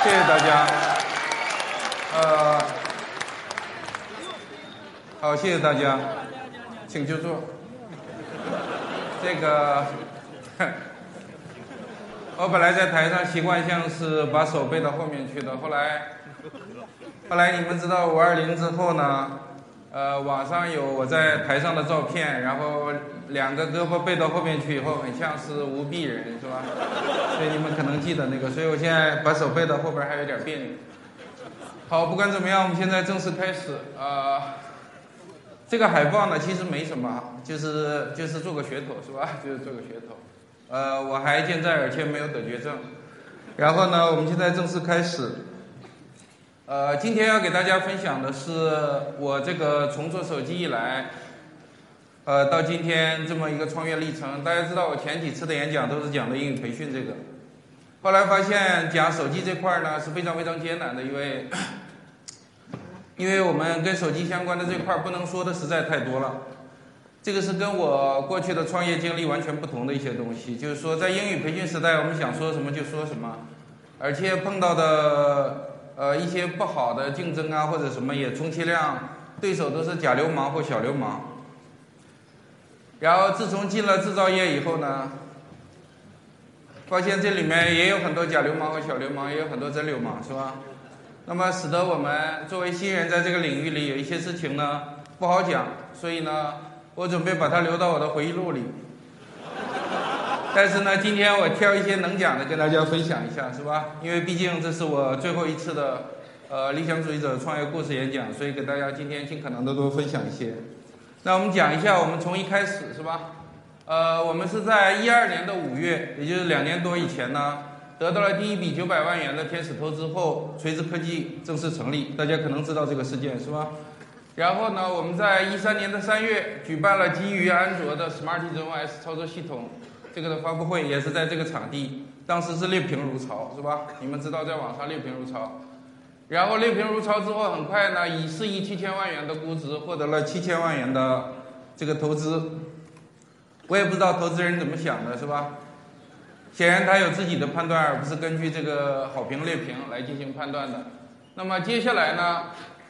谢谢大家。好，谢谢大家，请就坐。这个，我本来在台上习惯性是把手背到后面去的，后来你们知道520之后呢，网上有我在台上的照片，然后2个胳膊背到后面去以后，很像是无臂人，是吧？所以你们可能记得那个，所以我现在把手背到后边还有点别扭。好，不管怎么样，我们现在正式开始。这个海报呢，其实没什么，就是做个噱头，是吧？就是做个噱头。我还健在，而且没有得绝症。然后呢，我们现在正式开始。今天要给大家分享的是我这个从做手机以来，到今天这么一个创业历程。大家知道我前几次的演讲都是讲的英语培训这个，后来发现讲手机这块呢是非常非常艰难的，因为我们跟手机相关的这块不能说的实在太多了。这个是跟我过去的创业经历完全不同的一些东西，就是说在英语培训时代，我们想说什么就说什么，而且碰到的一些不好的竞争啊或者什么也充其量对手都是假流氓或小流氓。然后自从进了制造业以后呢，发现这里面也有很多假流氓和小流氓，也有很多真流氓，是吧？那么使得我们作为新人在这个领域里有一些事情呢不好讲，所以呢我准备把它留到我的回忆录里。但是呢今天我挑一些能讲的跟大家分享一下，是吧？因为毕竟这是我最后一次的理想主义者创业故事演讲，所以给大家今天尽可能的多分享一些。那我们讲一下我们从一开始，是吧？我们是在2012年的5月，也就是2年多以前呢得到了第一笔900万元的天使投资后，锤子科技正式成立，大家可能知道这个事件，是吧？然后呢，我们在13年的3月举办了基于安卓的 Smartisan OS 操作系统这个的发布会，也是在这个场地，当时是劣评如潮，是吧？你们知道在网上劣评如潮。然后劣评如潮之后，很快呢以4亿7千万元的估值获得了7000万元的这个投资。我也不知道投资人怎么想的，是吧？显然他有自己的判断，而不是根据这个好评劣评来进行判断的。那么接下来呢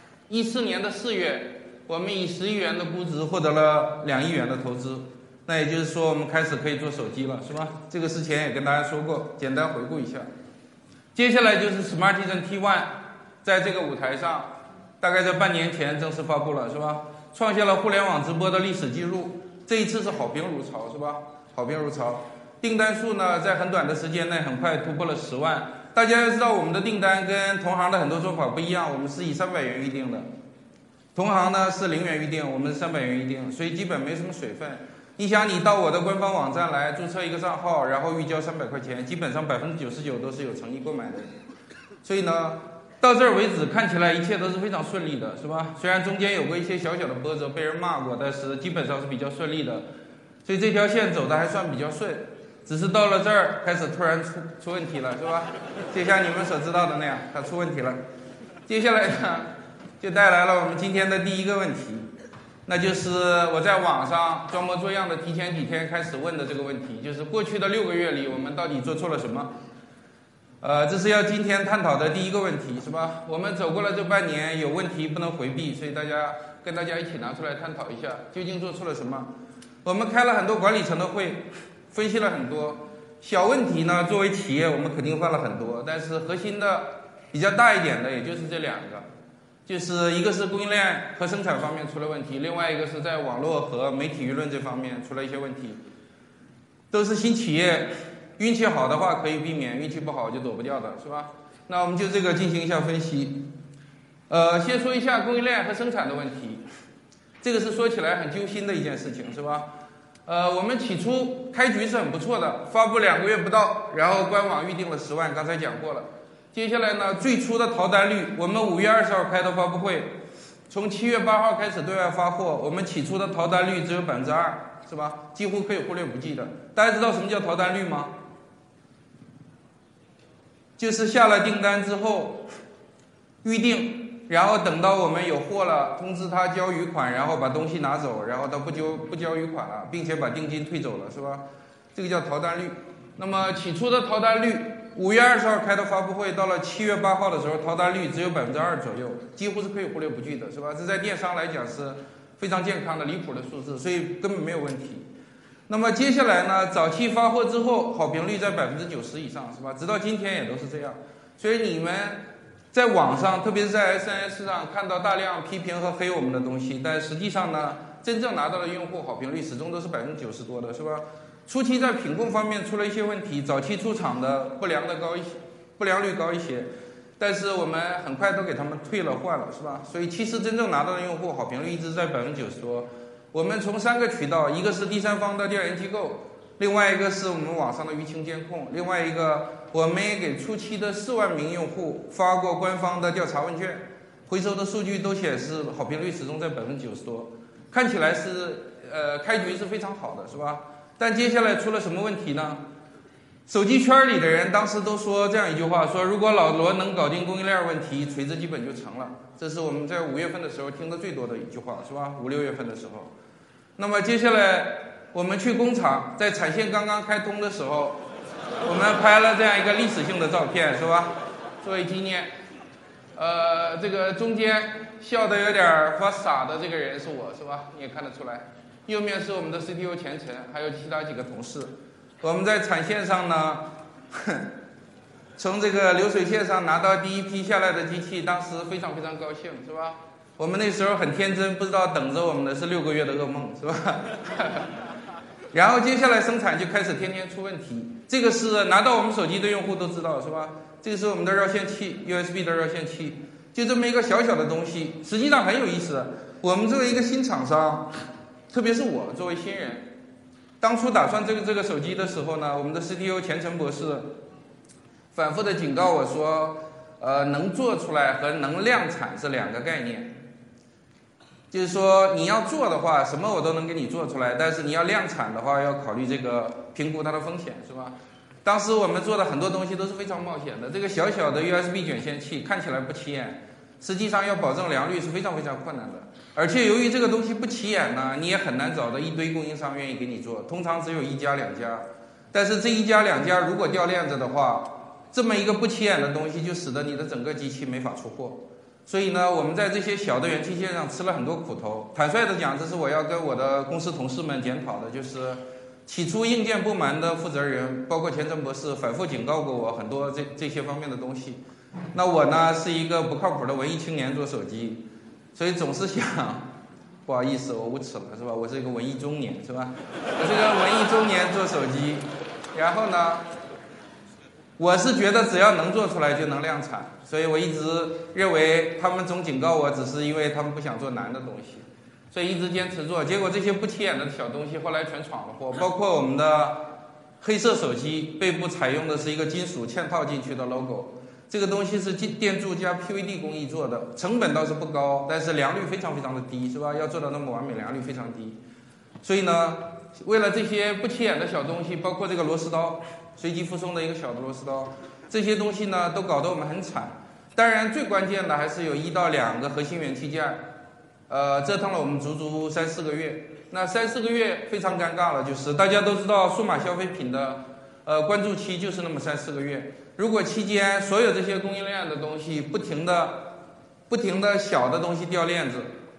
，14年的4月，我们以10亿元的估值获得了2亿元的投资。那也就是说，我们开始可以做手机了，是吧？这个事前也跟大家说过，简单回顾一下。接下来就是 Smartisan T1， 在这个舞台上，大概在半年前正式发布了，是吧？创下了互联网直播的历史记录。这一次是好评如潮，是吧？好评如潮。订单数呢，在很短的时间内很快突破了10万。大家要知道，我们的订单跟同行的很多做法不一样，我们是以300元预定的，同行呢是0元预定，我们是300元预定，所以基本没什么水分。你想，你到我的官方网站来注册一个账号，然后预交300块钱，基本上99%都是有诚意购买的。所以呢，到这儿为止看起来一切都是非常顺利的，是吧？虽然中间有过一些小小的波折，被人骂过，但是基本上是比较顺利的，所以这条线走的还算比较顺。只是到了这儿开始突然出问题了，是吧？就像你们所知道的那样，它出问题了。接下来呢，就带来了我们今天的第一个问题，那就是我在网上装模作样的提前几天开始问的这个问题，就是过去的6个月里我们到底做错了什么？这是要今天探讨的第一个问题，是吧？我们走过了这半年，有问题不能回避，所以跟大家一起拿出来探讨一下，究竟做错了什么？我们开了很多管理层的会，分析了很多小问题呢。作为企业，我们肯定犯了很多，但是核心的比较大一点的，也就是这2个，就是一个是供应链和生产方面出了问题，另外一个是在网络和媒体舆论这方面出了一些问题。都是新企业，运气好的话可以避免，运气不好就躲不掉的，是吧？那我们就这个进行一下分析。先说一下供应链和生产的问题，这个是说起来很揪心的一件事情，是吧？我们起初开局是很不错的，发布2个月不到，然后官网预定了10万，刚才讲过了。接下来呢，最初的逃单率，我们5月20号开的发布会，从7月8号开始对外发货，我们起初的逃单率只有2%，是吧？几乎可以忽略不计的。大家知道什么叫逃单率吗？就是下了订单之后预定，然后等到我们有货了，通知他交余款，然后把东西拿走，然后他不交余款了，并且把定金退走了，是吧？这个叫逃单率。那么起初的逃单率 5月20号开的发布会，到了7月8号的时候，逃单率只有2%左右，几乎是可以忽略不计的，是吧？这在电商来讲是非常健康的、离谱的数字，所以根本没有问题。那么接下来呢，早期发货之后，好评率在90%以上，是吧？直到今天也都是这样。所以你们在网上，特别是在 SNS 上看到大量批评和黑我们的东西，但实际上呢，真正拿到的用户好评率始终都是90%多的，是吧？初期在品控方面出了一些问题，早期出厂的不良率高一些，但是我们很快都给他们退了换了，是吧？所以其实真正拿到的用户好评率一直在90%多。我们从3个渠道，一个是第三方的调研机构，另外一个是我们网上的舆情监控，另外一个我们也给初期的4万名用户发过官方的调查问卷，回收的数据都显示好评率始终在90%多，看起来是开局是非常好的，是吧？但接下来出了什么问题呢？手机圈里的人当时都说这样一句话，说如果老罗能搞定供应链问题，锤子基本就成了。这是我们在5月份的时候听的最多的一句话，是吧？5、6月份的时候。那么接下来我们去工厂，在产线刚刚开通的时候，我们拍了这样一个历史性的照片，是吧？作为纪念。这个中间笑得有点发傻的这个人是我，是吧？你也看得出来。右面是我们的 CTO 钱晨，还有其他几个同事。我们在产线上呢，从这个流水线上拿到第一批下来的机器，当时非常非常高兴，是吧？我们那时候很天真，不知道等着我们的是6个月的噩梦，是吧？然后接下来生产就开始天天出问题，这个是拿到我们手机的用户都知道，是吧？这个是我们的绕线器 ，USB 的绕线器，就这么一个小小的东西，实际上很有意思。我们作为一个新厂商，特别是我作为新人，当初打算这个手机的时候呢，我们的 CTO 钱晨博士反复的警告我说，能做出来和能量产是2个概念。就是说你要做的话，什么我都能给你做出来，但是你要量产的话，要考虑这个评估它的风险，是吧？当时我们做的很多东西都是非常冒险的。这个小小的 USB 卷线器看起来不起眼，实际上要保证良率是非常非常困难的。而且由于这个东西不起眼呢，你也很难找到一堆供应商愿意给你做，通常只有1家2家。但是这1家2家如果掉链子的话，这么一个不起眼的东西就使得你的整个机器没法出货。所以呢，我们在这些小的元器件上吃了很多苦头。坦率的讲，这是我要跟我的公司同事们检讨的，就是起初硬件部门的负责人，包括钱晨博士反复警告过我很多这些方面的东西。那我呢是一个不靠谱的文艺青年做手机，所以总是想，不好意思，我无耻了，是吧？我是一个文艺中年，是吧？我是个文艺中年做手机，然后呢，我是觉得只要能做出来就能量产，所以我一直认为他们总警告我，只是因为他们不想做难的东西，所以一直坚持做。结果这些不起眼的小东西后来全闯了祸，包括我们的黑色手机背部采用的是一个金属嵌套进去的 logo。这个东西是电镀加 PVD 工艺做的，成本倒是不高，但是良率非常非常的低，是吧？要做到那么完美，良率非常低。所以呢，为了这些不起眼的小东西，包括这个螺丝刀，随机附送的一个小的螺丝刀，这些东西呢都搞得我们很惨。当然最关键的还是有1到2个核心元器件，折腾了我们足足3、4个月。那3、4个月非常尴尬了，就是大家都知道数码消费品的关注期就是那么3、4个月。如果期间所有这些供应链的东西不停的小的东西掉链子，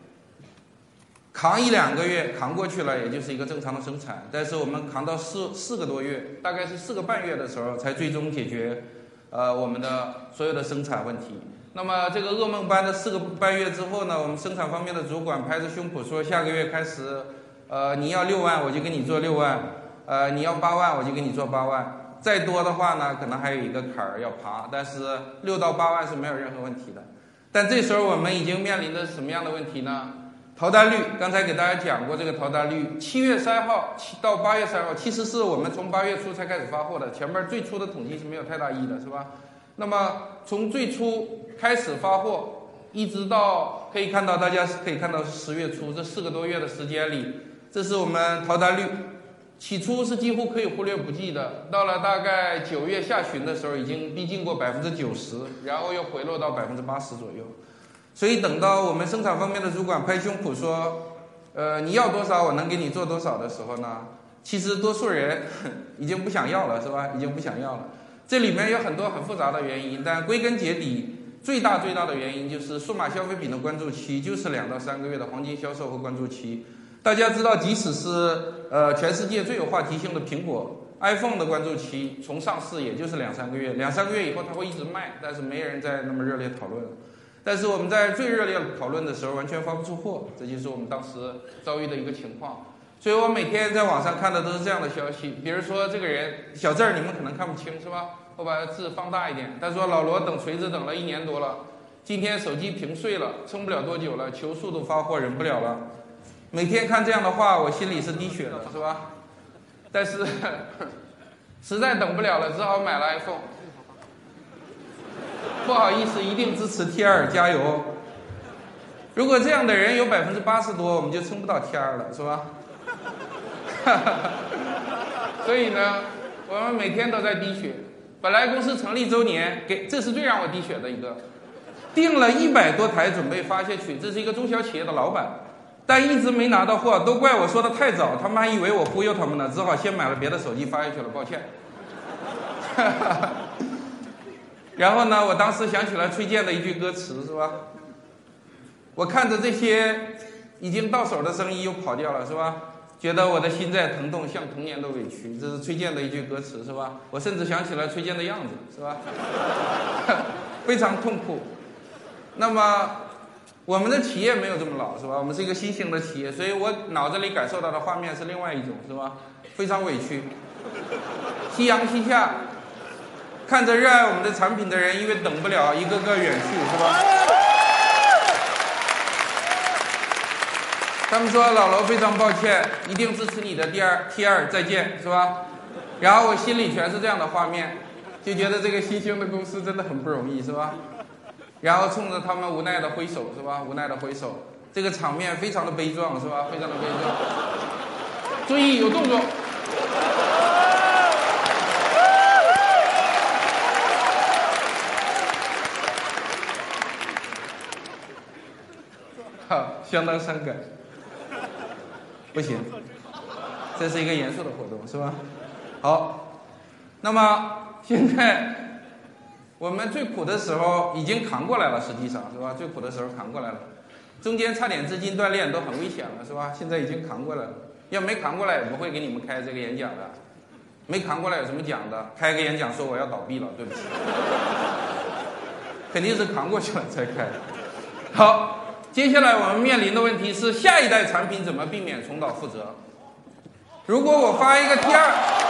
扛1、2个月扛过去了，也就是一个正常的生产。但是我们扛到4个多月，大概是4个半月的时候，才最终解决我们的所有的生产问题。那么这个噩梦般的4个半月之后呢，我们生产方面的主管拍着胸脯说，下个月开始，你要6万我就给你做6万，你要8万我就给你做8万。再多的话呢，可能还有一个坎儿要爬，但是6到8万是没有任何问题的。但这时候我们已经面临着什么样的问题呢？逃单率，刚才给大家讲过这个逃单率，7月3号到8月3号，其实是我们从8月初才开始发货的，前面最初的统计是没有太大意义的，是吧？那么从最初开始发货，一直到可以看到，大家可以看到是10月初，这4个多月的时间里，这是我们逃单率。起初是几乎可以忽略不计的，到了大概9月下旬的时候，已经逼近过90%，然后又回落到80%左右。所以等到我们生产方面的主管拍胸脯说，你要多少我能给你做多少的时候呢，其实多数人已经不想要了，是吧？已经不想要了。 这里面有很多很复杂的原因，但归根结底，最大的原因就是数码消费品的关注期就是2到3个月的黄金销售和关注期。大家知道，即使是全世界最有话题性的苹果 iPhone 的关注期，从上市也就是2、3个月，2、3个月以后它会一直卖，但是没人再那么热烈讨论了。但是我们在最热烈讨论的时候，完全发不出货，这就是我们当时遭遇的一个情况。所以我每天在网上看的都是这样的消息，比如说这个人小字儿你们可能看不清是吧？我把字放大一点。他说老罗等锤子等了1年多了，今天手机屏碎了，撑不了多久了，求速度发货忍不了了。每天看这样的话，我心里是滴血的，是吧？但是实在等不了了，只好买了 iPhone。不好意思，一定支持 T2， 加油！如果这样的人有80%多，我们就撑不到 T2 了，是吧？所以呢，我们每天都在滴血。本来公司成立周年，这是最让我滴血的一个，订了100多台准备发下去，这是一个中小企业的老板，但一直没拿到货，都怪我说的太早，他们还以为我忽悠他们呢，只好先买了别的手机发下去了，抱歉。然后呢，我当时想起来崔健的一句歌词，是吧？我看着这些已经到手的生意又跑掉了，是吧？觉得我的心在疼痛，像童年的委屈，这是崔健的一句歌词，是吧？我甚至想起来崔健的样子，是吧？非常痛苦。那么我们的企业没有这么老，是吧？我们是一个新兴的企业，所以我脑子里感受到的画面是另外一种，是吧？非常委屈。夕阳西下，看着热爱我们的产品的人因为等不了一个个远去，是吧？他们说老罗非常抱歉，一定支持你的T2，再见，是吧？然后我心里全是这样的画面，就觉得这个新兴的公司真的很不容易，是吧？然后冲着他们无奈的挥手，是吧？无奈的挥手，这个场面非常的悲壮，是吧？非常的悲壮。注意有动作。好，相当伤感。不行，这是一个严肃的活动，是吧？好，那么现在我们最苦的时候已经扛过来了，实际上是吧？最苦的时候扛过来了，中间差点资金断裂都很危险了，是吧？现在已经扛过来了，要没扛过来也不会给你们开这个演讲的，没扛过来有什么讲的？开个演讲说我要倒闭了，对不起，肯定是扛过去了才开。好。接下来我们面临的问题是下一代产品怎么避免重蹈覆辙。如果我发一个 T2，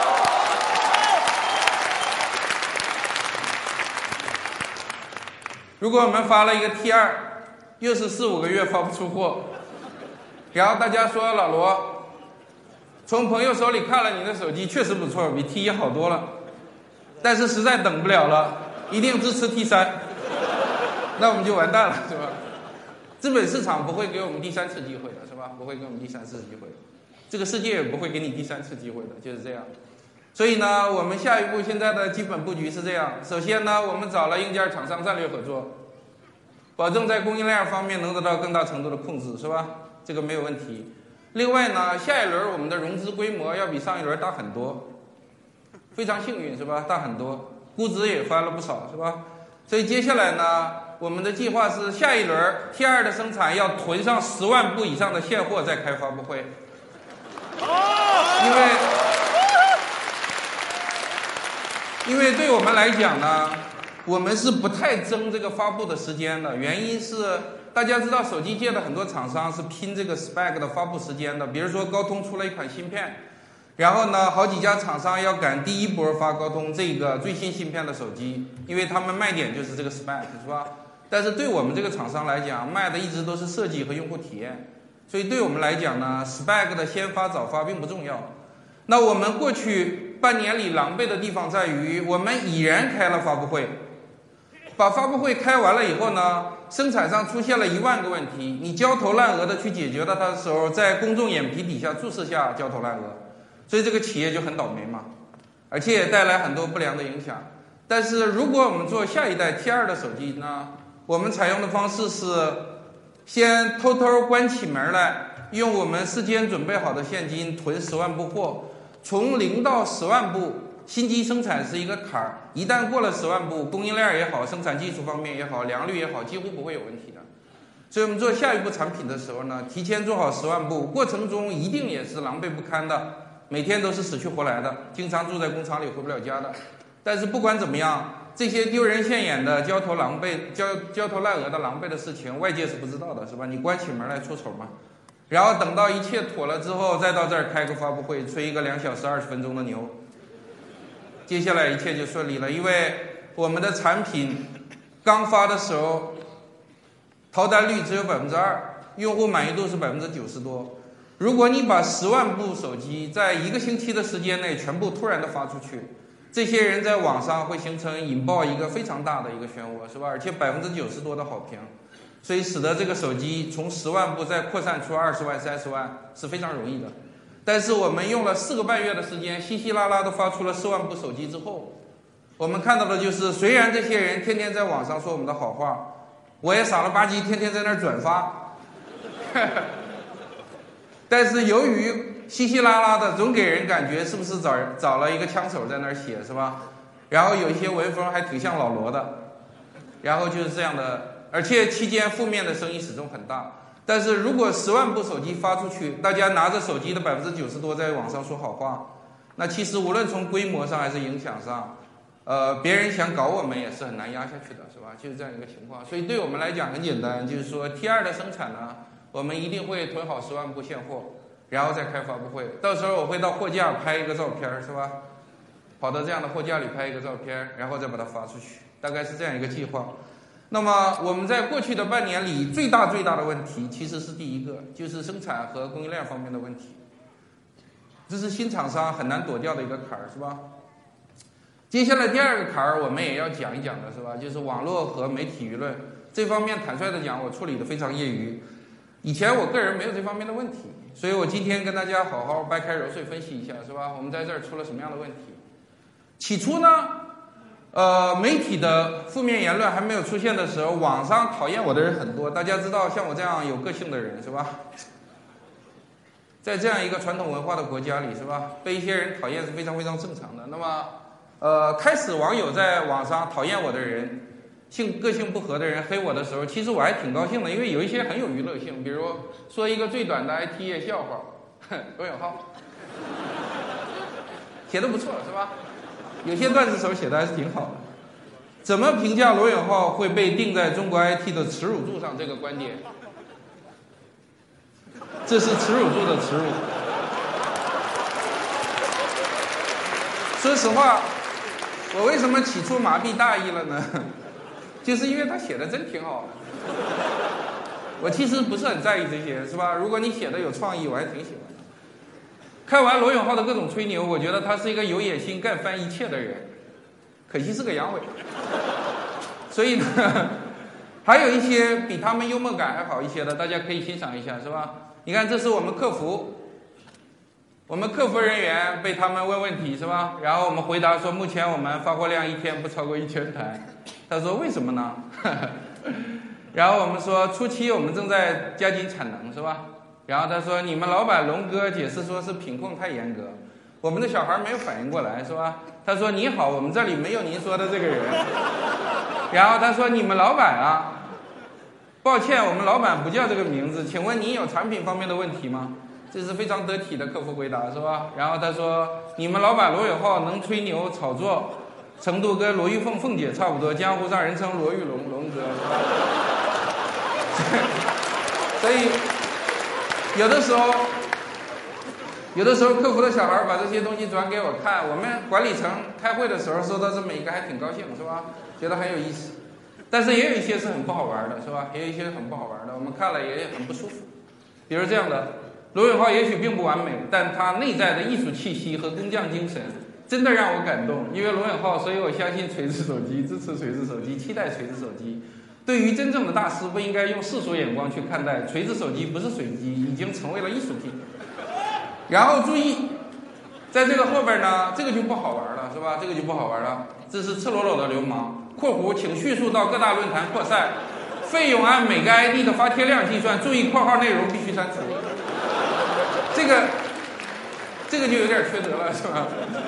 如果我们发了一个 T2， 又是4、5个月发不出货，然后大家说老罗，从朋友手里看了你的手机确实不错，比 T1 好多了，但是实在等不了了，一定支持 T3， 那我们就完蛋了，是吧？资本市场不会给我们第3次机会的，是吧？不会给我们第3次机会，这个世界也不会给你第3次机会的，就是这样。所以呢，我们下一步现在的基本布局是这样：首先呢，我们找了硬件厂商战略合作，保证在供应链方面能得到更大程度的控制，是吧？这个没有问题。另外呢，下一轮我们的融资规模要比上一轮大很多，非常幸运，是吧？大很多，估值也翻了不少，是吧？所以接下来呢，我们的计划是下一轮 T2 的生产要囤上10万部以上的现货再开发布会。因为对我们来讲呢，我们是不太争这个发布的时间的，原因是大家知道手机界的很多厂商是拼这个 spec 的发布时间的，比如说高通出了一款芯片，然后呢，好几家厂商要赶第一波发高通这个最新芯片的手机，因为他们卖点就是这个 spec， 是吧？但是对我们这个厂商来讲，卖的一直都是设计和用户体验，所以对我们来讲呢 ，spec 的先发早发并不重要。那我们过去半年里狼狈的地方在于，我们已然开了发布会，把发布会开完了以后呢，生产上出现了1万个问题，你焦头烂额的去解决它的时候，在公众眼皮底下注视下焦头烂额，所以这个企业就很倒霉嘛，而且也带来很多不良的影响。但是如果我们做下一代 T2 的手机呢，我们采用的方式是先偷偷关起门来，用我们事先准备好的现金囤10万部货，从0到10万部新机生产是一个坎儿，一旦过了10万部，供应链也好，生产技术方面也好，良率也好，几乎不会有问题的。所以我们做下一步产品的时候呢，提前做好10万部，过程中一定也是狼狈不堪的，每天都是死去活来的，经常住在工厂里回不了家的。但是不管怎么样，这些丢人现眼的、焦头烂额的狼狈的事情，外界是不知道的，是吧？你关起门来出丑嘛。然后等到一切妥了之后，再到这儿开个发布会，吹一个2小时20分钟的牛，接下来一切就顺利了。因为我们的产品刚发的时候，淘单率只有2%，用户满意度是90%多。如果你把10万部手机在1个星期的时间内全部突然的发出去，这些人在网上会引爆一个非常大的一个漩涡，是吧？而且90%多的好评，所以使得这个手机从10万部再扩散出20万、30万是非常容易的。但是我们用了4个半月的时间，稀稀拉拉的发出了4万部手机之后，我们看到的就是，虽然这些人天天在网上说我们的好话，我也傻了吧唧天天在那儿转发，但是由于稀稀拉拉的，总给人感觉是不是找了一个枪手在那儿写，是吧？然后有一些文风还挺像老罗的，然后就是这样的，而且期间负面的声音始终很大。但是如果10万部手机发出去，大家拿着手机的90%多在网上说好话，那其实无论从规模上还是影响上，别人想搞我们也是很难压下去的，是吧？就是这样一个情况。所以对我们来讲很简单，就是说 T2 的生产呢，我们一定会囤好10万部现货，然后再开发布会。到时候我会到货架拍一个照片，是吧？跑到这样的货架里拍一个照片，然后再把它发出去，大概是这样一个计划。那么我们在过去的半年里，最大的问题其实是第一个，就是生产和供应链方面的问题，这是新厂商很难躲掉的一个坎儿，是吧？接下来第二个坎儿我们也要讲一讲的，是吧？就是网络和媒体舆论这方面，坦率的讲，我处理的非常业余。以前我个人没有这方面的问题，所以我今天跟大家好好掰开揉碎分析一下，是吧？我们在这儿出了什么样的问题？起初呢，媒体的负面言论还没有出现的时候，网上讨厌我的人很多。大家知道，像我这样有个性的人，是吧？在这样一个传统文化的国家里，是吧？被一些人讨厌是非常非常正常的。那么，开始网友在网上讨厌我的人，个性不合的人黑我的时候，其实我还挺高兴的，因为有一些很有娱乐性，比如说一个最短的 IT 业笑话，罗永浩写的不错，是吧？有些段子手写的还是挺好的。怎么评价罗永浩会被钉在中国 IT 的耻辱柱上这个观点？这是耻辱柱的耻辱。说实话，我为什么起初麻痹大意了呢？就是因为他写的真挺好的。我其实不是很在意这些，是吧？如果你写的有创意，我还挺喜欢的。看完罗永浩的各种吹牛，我觉得他是一个有野心干翻一切的人，可惜是个阳痿。所以呢，还有一些比他们幽默感还好一些的，大家可以欣赏一下，是吧？你看，这是我们客服人员被他们问问题，是吧？然后我们回答说，目前我们发货量1天不超过1000台。他说为什么呢？然后我们说初期我们正在加紧产能，是吧？然后他说你们老板龙哥解释说是品控太严格。我们的小孩没有反应过来，是吧？他说你好，我们这里没有您说的这个人。然后他说你们老板啊，抱歉，我们老板不叫这个名字，请问您有产品方面的问题吗？这是非常得体的客服回答，是吧？然后他说你们老板罗永浩能吹牛炒作程度跟罗玉凤凤姐差不多，江湖上人称罗玉龙哥，是吧？所以有的时候客服的小孩把这些东西转给我看，我们管理层开会的时候收到这么一个还挺高兴，是吧？觉得很有意思。但是也有一些是很不好玩的，是吧？也有一些很不好玩的，我们看了也很不舒服。比如这样的，罗永浩也许并不完美，但他内在的艺术气息和工匠精神真的让我感动。因为罗永浩，所以我相信锤子手机，支持锤子手机，期待锤子手机。对于真正的大师，不应该用世俗眼光去看待。锤子手机不是水机，已经成为了艺术品。然后注意，在这个后边呢，这个就不好玩了，是吧？这个就不好玩了，这是赤裸裸的流氓。括弧，请迅速到各大论坛扩散，费用按每个 ID 的发帖量计算，注意括号内容必须删除。这个就有点缺德了，是吧？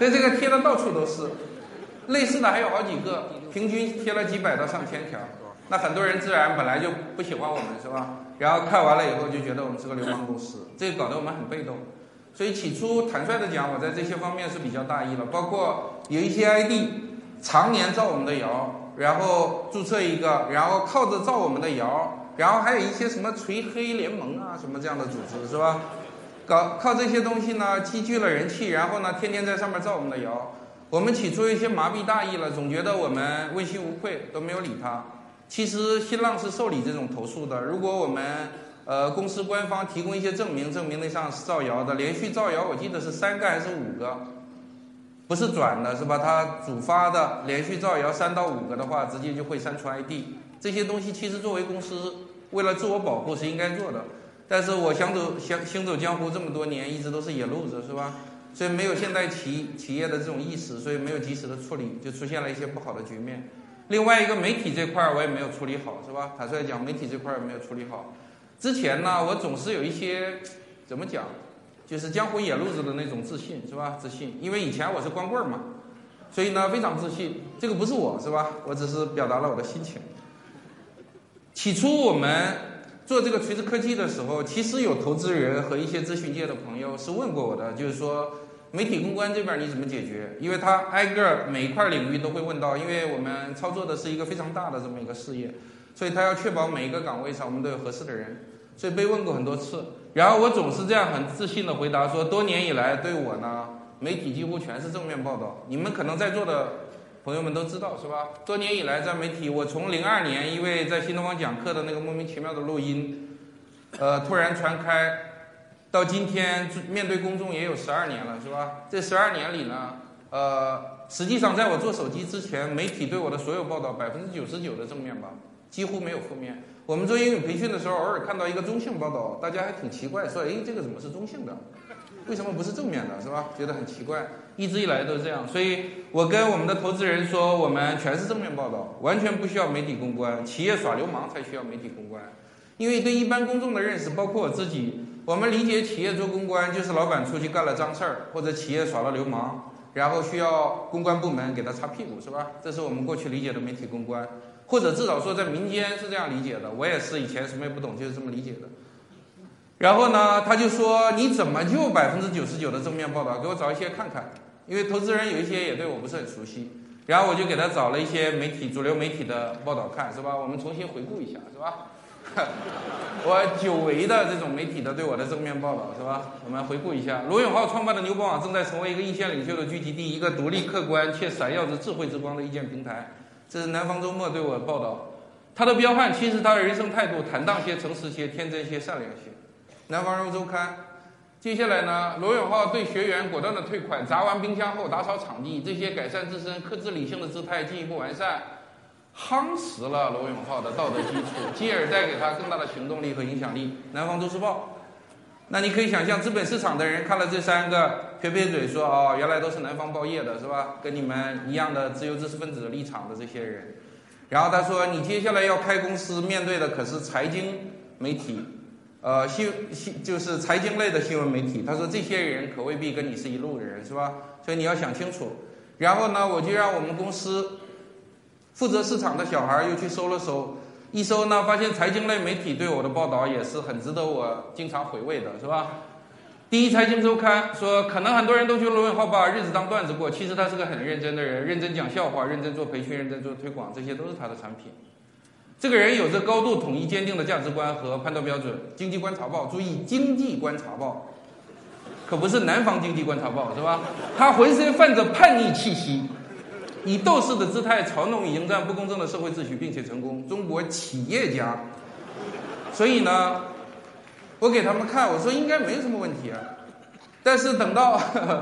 对，这个贴的到处都是，类似的还有好几个，平均贴了几百到上千条。那很多人自然本来就不喜欢我们，是吧？然后看完了以后就觉得我们是个流氓公司，这个搞得我们很被动。所以起初坦率的讲，我在这些方面是比较大意了，包括有一些 ID 常年造我们的谣，然后注册一个，然后靠着造我们的谣，然后还有一些什么锤黑联盟啊什么这样的组织，是吧？靠这些东西呢积聚了人气，然后呢天天在上面造我们的谣。我们起初有一些麻痹大意了，总觉得我们问心无愧，都没有理他。其实新浪是受理这种投诉的，如果我们公司官方提供一些证明那上是造谣的，连续造谣我记得是3个还是5个，不是转的是吧？他主发的连续造谣3到5个的话，直接就会删除 ID。这些东西其实作为公司为了自我保护是应该做的，但是我行走江湖这么多年，一直都是野路子，是吧？所以没有现代企业的这种意识，所以没有及时的处理，就出现了一些不好的局面。另外一个媒体这块我也没有处理好，是吧？坦率讲，媒体这块也没有处理好。之前呢，我总是有一些怎么讲，就是江湖野路子的那种自信，是吧？自信，因为以前我是光棍嘛，所以呢非常自信。这个不是我，是吧？我只是表达了我的心情。起初我们做这个锤子科技的时候，其实有投资人和一些咨询界的朋友是问过我的，就是说媒体公关这边你怎么解决？因为他挨个每一块领域都会问到，因为我们操作的是一个非常大的这么一个事业，所以他要确保每一个岗位上我们都有合适的人，所以被问过很多次。然后我总是这样很自信的回答说，多年以来对我呢，媒体几乎全是正面报道。你们可能在座的朋友们都知道，是吧？多年以来在媒体，我从02年因为在新东方讲课的那个莫名其妙的录音，突然传开，到今天面对公众也有12年了，是吧？这12年里呢，实际上在我做手机之前，媒体对我的所有报道99%的正面吧，几乎没有负面。我们做英语培训的时候，偶尔看到一个中性报道，大家还挺奇怪，说这个怎么是中性的？为什么不是正面的，是吧？觉得很奇怪，一直以来都是这样。所以我跟我们的投资人说，我们全是正面报道，完全不需要媒体公关，企业耍流氓才需要媒体公关。因为对一般公众的认识，包括我自己，我们理解企业做公关就是老板出去干了脏事儿，或者企业耍了流氓，然后需要公关部门给他擦屁股，是吧？这是我们过去理解的媒体公关，或者至少说在民间是这样理解的。我也是以前什么也不懂，就是这么理解的。然后呢，他就说你怎么就99%的正面报道？给我找一些看看，因为投资人有一些也对我不是很熟悉。然后我就给他找了一些媒体、主流媒体的报道看，是吧？我们重新回顾一下，是吧？我久违的这种媒体的对我的正面报道，是吧？我们回顾一下，罗永浩创办的牛博网正在成为一个意见领袖的聚集地，一个独立、客观且闪耀着智慧之光的意见平台。这是南方周末对我的报道。他的彪悍其实他的人生态度坦荡些、诚实些、天真些、善良些。南方人物周刊。接下来呢，罗永浩对学员果断的退款，砸完冰箱后打扫场地，这些改善自身、克制理性的姿态进一步完善，夯实了罗永浩的道德基础，继而带给他更大的行动力和影响力。南方周时报。那你可以想象，资本市场的人看了这3个，撇撇嘴说：“哦，原来都是南方报业的，是吧？跟你们一样的自由知识分子立场的这些人。”然后他说：“你接下来要开公司，面对的可是财经媒体。”就是财经类的新闻媒体，他说这些人可未必跟你是一路人，是吧？所以你要想清楚。然后呢，我就让我们公司负责市场的小孩又去搜了搜，一搜呢，发现财经类媒体对我的报道也是很值得我经常回味的，是吧？第一财经周刊说，可能很多人都觉得罗永浩把日子当段子过，其实他是个很认真的人，认真讲笑话，认真做培训，认真做推广，这些都是他的产品。这个人有着高度统一坚定的价值观和判断标准。经济观察报，注意，经济观察报，可不是南方经济观察报，是吧？他浑身泛着叛逆气息，以斗士的姿态嘲弄迎战不公正的社会秩序，并且成功。中国企业家。所以呢，我给他们看，我说应该没什么问题啊。但是等到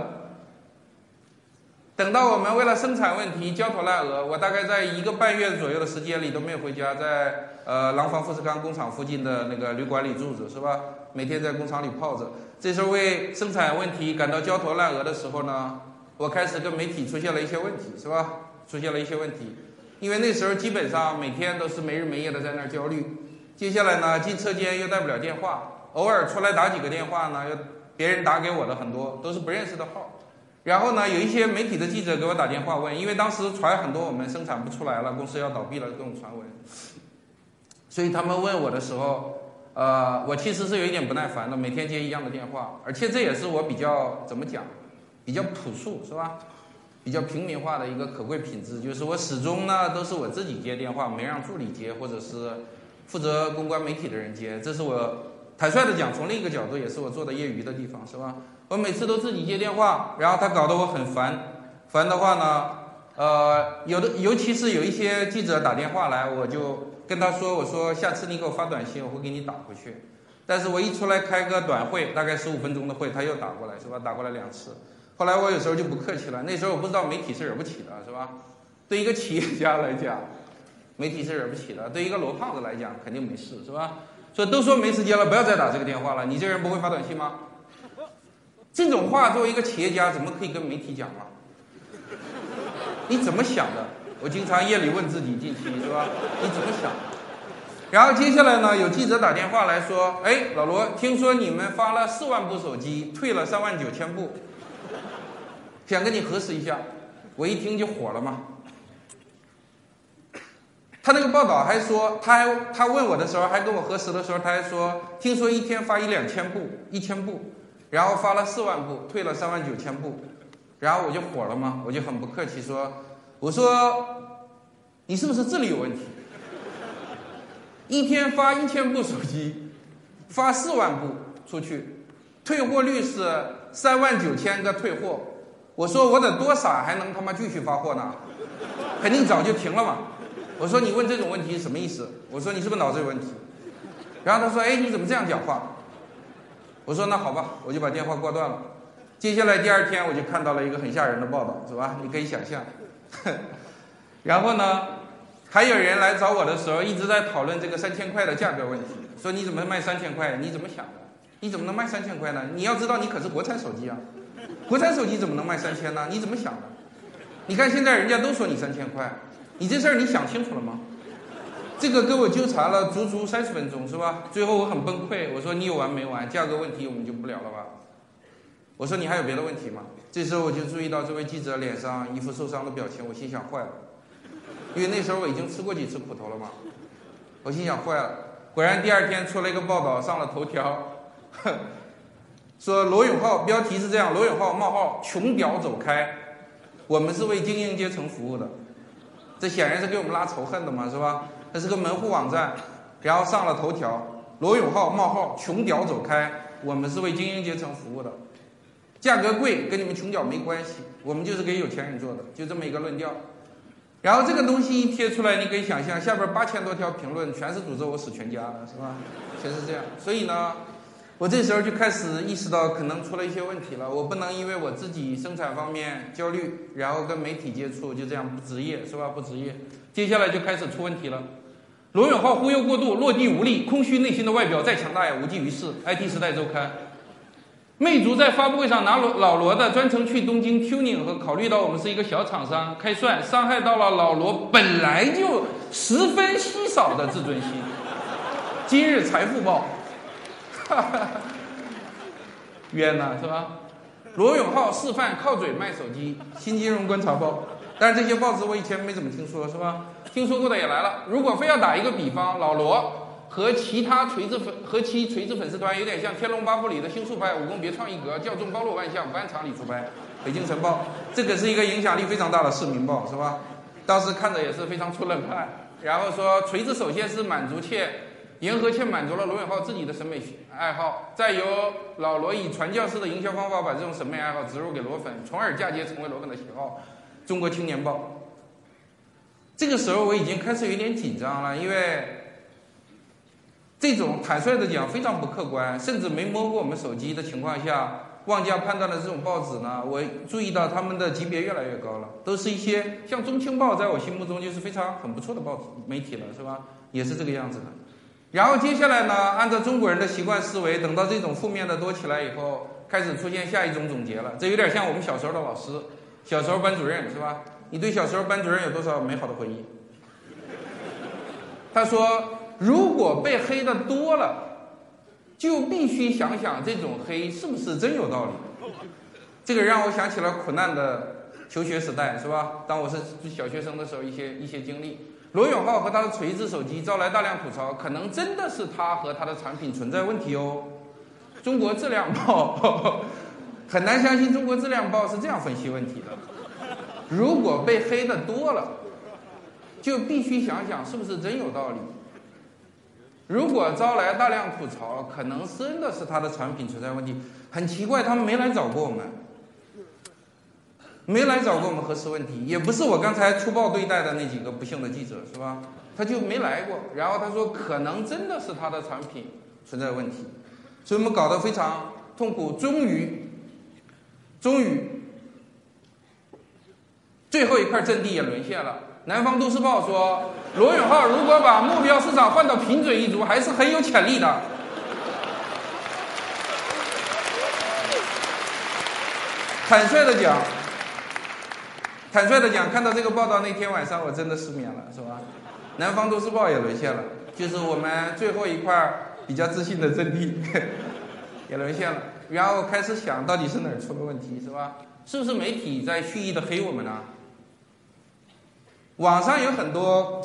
我们为了生产问题焦头烂额，我大概在1个半月左右的时间里都没有回家，在廊坊富士康工厂附近的那个旅馆里住着，是吧？每天在工厂里泡着。这时候为生产问题感到焦头烂额的时候呢，我开始跟媒体出现了一些问题，是吧？出现了一些问题，因为那时候基本上每天都是没日没夜的在那儿焦虑。接下来呢，进车间又带不了电话，偶尔出来打几个电话呢，又别人打给我的很多都是不认识的号。 然后呢，有一些媒体的记者给我打电话问，因为当时传很多我们生产不出来了，公司要倒闭了各种传闻，所以他们问我的时候，我其实是有一点不耐烦的，每天接一样的电话，而且这也是我比较怎么讲，比较朴素是吧？比较平民化的一个可贵品质，就是我始终呢都是我自己接电话，没让助理接，或者是负责公关媒体的人接，这是我坦率的讲，从另一个角度也是我做的业余的地方，是吧？我每次都自己接电话，然后他搞得我很烦，烦的话呢，尤其是有一些记者打电话来，我就跟他说，我说下次你给我发短信，我会给你打回去。但是我一出来开个短会，大概15分钟的会，他又打过来，是吧？打过来2次。后来我有时候就不客气了，那时候我不知道媒体是惹不起的，是吧？对一个企业家来讲，媒体是惹不起的；对一个罗胖子来讲，肯定没事，是吧？所以都说没时间了，不要再打这个电话了。你这人不会发短信吗？这种话作为一个企业家，怎么可以跟媒体讲啊？你怎么想的？我经常夜里问自己，近期是吧？你怎么想？然后接下来呢，有记者打电话来说，哎，老罗，听说你们发了4万部手机，退了39000部。想跟你核实一下，我一听就火了嘛。他那个报道还说，他问我的时候，还跟我核实的时候，他还说，听说一天发1-2000部，1000部，然后发了4万部，退了39000部，然后我就火了嘛，我就很不客气说，我说你是不是智力有问题？一天发1000部手机，发4万部出去，退货率是39000个退货。我说我得多傻还能他妈继续发货呢？肯定早就停了嘛。我说你问这种问题什么意思？我说你是不是脑子有问题？然后他说，哎，你怎么这样讲话？我说那好吧，我就把电话挂断了。接下来第2天我就看到了一个很吓人的报道，是吧？你可以想象。然后呢，还有人来找我的时候一直在讨论这个3000块的价格问题，说你怎么卖3000块？你怎么想的？你怎么能卖3000块呢？你要知道你可是国产手机啊。国产手机怎么能卖3000呢？你怎么想的？你看现在人家都说你3000块，你这事儿你想清楚了吗？这个跟我纠缠了足足30分钟，是吧？最后我很崩溃，我说你有完没完？价格问题我们就不聊了吧？我说你还有别的问题吗？这时候我就注意到这位记者脸上一副受伤的表情，我心想坏了，因为那时候我已经吃过几次苦头了嘛。我心想坏了，果然第2天出了一个报道上了头条。说罗永浩，标题是这样，罗永浩冒号穷屌走开，我们是为精英阶层服务的。这显然是给我们拉仇恨的嘛，是吧？这是个门户网站，然后上了头条，罗永浩冒号穷屌走开，我们是为精英阶层服务的，价格贵跟你们穷屌没关系，我们就是给有钱人做的，就这么一个论调。然后这个东西一贴出来，你可以想象下边8000多条评论全是诅咒我死全家的，是吧？全是这样。所以呢，我这时候就开始意识到可能出了一些问题了，我不能因为我自己生产方面焦虑，然后跟媒体接触就这样不职业，是吧？不职业，接下来就开始出问题了。罗永浩忽悠过度，落地无力，空虚内心的外表再强大也无济于事。IT 时代周刊，魅族在发布会上拿老罗的专程去东京 tuning 和考虑到我们是一个小厂商开涮，伤害到了老罗本来就十分稀少的自尊心。今日财富报。冤呐，是吧？罗永浩示范靠嘴卖手机，新金融观察报。但是这些报纸我以前没怎么听说，是吧？听说过的也来了。如果非要打一个比方，老罗和其锤子粉丝团有点像《天龙八部》里的星宿派，武功别创一格，教众包罗万象，不按常理出牌。北京晨报，这可是一个影响力非常大的市民报，是吧？当时看着也是非常出冷汗。然后说锤子首先是迎合且满足了罗永浩自己的审美爱好，再由老罗以传教式的营销方法把这种审美爱好植入给罗粉，从而嫁接成为罗粉的喜好。中国青年报。这个时候我已经开始有点紧张了，因为这种坦率的讲非常不客观，甚至没摸过我们手机的情况下妄加判断的这种报纸呢，我注意到他们的级别越来越高了，都是一些像中青报在我心目中就是非常很不错的报纸媒体了，是吧？也是这个样子的。然后接下来呢，按照中国人的习惯思维，等到这种负面的多起来以后，开始出现下一种总结了。这有点像我们小时候的老师，小时候班主任，是吧？你对小时候班主任有多少美好的回忆？他说，如果被黑的多了，就必须想想这种黑是不是真有道理。 这个让我想起了苦难的求学时代，是吧？当我是小学生的时候，一些经历。罗永浩和他的锤子手机招来大量吐槽，可能真的是他和他的产品存在问题哦。中国质量报很难相信中国质量报是这样分析问题的。如果被黑的多了，就必须想想是不是真有道理。如果招来大量吐槽，可能真的是他的产品存在问题。很奇怪，他们没来找过我们，没来找过我们核实问题，也不是我刚才粗暴对待的那几个不幸的记者，是吧？他就没来过。然后他说，可能真的是他的产品存在问题，所以我们搞得非常痛苦。终于，最后一块阵地也沦陷了。南方都市报说，罗永浩如果把目标市场换到贫嘴一族，还是很有潜力的。坦率的讲，看到这个报道那天晚上，我真的失眠了，是吧？南方都市报也沦陷了，就是我们最后一块比较自信的阵地也沦陷了。然后开始想到底是哪儿出了问题，是吧？是不是媒体在蓄意的黑我们呢？网上有很多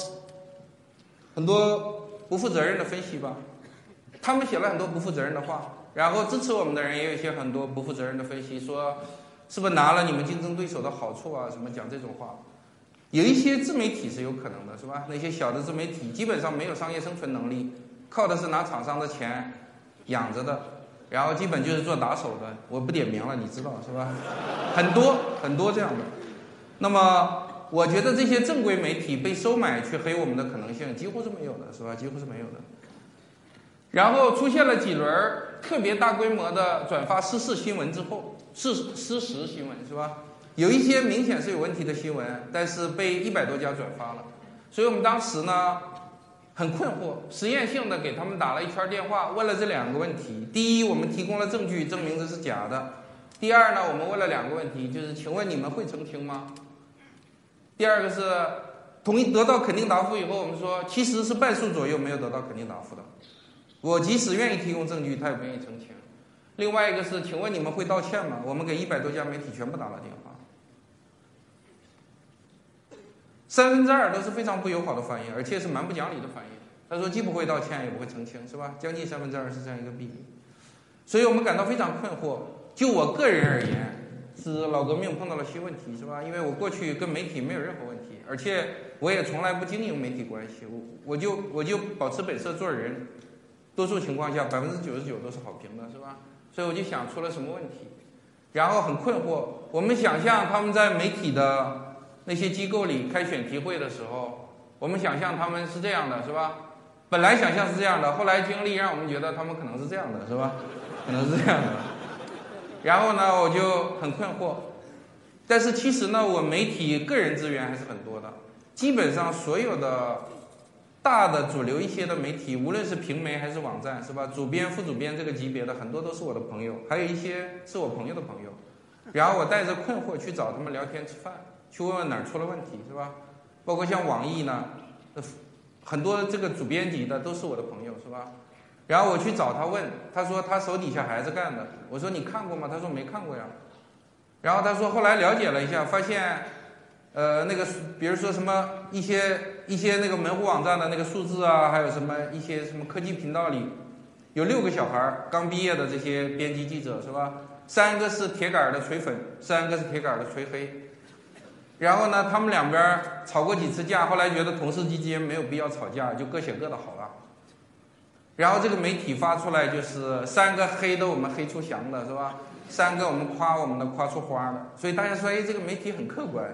不负责任的分析吧，他们写了很多不负责任的话，然后支持我们的人也有一些很多不负责任的分析，说是不是拿了你们竞争对手的好处啊，什么讲这种话。有一些自媒体是有可能的，是吧？那些小的自媒体基本上没有商业生存能力，靠的是拿厂商的钱养着的，然后基本就是做打手的，我不点名了，你知道是吧？很多这样的。那么我觉得这些正规媒体被收买去黑我们的可能性几乎是没有的，是吧？几乎是没有的。然后出现了几轮特别大规模的转发失事新闻之后，失实新闻，是吧？有一些明显是有问题的新闻，但是被100多家转发了，所以我们当时呢很困惑，实验性的给他们打了一圈电话，问了这2个问题：第一，我们提供了证据证明这是假的；第二呢，我们问了2个问题，就是请问你们会澄清吗？第二个是同意得到肯定答复以后，我们说其实是半数左右没有得到肯定答复的。我即使愿意提供证据，他也不愿意澄清。另外一个是，请问你们会道歉吗？我们给100多家媒体全部打了电话，2/3都是非常不友好的反应，而且是蛮不讲理的反应。他说既不会道歉，也不会澄清，是吧？将近2/3是这样一个比例，所以我们感到非常困惑。就我个人而言，是老革命碰到了些问题，是吧？因为我过去跟媒体没有任何问题，而且我也从来不经营媒体关系，我就保持本色做人。多数情况下99%都是好评的，是吧？所以我就想出了什么问题，然后很困惑。我们想象他们在媒体的那些机构里开选题会的时候，我们想象他们是这样的，是吧？本来想象是这样的，后来经历让我们觉得他们可能是这样的，是吧？可能是这样的。然后呢，我就很困惑。但是其实呢，我媒体个人资源还是很多的，基本上所有的大的主流一些的媒体，无论是平媒还是网站，是吧？主编、副主编这个级别的很多都是我的朋友，还有一些是我朋友的朋友。然后我带着困惑去找他们聊天吃饭，去问问哪儿出了问题，是吧？包括像网易呢，很多这个主编级的都是我的朋友，是吧？然后我去找他问，他说他手底下孩子干的。我说你看过吗？他说没看过呀。然后他说后来了解了一下，发现那个比如说什么一些那个门户网站的那个数字啊，还有什么一些什么科技频道里，有6个小孩刚毕业的这些编辑记者，是吧？3个是铁杆的锤粉，3个是铁杆的锤黑。然后呢，他们两边吵过几次架，后来觉得同事之间没有必要吵架，就各写各的好了。然后这个媒体发出来就是3个黑的我们黑出翔的，是吧？3个我们夸我们的夸出花的，所以大家说，哎，这个媒体很客观。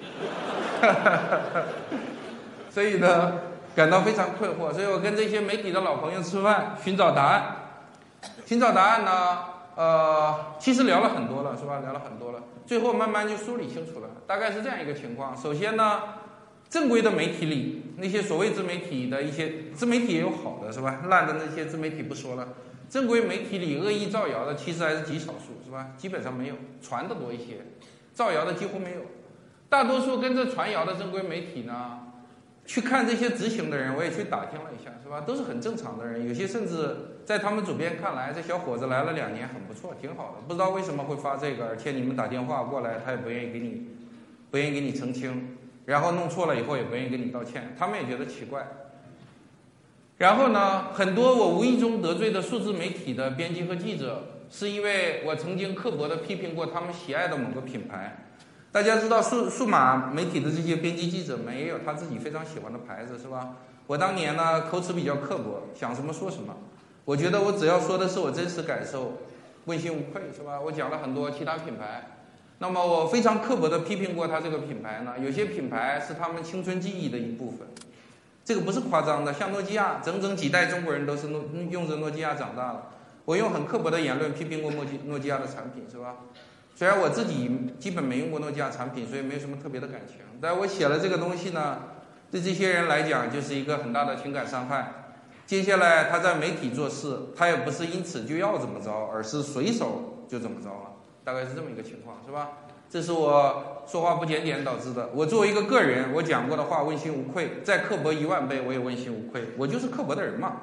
所以呢，感到非常困惑。所以我跟这些媒体的老朋友吃饭，寻找答案。寻找答案呢，其实聊了很多了，是吧？聊了很多了，最后慢慢就梳理清楚了。大概是这样一个情况。首先呢，正规的媒体里，那些所谓自媒体的一些自媒体也有好的，是吧？烂的那些自媒体不说了。正规媒体里恶意造谣的其实还是极少数，是吧？基本上没有，传的多一些，造谣的几乎没有。大多数跟着传谣的正规媒体呢， 去看这些执行的人，我也去打听了一下，是吧？都是很正常的人，有些甚至在他们主编看来，这小伙子来了2年，很不错，挺好的。不知道为什么会发这个，而且你们打电话过来，他也不愿意给你澄清，然后弄错了以后也不愿意给你道歉，他们也觉得奇怪。然后呢，很多我无意中得罪的数字媒体的编辑和记者，是因为我曾经刻薄地批评过他们喜爱的某个品牌。大家知道数码媒体的这些编辑记者们也有他自己非常喜欢的牌子，是吧？我当年呢口齿比较刻薄，想什么说什么。我觉得我只要说的是我真实感受，问心无愧，是吧？我讲了很多其他品牌，那么我非常刻薄地批评过他这个品牌呢。有些品牌是他们青春记忆的一部分，这个不是夸张的。像诺基亚，整整几代中国人都是用着诺基亚长大的。我用很刻薄的言论批评过诺基亚的产品，是吧？虽然我自己基本没用过诺基亚产品，所以没有什么特别的感情，但我写了这个东西呢，对这些人来讲就是一个很大的情感伤害。接下来他在媒体做事，他也不是因此就要怎么着，而是随手就怎么着了，大概是这么一个情况，是吧？这是我说话不检点导致的。我作为一个个人，我讲过的话问心无愧，再刻薄10000倍我也问心无愧，我就是刻薄的人嘛。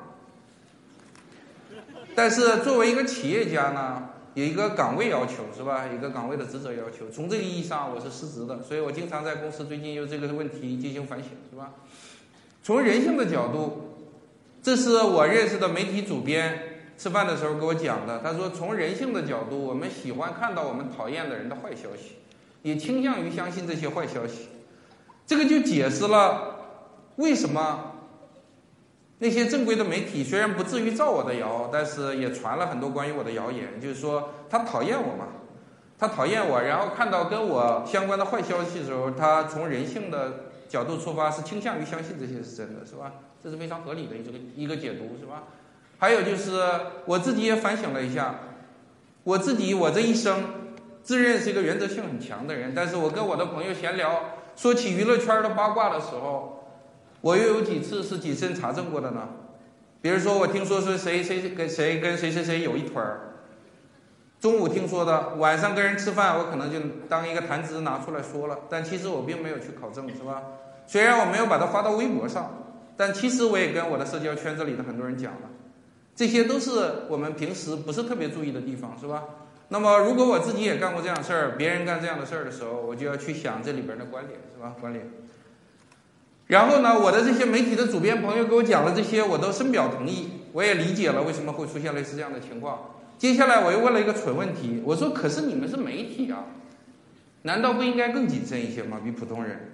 但是作为一个企业家呢，有一个岗位要求，是吧？一个岗位的职责要求，从这个意义上我是失职的，所以我经常在公司最近就这个问题进行反省，是吧？从人性的角度，这是我认识的媒体主编吃饭的时候给我讲的。他说，从人性的角度，我们喜欢看到我们讨厌的人的坏消息，也倾向于相信这些坏消息。这个就解释了为什么那些正规的媒体虽然不至于造我的谣，但是也传了很多关于我的谣言，就是说他讨厌我嘛，他讨厌我，然后看到跟我相关的坏消息的时候，他从人性的角度出发是倾向于相信这些是真的，是吧？这是非常合理的一个解读，是吧？还有就是我自己也反省了一下，我这一生自认是一个原则性很强的人，但是我跟我的朋友闲聊，说起娱乐圈的八卦的时候，我又有几次是谨慎查证过的呢？比如说我听说是谁跟谁有一腿儿，中午听说的，晚上跟人吃饭，我可能就当一个谈资拿出来说了，但其实我并没有去考证，是吧？虽然我没有把它发到微博上，但其实我也跟我的社交圈子里的很多人讲了，这些都是我们平时不是特别注意的地方，是吧？那么如果我自己也干过这样的事儿，别人干这样的事儿的时候，我就要去想这里边的关联，是吧？关联。然后呢，我的这些媒体的主编朋友给我讲了这些，我都深表同意，我也理解了为什么会出现类似这样的情况。接下来我又问了一个蠢问题，我说可是你们是媒体啊，难道不应该更谨慎一些吗？比普通人？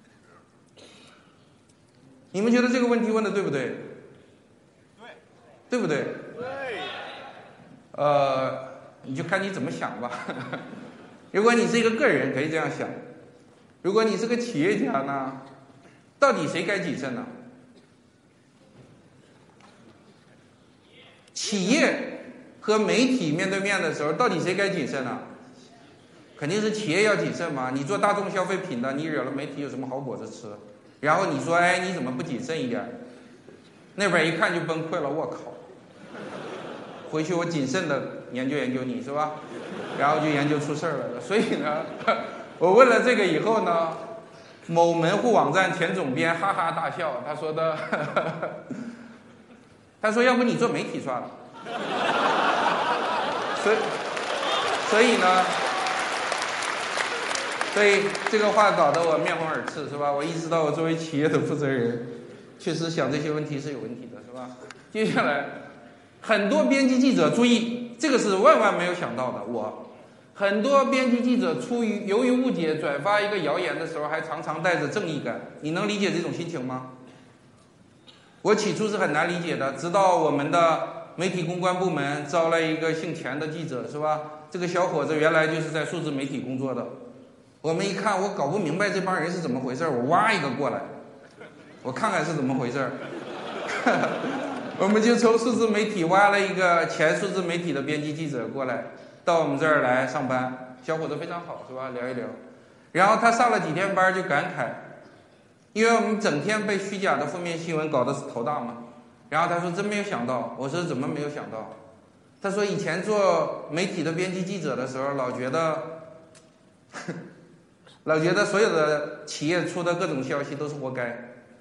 你们觉得这个问题问的对不对？对不对？你就看你怎么想吧。如果你是一个个人，可以这样想；如果你是个企业家呢，到底谁该谨慎呢？企业和媒体面对面的时候，到底谁该谨慎呢？肯定是企业要谨慎嘛。你做大众消费品的，你惹了媒体有什么好果子吃？然后你说，哎，你怎么不谨慎一点？那边一看就崩溃了，我靠！回去我谨慎的研究研究你，是吧？然后就研究出事儿来了。所以呢，我问了这个以后呢，某门户网站前总编哈哈大笑，他说的，他说要不你做媒体算了。所以这个话搞得我面红耳赤，是吧？我意识到我作为企业的负责人，确实想这些问题是有问题的，是吧？接下来，很多编辑记者注意，这个是万万没有想到的。很多编辑记者由于误解转发一个谣言的时候，还常常带着正义感。你能理解这种心情吗？我起初是很难理解的，直到我们的媒体公关部门招了一个姓钱的记者，是吧？这个小伙子原来就是在数字媒体工作的。我们一看，我搞不明白这帮人是怎么回事，我挖一个过来，我看看是怎么回事。我们就从数字媒体挖了一个前数字媒体的编辑记者过来，到我们这儿来上班。小伙子非常好，是吧？聊一聊。然后他上了几天班就感慨，因为我们整天被虚假的负面新闻搞得是头大嘛。然后他说真没有想到。我说怎么没有想到？他说以前做媒体的编辑记者的时候，老觉得所有的企业出的各种消息都是活该，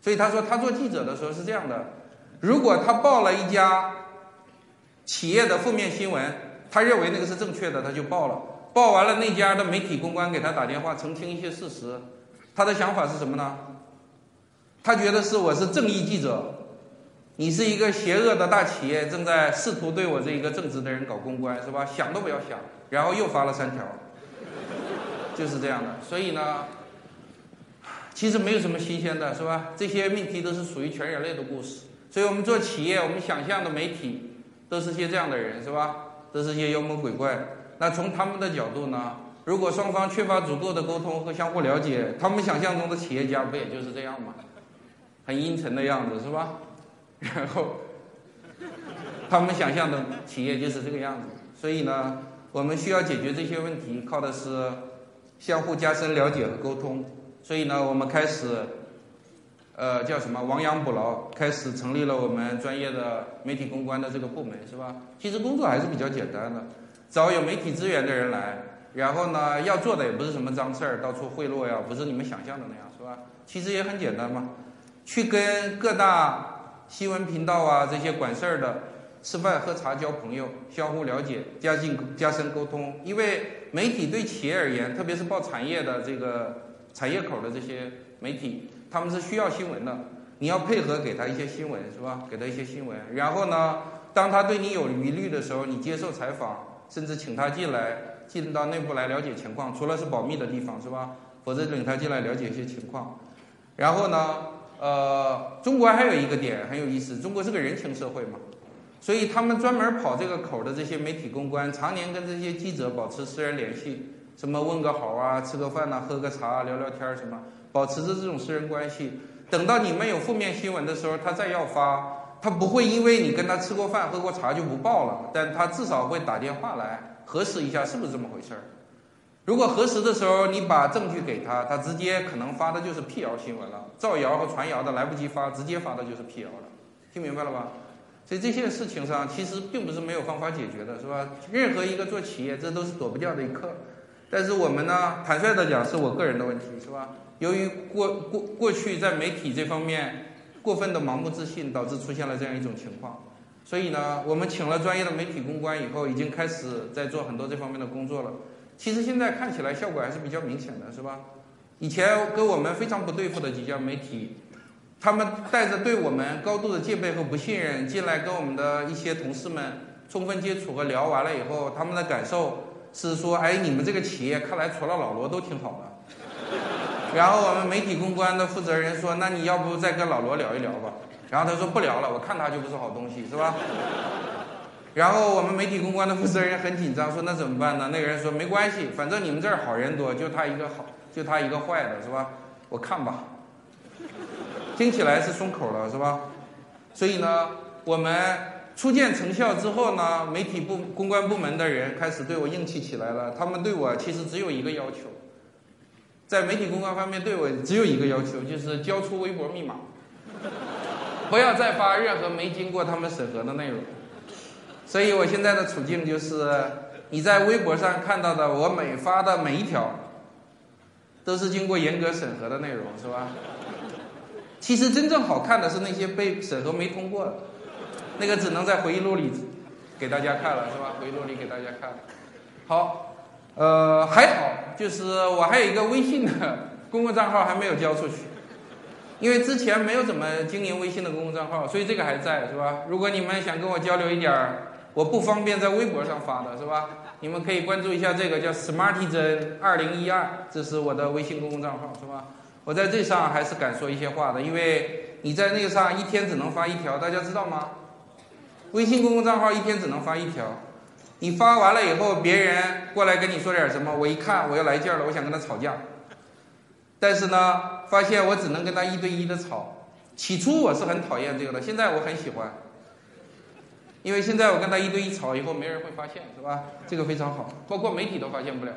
所以他说他做记者的时候是这样的，如果他报了一家企业的负面新闻，他认为那个是正确的，他就报了。报完了，那家的媒体公关给他打电话澄清一些事实，他的想法是什么呢？他觉得我是正义记者，你是一个邪恶的大企业，正在试图对我这一个正直的人搞公关，是吧？想都不要想，然后又发了3条，就是这样的。所以呢，其实没有什么新鲜的，是吧？这些命题都是属于全人类的故事。所以我们做企业，我们想象的媒体都是些这样的人，是吧？都是些妖魔鬼怪。那从他们的角度呢，如果双方缺乏足够的沟通和相互了解，他们想象中的企业家不也就是这样吗？很阴沉的样子，是吧？然后他们想象的企业就是这个样子。所以呢，我们需要解决这些问题，靠的是相互加深了解和沟通。所以呢，我们开始叫什么亡羊补牢，开始成立了我们专业的媒体公关的这个部门，是吧？其实工作还是比较简单的，找有媒体资源的人来，然后呢，要做的也不是什么脏事儿，到处贿赂呀，不是你们想象的那样，是吧？其实也很简单嘛，去跟各大新闻频道啊这些管事儿的吃饭喝茶交朋友，相互了解，加深沟通。因为媒体对企业而言，特别是报产业的这个产业口的这些媒体，他们是需要新闻的，你要配合给他一些新闻，是吧？给他一些新闻，然后呢，当他对你有疑虑的时候，你接受采访，甚至请他进到内部来了解情况，除了是保密的地方，是吧？否则领他进来了解一些情况。然后呢，中国还有一个点很有意思，中国是个人情社会嘛，所以他们专门跑这个口的这些媒体公关，常年跟这些记者保持私人联系，什么问个好啊，吃个饭啊，喝个茶啊，聊聊天什么，保持着这种私人关系。等到你们有负面新闻的时候，他再要发，他不会因为你跟他吃过饭喝过茶就不报了，但他至少会打电话来核实一下是不是这么回事儿。如果核实的时候你把证据给他，他直接可能发的就是辟谣新闻了，造谣和传谣的来不及发，直接发的就是辟谣了，听明白了吧？所以这些事情上其实并不是没有方法解决的，是吧？任何一个做企业，这都是躲不掉的一课。但是我们呢，坦率的讲，是我个人的问题，是吧？由于过去在媒体这方面过分的盲目自信，导致出现了这样一种情况。所以呢，我们请了专业的媒体公关以后，已经开始在做很多这方面的工作了。其实现在看起来效果还是比较明显的，是吧？以前跟我们非常不对付的几家媒体，他们带着对我们高度的戒备和不信任进来，跟我们的一些同事们充分接触和聊完了以后，他们的感受是说，哎，你们这个企业看来除了老罗都挺好的。然后我们媒体公关的负责人说，那你要不再跟老罗聊一聊吧？然后他说不聊了，我看他就不是好东西，是吧？然后我们媒体公关的负责人很紧张，说那怎么办呢？那个人说没关系，反正你们这儿好人多，就他一个好，就他一个坏的，是吧？我看吧。听起来是松口了，是吧？所以呢，我们初见成效之后呢，媒体公关部门的人开始对我硬气起来了。他们对我其实只有一个要求，在媒体公关方面对我只有一个要求，就是交出微博密码，不要再发任何没经过他们审核的内容。所以我现在的处境就是，你在微博上看到的我每发的每一条，都是经过严格审核的内容，是吧？其实真正好看的是那些被审核没通过的，那个只能在回忆录里给大家看了，是吧？回忆录里给大家看了。好，还好，就是我还有一个微信的公共账号还没有交出去，因为之前没有怎么经营微信的公共账号，所以这个还在，是吧？如果你们想跟我交流一点我不方便在微博上发的，是吧？你们可以关注一下这个叫 Smartisan2012，这是我的微信公共账号，是吧？我在这上还是敢说一些话的，因为你在那个上一天只能发一条，大家知道吗？微信公共账号一天只能发一条，你发完了以后，别人过来跟你说点什么，我一看我要来劲了，我想跟他吵架，但是呢，发现我只能跟他1对1的吵。起初我是很讨厌这个的，现在我很喜欢，因为现在我跟他1对1吵以后，没人会发现，是吧？这个非常好，包括媒体都发现不了。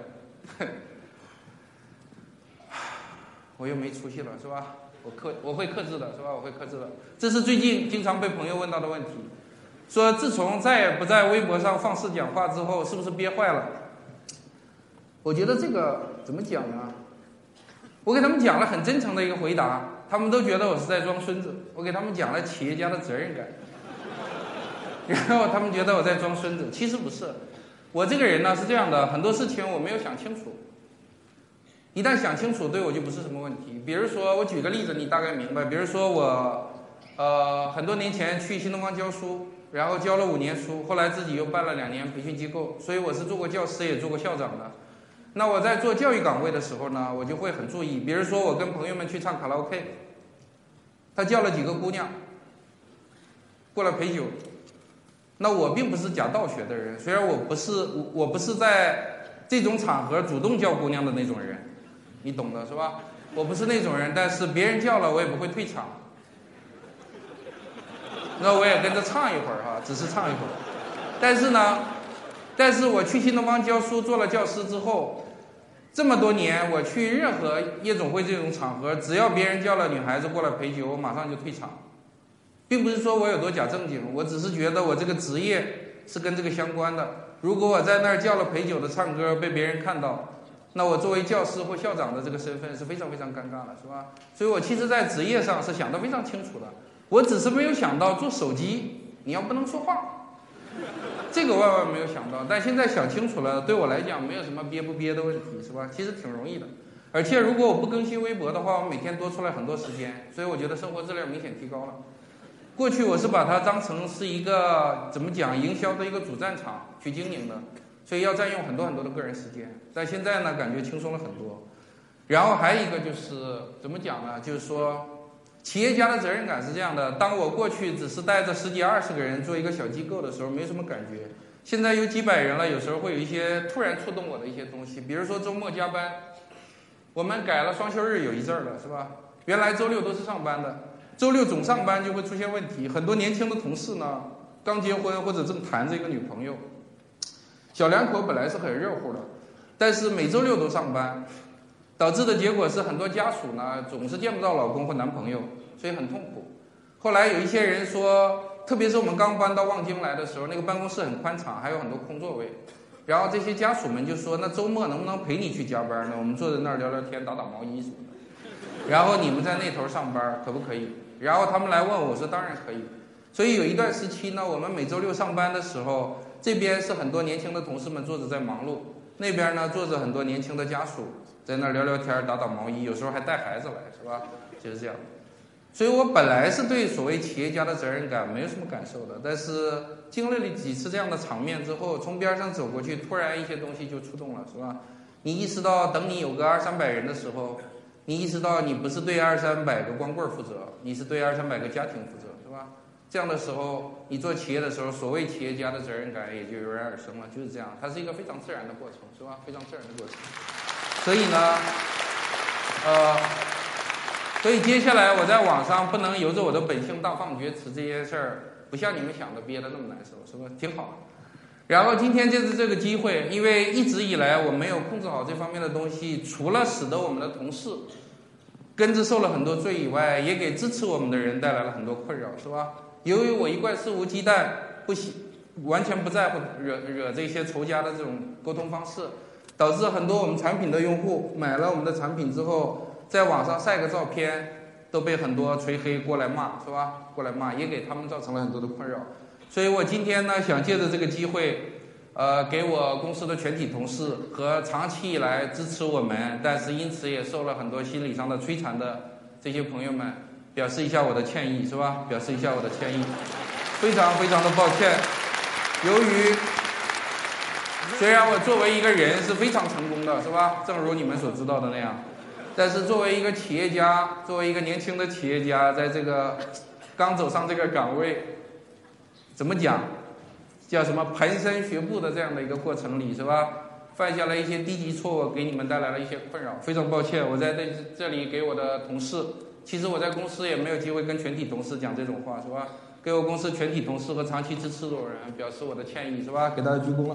我又没出息了，是吧？我会克制的，是吧？我会克制的。这是最近经常被朋友问到的问题，说自从再也不在微博上放肆讲话之后，是不是憋坏了？我觉得这个怎么讲呢？ 我给他们讲了很真诚的一个回答，他们都觉得我是在装孙子。我给他们讲了企业家的责任感，然后他们觉得我在装孙子，其实不是。我这个人呢是这样的，很多事情我没有想清楚，一旦想清楚对我就不是什么问题。比如说我举个例子你大概明白，比如说我很多年前去新东方教书，然后教了5年书，后来自己又办了2年培训机构，所以我是做过教师也做过校长的。那我在做教育岗位的时候呢，我就会很注意，比如说我跟朋友们去唱卡拉 OK， 他叫了几个姑娘过来陪酒，那我并不是假道学的人，虽然我不是在这种场合主动叫姑娘的那种人，你懂的是吧？我不是那种人，但是别人叫了我也不会退场，那我也跟着唱一会儿哈，只是唱一会儿。但是我去新东方教书做了教师之后，这么多年我去任何夜总会这种场合，只要别人叫了女孩子过来陪酒，我马上就退场，并不是说我有多假正经，我只是觉得我这个职业是跟这个相关的。如果我在那儿叫了陪酒的唱歌被别人看到，那我作为教师或校长的这个身份是非常非常尴尬的，是吧？所以我其实在职业上是想得非常清楚的，我只是没有想到做手机你要不能说话，这个万万没有想到。但现在想清楚了，对我来讲没有什么憋不憋的问题，是吧？其实挺容易的。而且如果我不更新微博的话，我每天多出来很多时间，所以我觉得生活质量明显提高了。过去我是把它当成是一个怎么讲营销的一个主战场去经营的，所以要占用很多很多的个人时间。但现在呢，感觉轻松了很多。然后还有一个就是怎么讲呢？就是说，企业家的责任感是这样的：当我过去只是带着10几20个人做一个小机构的时候，没什么感觉。现在有几百人了，有时候会有一些突然触动我的一些东西，比如说周末加班，我们改了双休日有一阵儿了，是吧？原来周六都是上班的。周六总上班就会出现问题，很多年轻的同事呢，刚结婚或者正谈着一个女朋友，小两口本来是很热乎的，但是每周六都上班，导致的结果是很多家属呢总是见不到老公或男朋友，所以很痛苦。后来有一些人说，特别是我们刚搬到望京来的时候，那个办公室很宽敞，还有很多空座位，然后这些家属们就说，那周末能不能陪你去加班呢？我们坐在那儿聊聊天，打打毛衣什么的，然后你们在那头上班可不可以？然后他们来问我说当然可以。所以有一段时期呢，我们每周六上班的时候，这边是很多年轻的同事们坐着在忙碌，那边呢坐着很多年轻的家属在那聊聊天打打毛衣，有时候还带孩子来，是吧？就是这样。所以我本来是对所谓企业家的责任感没有什么感受的，但是经历了几次这样的场面之后，从边上走过去，突然一些东西就触动了，是吧？你意识到等你有个200-300人的时候，你意识到你不是对200-300个光棍负责，你是对200-300个家庭负责，是吧？这样的时候，你做企业的时候，所谓企业家的责任感也就油然而生了，就是这样，它是一个非常自然的过程，是吧？非常自然的过程。所以呢，所以接下来我在网上不能由着我的本性大放厥词这件事儿，不像你们想的憋得那么难受，是吧？挺好。然后今天就是这个机会，因为一直以来我没有控制好这方面的东西，除了使得我们的同事跟着受了很多罪以外，也给支持我们的人带来了很多困扰，是吧？由于我一贯肆无忌惮，完全不在乎惹这些仇家的这种沟通方式，导致很多我们产品的用户买了我们的产品之后，在网上晒个照片，都被很多锤黑过来骂，是吧？过来骂，也给他们造成了很多的困扰。所以我今天呢，想借着这个机会，给我公司的全体同事和长期以来支持我们，但是因此也受了很多心理上的摧残的这些朋友们，表示一下我的歉意，是吧？表示一下我的歉意，非常非常的抱歉。由于虽然我作为一个人是非常成功的，是吧？正如你们所知道的那样，但是作为一个企业家，作为一个年轻的企业家，在这个刚走上这个岗位，怎么讲？叫什么蹒跚学步的这样的一个过程里，是吧？犯下了一些低级错误，给你们带来了一些困扰，非常抱歉。我在这里给我的同事，其实我在公司也没有机会跟全体同事讲这种话，是吧？给我公司全体同事和长期支持我的人表示我的歉意，是吧？给大家鞠躬了。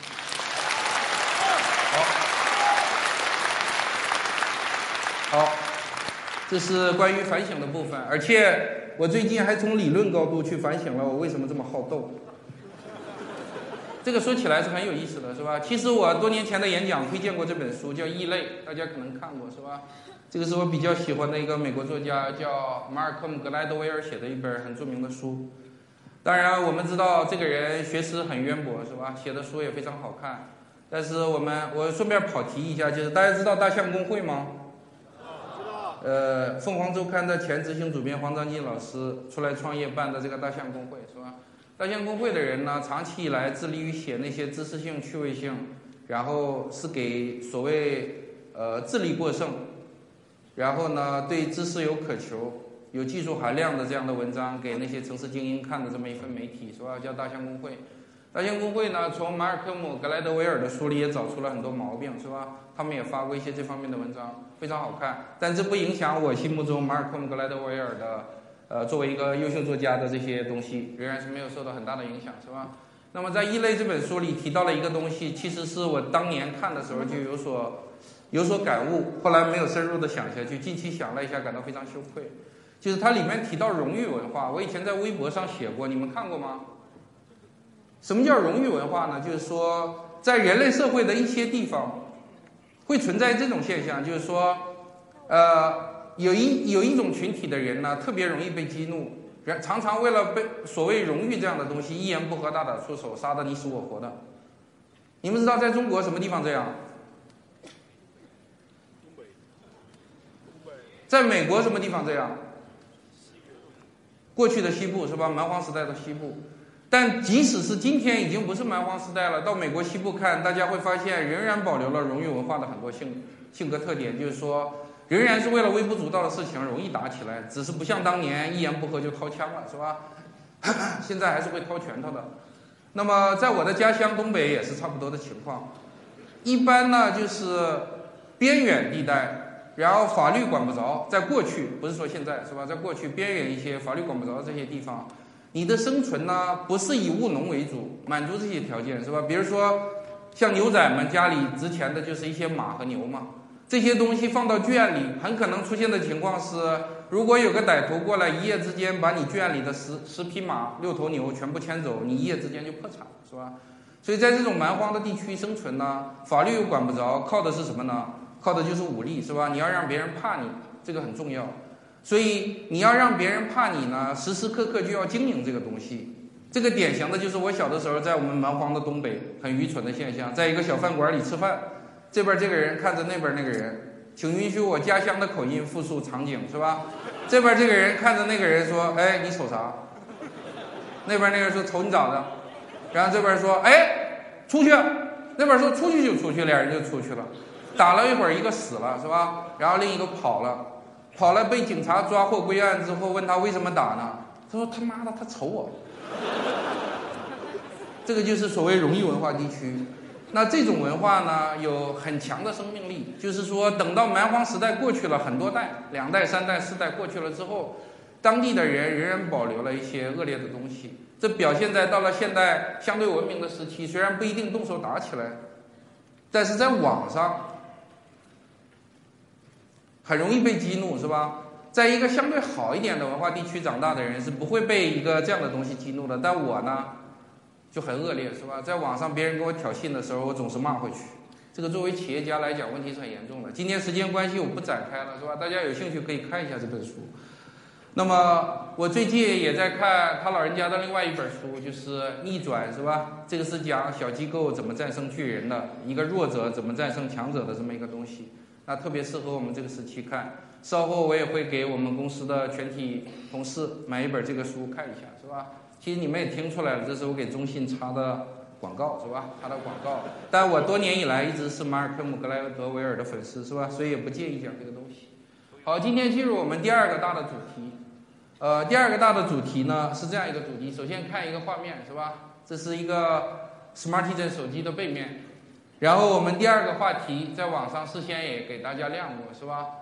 好，这是关于反省的部分，而且我最近还从理论高度去反省了我为什么这么好斗。这个说起来是很有意思的，是吧？其实我多年前的演讲推荐过这本书，叫《异类》，大家可能看过，是吧？ 这个是我比较喜欢的一个美国作家，叫马尔科姆·格莱德威尔写的一本很著名的书。当然，我们知道这个人学识很渊博，是吧？写的书也非常好看。但是我顺便跑题一下，就是大家知道大象公会吗？知道。凤凰周刊的前执行主编黄章进老师出来创业办的这个大象公会，是吧？大象公会的人呢，长期以来致力于写那些知识性、趣味性，然后是给所谓智力过剩，然后呢对知识有渴求、有技术含量的这样的文章给那些城市精英看的这么一份媒体，是吧？叫大象公会。大象公会呢，从马尔科姆·格莱德威尔的书里也找出了很多毛病，是吧？他们也发过一些这方面的文章，非常好看。但这不影响我心目中马尔科姆·格莱德威尔的作为一个优秀作家的这些东西，仍然是没有受到很大的影响，是吧？那么在《异类》这本书里提到了一个东西，其实是我当年看的时候就有所感悟，后来没有深入的想下去，近期想了一下，感到非常羞愧。就是它里面提到荣誉文化，我以前在微博上写过，你们看过吗？什么叫荣誉文化呢？就是说，在人类社会的一些地方，会存在这种现象，就是说，有一种群体的人呢，特别容易被激怒，常常为了被所谓荣誉这样的东西，一言不合大打出手，杀得你死我活的。你们知道在中国什么地方这样？在美国什么地方这样？过去的西部是吧？蛮荒时代的西部。但即使是今天已经不是蛮荒时代了，到美国西部看，大家会发现仍然保留了荣誉文化的很多性格特点，就是说仍然是为了微不足道的事情容易打起来，只是不像当年一言不合就掏枪了，是吧？现在还是会掏拳头的。那么在我的家乡东北也是差不多的情况，一般呢就是边远地带，然后法律管不着，在过去不是说现在，是吧？在过去边远一些法律管不着的这些地方，你的生存呢不是以务农为主，满足这些条件，是吧？比如说像牛仔们家里值钱的就是一些马和牛嘛，这些东西放到圈里，很可能出现的情况是，如果有个歹徒过来一夜之间把你圈里的十匹马、6头牛全部牵走，你一夜之间就破产，是吧？所以在这种蛮荒的地区生存呢，法律又管不着，靠的是什么呢？靠的就是武力，是吧？你要让别人怕你，这个很重要。所以你要让别人怕你呢，时时刻刻就要经营这个东西。这个典型的就是我小的时候在我们蛮荒的东北很愚蠢的现象，在一个小饭馆里吃饭，这边这个人看着那边那个人，请允许我家乡的口音复述场景，是吧？这边这个人看着那个人说：“哎，你瞅啥？”那边那个人说：“瞅你咋的？”然后这边说：“哎，出去。”那边说：“出去就出去。”俩人就出去了。打了一会儿，一个死了，是吧？然后另一个跑了，被警察抓获归案之后，问他为什么打呢？他说：“他妈的，他瞅我。”这个就是所谓荣誉文化地区。那这种文化呢，有很强的生命力，就是说，等到蛮荒时代过去了很多代，2代、3代、4代过去了之后，当地的人仍然保留了一些恶劣的东西。这表现在到了现代相对文明的时期，虽然不一定动手打起来，但是在网上很容易被激怒，是吧？在一个相对好一点的文化地区长大的人是不会被一个这样的东西激怒的，但我呢就很恶劣，是吧？在网上别人跟我挑衅的时候，我总是骂回去。这个作为企业家来讲，问题是很严重的。今天时间关系，我不展开了，是吧？大家有兴趣可以看一下这本书。那么我最近也在看他老人家的另外一本书，就是《逆转》，是吧？这个是讲小机构怎么战胜巨人的，一个弱者怎么战胜强者的这么一个东西。那特别适合我们这个时期看。稍后我也会给我们公司的全体同事买一本这个书看一下，是吧？其实你们也听出来了，这是我给中信插的广告，是吧？插的广告。但我多年以来一直是马尔科姆·格莱德维尔的粉丝，是吧？所以也不介意讲这个东西。好，今天进入我们第二个大的主题。第二个大的主题呢是这样一个主题。首先看一个画面，是吧？这是一个 Smartisan 手机的背面。然后我们第二个话题在网上事先也给大家亮过，是吧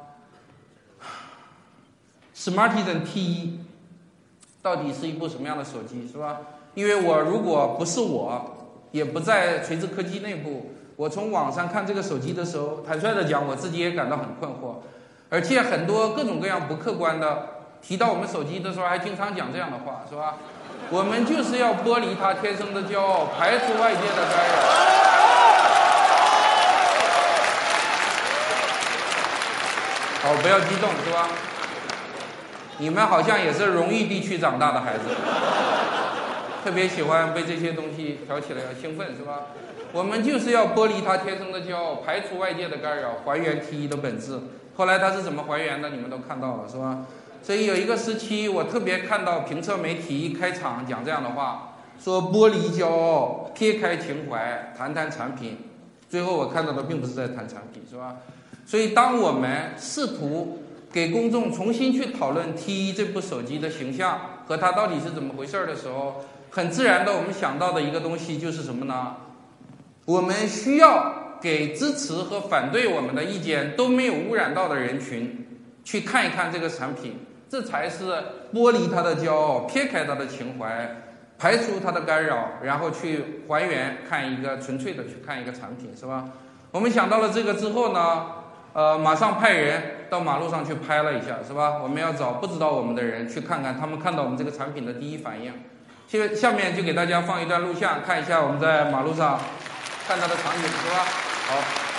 ？Smartisan T1 到底是一部什么样的手机，是吧？因为如果不是也不在锤子科技内部，我从网上看这个手机的时候，坦率的讲，我自己也感到很困惑，而且很多各种各样不客观的提到我们手机的时候，还经常讲这样的话，是吧？我们就是要剥离它天生的骄傲，排除外界的干扰。 好，不要激动，是吧？你们好像也是荣誉地区长大的孩子，特别喜欢被这些东西挑起来，要兴奋，是吧？我们就是要剥离他天生的骄傲，排除外界的干扰，还原 T1的本质。后来他是怎么还原的，你们都看到了，是吧？所以有一个时期，我特别看到评测媒体一开场讲这样的话，说剥离骄傲，撇开情怀，谈谈产品。最后我看到的并不是在谈产品，是吧？所以当我们试图给公众重新去讨论 T1这部手机的形象和它到底是怎么回事的时候，很自然的我们想到的一个东西就是什么呢？我们需要给支持和反对我们的意见都没有污染到的人群去看一看这个产品，这才是剥离它的骄傲，撇开它的情怀，排除它的干扰，然后去还原看一个纯粹的去看一个产品，是吧？我们想到了这个之后呢，马上派人到马路上去拍了一下，是吧？我们要找不知道我们的人去看看他们看到我们这个产品的第一反应。下面就给大家放一段录像，看一下我们在马路上看到的场景，是吧？好。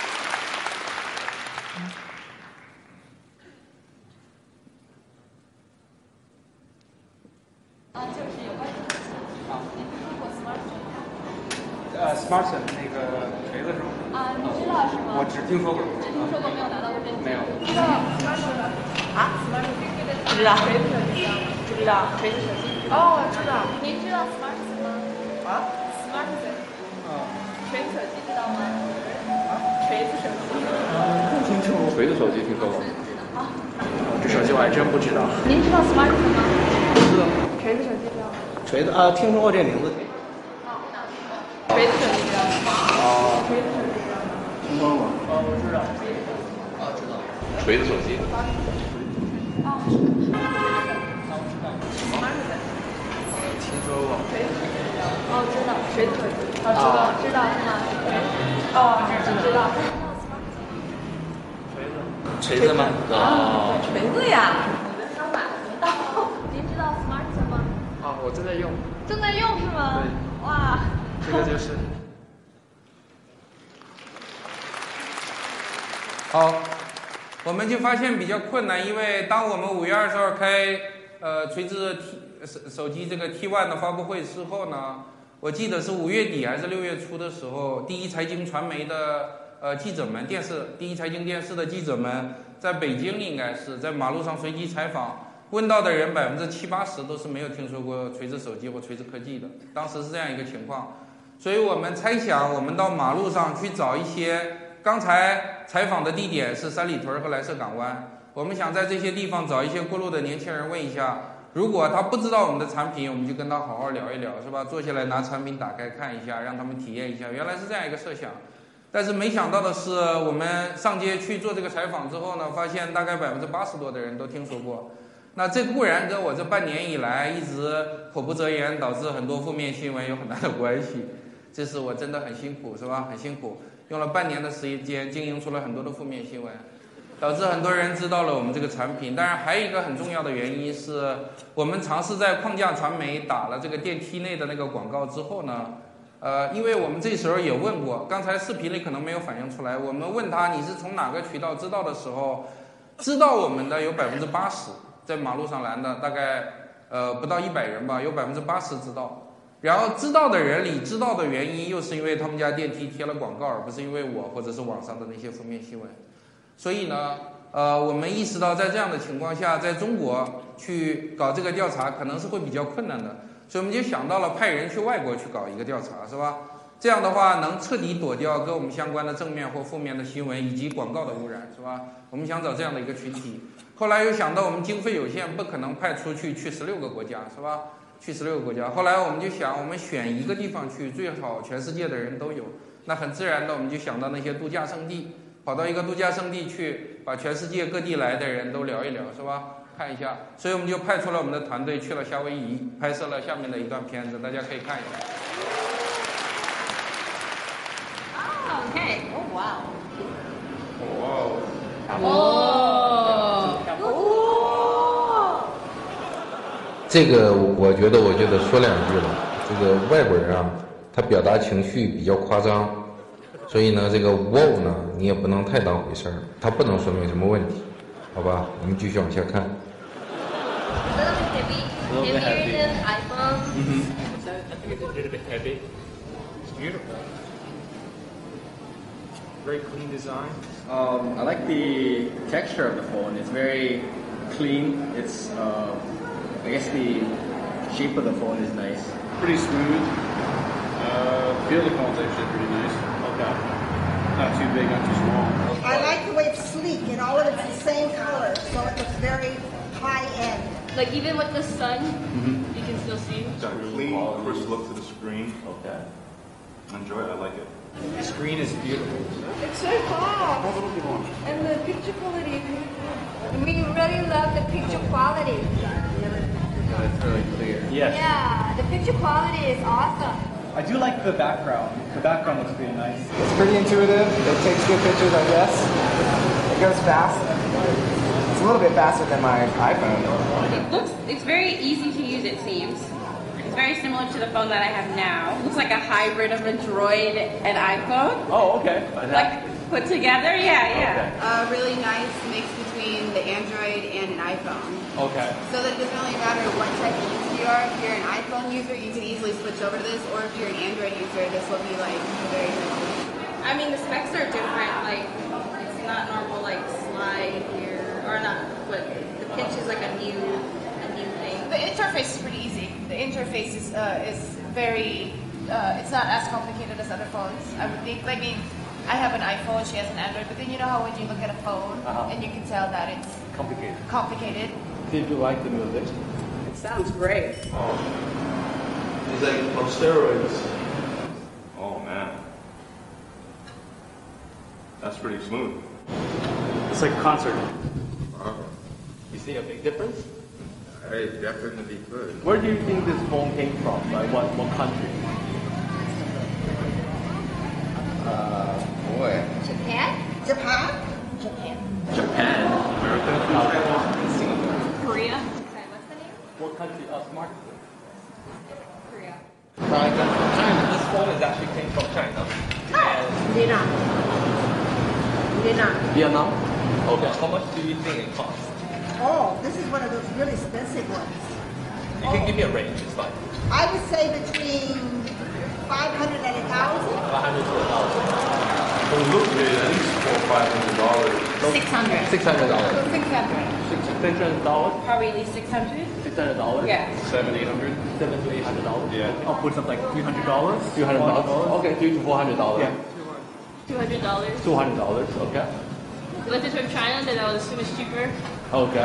就是有关于您听说过 Smartson 那个锤子是吗？ 啊，你知道是吗？ 我只听说过。 只听说过，没有拿到过真机。 没有。 知道 Smartson 吗？啊 ？Smartson 不知道。锤子手机吗？不知道。锤子手机。哦，知道。您知道 Smartson 吗？啊 ？Smartson。锤子手机知道吗？啊？锤子手机。 不清楚。锤子手机听说过。 啊。 这手机我还真不知道。 您知道 Smartson 吗？ 知道。 锤子手机知道吗？ 锤子啊，听说过这名字。 锤子手机知道吗？ 哦。 锤子手机知道吗？ 听说过。哦，我知道。 知道。锤子手机。 哦。 听说过。 哦，知道，锤子手机。哦，知道是吗？哦，知道。 锤子吗？ 哦，锤子呀。您知道 Smartson 吗？ 啊，我正在用。 正在用是吗？ 对。 哇。 这个就是。 好，我们就发现比较困难，因为当我们5月20号开锤子手机这个 T1 的发布会之后呢，我记得是5月底还是6月初的时候，第一财经传媒的记者们，第一财经电视的记者们，在北京应该是在马路上随机采访，问到的人70%-80%都是没有听说过锤子手机或锤子科技的，当时是这样一个情况，所以我们猜想，我们到马路上去找一些。刚才采访的地点是三里屯和来社港湾，我们想在这些地方找一些过路的年轻人问一下，如果他不知道我们的产品，我们就跟他好好聊一聊，是吧？坐下来拿产品打开看一下，让他们体验一下，原来是这样一个设想。但是没想到的是，我们上街去做这个采访之后呢，发现大概80%多的人都听说过。那这固然跟我这半年以来一直口不择言，导致很多负面新闻有很大的关系。这是我真的很辛苦，是吧？很辛苦。用了半年的时间经营出了很多的负面新闻，导致很多人知道了我们这个产品。当然还有一个很重要的原因是，我们尝试在框架传媒打了这个电梯内的那个广告之后呢，因为我们这时候也问过，刚才视频里可能没有反映出来，我们问他你是从哪个渠道知道的时候，知道我们的有80%在马路上拦的，大概不到100人吧，有80%知道。然后知道的人里知道的原因，又是因为他们家电梯贴了广告，而不是因为我或者是网上的那些负面新闻。所以呢，我们意识到在这样的情况下，在中国去搞这个调查可能是会比较困难的，所以我们就想到了派人去外国去搞一个调查，是吧？这样的话能彻底躲掉跟我们相关的正面或负面的新闻以及广告的污染，是吧？我们想找这样的一个群体。后来又想到我们经费有限，不可能派出去16个国家，是吧？去16个国家，后来我们就想，我们选一个地方去，最好全世界的人都有。那很自然的，我们就想到那些度假胜地，跑到一个度假胜地去，把全世界各地来的人都聊一聊，是吧？看一下。所以我们就派出了我们的团队去了夏威夷，拍摄了下面的一段片子，大家可以看一下。 OK，哇哦。 这个我觉得说两句了。这个外国人啊，他表达情绪比较夸张，所以呢，这个 wow 呢，你也不能太当回事儿，它不能说明什么问题。 好吧，我们继续往下看。 A little bit heavy. Heavier than iPhone. So I think it's a little bit heavy. It's beautiful. Very clean design. I like the texture of the phone. It's very clean. It's, I guess the shape of the phone is nice. Pretty smooth. Feel the phone's actually pretty nice. Okay. Not too big, not too small. I like the way it's sleek and all of it's the same color, so it looks very high end. Like even with the sun, you can still see. It's got a clean, crisp look to the screen. Okay. Enjoy it, I like it. The screen is beautiful. It's so fast. And the picture quality. We really love the picture quality. It's really clear. Yes. Yeah, the picture quality is awesome. I do like the background. The background looks pretty nice. It's pretty intuitive. It takes good pictures, I guess. It goes fast. It's a little bit faster than my iPhone. It's very easy to use, it seems. It's very similar to the phone that I have now. Looks like a hybrid of a Droid and iPhone. Oh, okay. Like put together, yeah. Really nice mix between the Android and an iPhone. Okay. So that it doesn't really matter what type of user you are. If you're an iPhone user, you can easily switch over to this, or if you're an Android user, this will be like very good. I mean, the specs are different. Like, it's not normal like slide here, or not. But the pitch is like a new thing. The interface is pretty easy. The interface is very. It's not as complicated as other phones. I would think. I mean, I have an iPhone. She has an Android. But then you know how when you look at a phone and you can tell that it's complicated. Did you like the music? It sounds great. It's like on steroids. Oh man. That's pretty smooth. It's like a concert. You see a big difference? I definitely could. Where do you think this phone came from? Like what country? Boy. Japan? Japan? Japan. Korea. What country? Smart. Korea. China. This phone is actually came from China. And Vietnam. Okay. How much do you think it costs? Oh, this is one of those really expensive ones. You can give me a range. It's fine. I would say between 500 and 1,000. 500 to 1,000. For the look of it, at least $400 or $500. 600. $600. Probably at least 600. $600. Yeah. $700, $800. $700 to $800. Yeah. I'll put something like $300. $300. Okay, $300 to $400. Yeah. $200. $200. Okay. If you left it from China, then I would assume it's cheaper. Okay.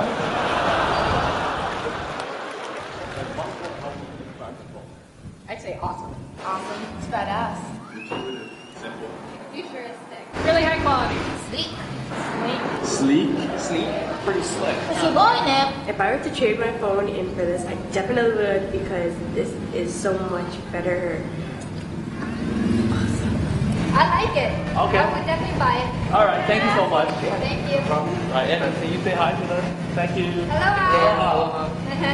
I'd say awesome. Awesome. It's badass. Futuristic. Really high quality. Sleek. Sleek? Pretty slick. If I were to trade my phone in for this, I definitely would because this is so much better. I like it. Okay. I would definitely buy it. All right. Thank you so much. Thank you. All right. And can you say hi to them? Thank you. Hello.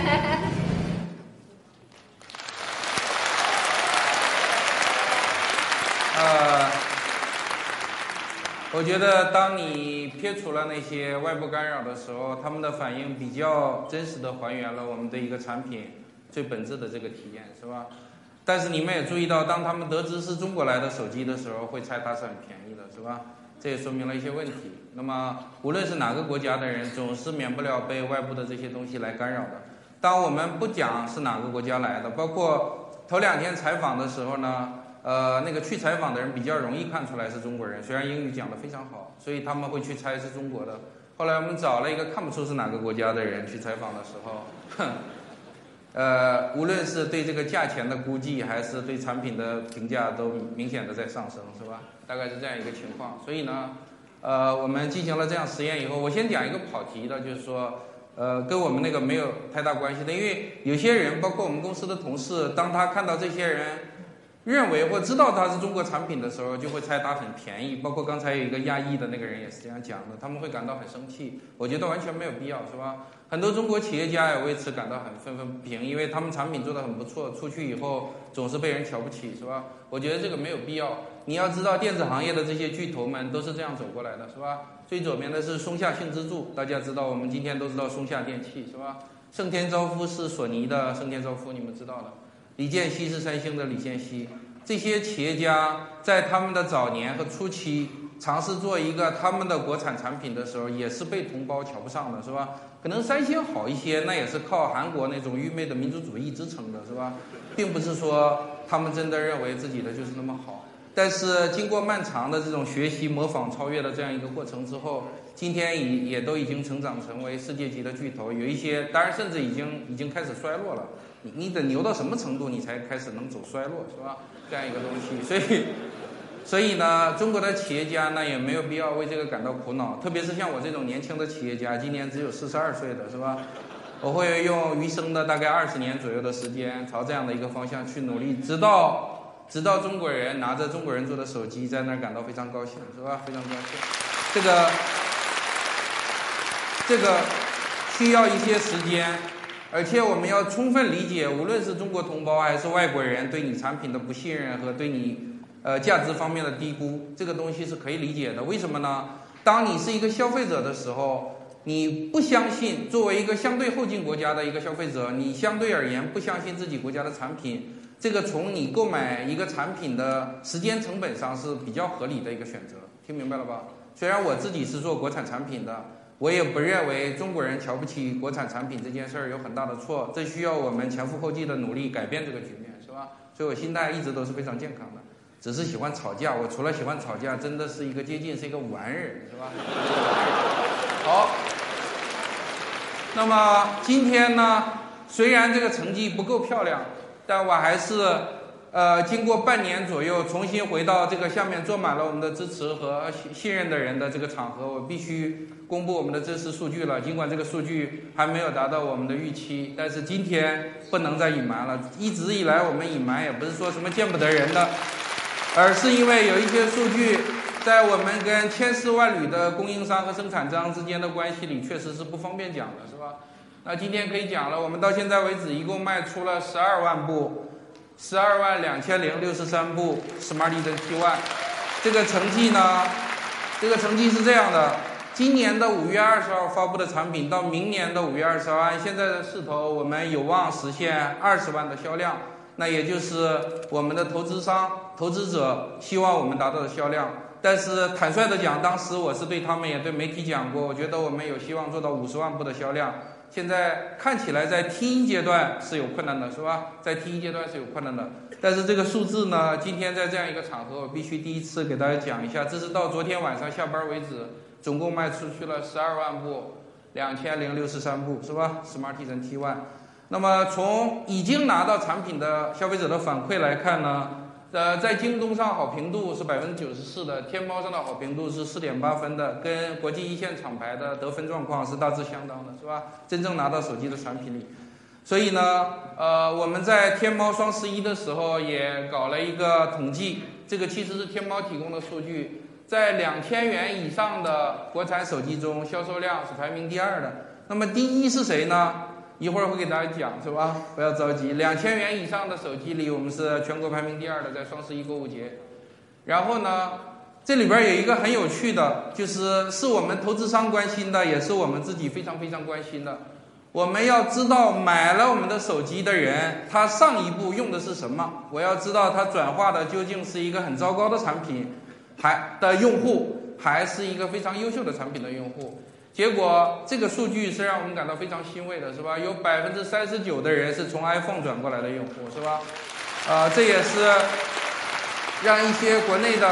我觉得当你撇除了那些外部干扰的时候，他们的反应比较真实的还原了我们对一个产品最本质的这个体验，是吧？但是你们也注意到，当他们得知是中国来的手机的时候，会猜它是很便宜的，是吧？这也说明了一些问题。那么，无论是哪个国家的人，总是免不了被外部的这些东西来干扰的。当我们不讲是哪个国家来的，包括头2天采访的时候呢，那个去采访的人比较容易看出来是中国人，虽然英语讲得非常好，所以他们会去猜是中国的。后来我们找了一个看不出是哪个国家的人去采访的时候，无论是对这个价钱的估计，还是对产品的评价，都明显的在上升，是吧？大概是这样一个情况。所以呢，我们进行了这样实验以后，我先讲一个跑题的，就是说，跟我们那个没有太大关系的，因为有些人，包括我们公司的同事，当他看到这些人认为或知道它是中国产品的时候，就会猜它很便宜。包括刚才有一个亚裔的那个人也是这样讲的，他们会感到很生气。我觉得完全没有必要，是吧？很多中国企业家也为此感到很愤愤不平，因为他们产品做得很不错，出去以后总是被人瞧不起，是吧？我觉得这个没有必要。你要知道，电子行业的这些巨头们都是这样走过来的，是吧？最左边的是松下幸之助，大家知道，我们今天都知道松下电器，是吧？盛田昭夫是索尼的盛田昭夫，你们知道的。李健熙是三星的李健熙。这些企业家在他们的早年和初期尝试做一个他们的国产产品的时候，也是被同胞瞧不上的，是吧？可能三星好一些，那也是靠韩国那种愚昧的民族主义支撑的，是吧？并不是说他们真的认为自己的就是那么好。但是经过漫长的这种学习、模仿、超越的这样一个过程之后，今天也都已经成长成为世界级的巨头。有一些当然甚至已经开始衰落了。你得牛到什么程度，你才开始能走衰落，是吧？这样一个东西。所以呢，中国的企业家呢也没有必要为这个感到苦恼，特别是像我这种年轻的企业家，今年只有42岁的，是吧？我会用余生的大概20年左右的时间，朝这样的一个方向去努力，直到中国人拿着中国人做的手机在那儿感到非常高兴，是吧？非常高兴。这个需要一些时间，而且我们要充分理解，无论是中国同胞还是外国人对你产品的不信任和对你价值方面的低估，这个东西是可以理解的。为什么呢？当你是一个消费者的时候，你不相信，作为一个相对后进国家的一个消费者，你相对而言不相信自己国家的产品，这个从你购买一个产品的时间成本上是比较合理的一个选择，听明白了吧？虽然我自己是做国产产品的，我也不认为中国人瞧不起国产产品这件事儿有很大的错，这需要我们前赴后继的努力改变这个局面，是吧？所以我心态一直都是非常健康的，只是喜欢吵架。我除了喜欢吵架，真的是一个接近是一个完人，是吧？好，那么今天呢，虽然这个成绩不够漂亮，但我还是经过半年左右重新回到这个下面坐满了我们的支持和信任的人的这个场合，我必须公布我们的真实数据了。尽管这个数据还没有达到我们的预期，但是今天不能再隐瞒了。一直以来我们隐瞒也不是说什么见不得人的，而是因为有一些数据在我们跟千丝万缕的供应商和生产商之间的关系里确实是不方便讲的，是吧？那今天可以讲了，我们到现在为止一共卖出了12万部，122063部 Smartisan T1。这个成绩呢，这个成绩是这样的：今年的5月20号发布的产品，到明年的5月20号，按现在的势头，我们有望实现20万的销量。那也就是我们的投资者希望我们达到的销量。但是坦率的讲，当时我是对他们也对媒体讲过，我觉得我们有希望做到50万部的销量。现在看起来在T1阶段是有困难的，是吧？在T1阶段是有困难的。但是这个数字呢，今天在这样一个场合，我必须第一次给大家讲一下，这是到昨天晚上下班为止，总共卖出去了12万部，2063部，是吧 ？Smartisan T1。那么从已经拿到产品的消费者的反馈来看呢，在京东上好评度是94%的，天猫上的好评度是4.8分的，跟国际一线厂牌的得分状况是大致相当的，是吧？真正拿到手机的产品里，所以呢，我们在天猫双11的时候也搞了一个统计，这个其实是天猫提供的数据，在2000元以上的国产手机中，销售量是排名第2的。那么第1是谁呢？一会儿会给大家讲，是吧？不要着急。2000元以上的手机里，我们是全国排名第2的，在双11购物节。然后呢，这里边有一个很有趣的，是我们投资商关心的，也是我们自己非常非常关心的。我们要知道买了我们的手机的人，他上一步用的是什么？我要知道他转化的究竟是一个很糟糕的产品，的用户，还是一个非常优秀的产品的用户。结果这个数据是让我们感到非常欣慰的，是吧？有39%的人是从 iPhone 转过来的用户，是吧？这也是让一些国内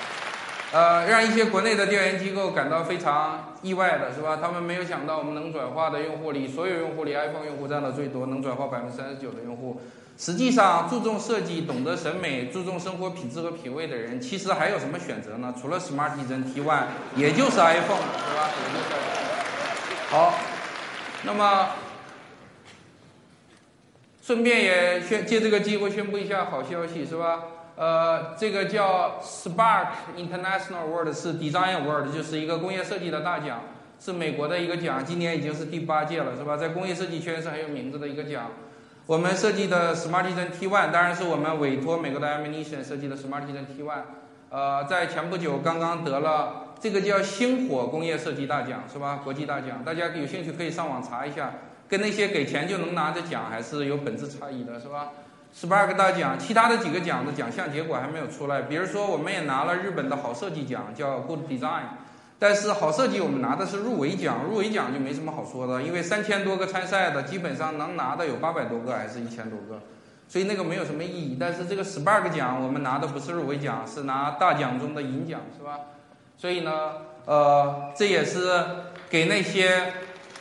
的调研机构感到非常意外的，是吧？他们没有想到我们能转化的用户里，所有用户里 iPhone 用户占了最多，能转化39%的用户。实际上，注重设计、懂得审美、注重生活品质和品味的人，其实还有什么选择呢？除了 Smartisan T1，也就是 iPhone， 是吧？也就是 iPhone。好，那么顺便也借这个机会宣布一下好消息，是吧？ 这个叫 Spark International Award 是 Design Award， 就是一个工业设计的大奖，是美国的一个奖，今年已经是第8届了，是吧？在工业设计圈是很有名字的一个奖。我们设计的 Smartisan T1， 当然是我们委托美国的 Ammunition 设计的 Smartisan T1，在前不久刚刚得了这个叫星火工业设计大奖，是吧？国际大奖，大家有兴趣可以上网查一下，跟那些给钱就能拿的奖还是有本质差异的，是吧？Spark 大奖，其他的几个奖的奖项结果还没有出来，比如说我们也拿了日本的好设计奖，叫 Good Design， 但是好设计我们拿的是入围奖，入围奖就没什么好说的，因为3000多个参赛的，基本上能拿的有800多个还是1000多个，所以那个没有什么意义。但是这个 Spark 奖我们拿的不是入围奖，是拿大奖中的银奖，是吧？所以呢，这也是给那些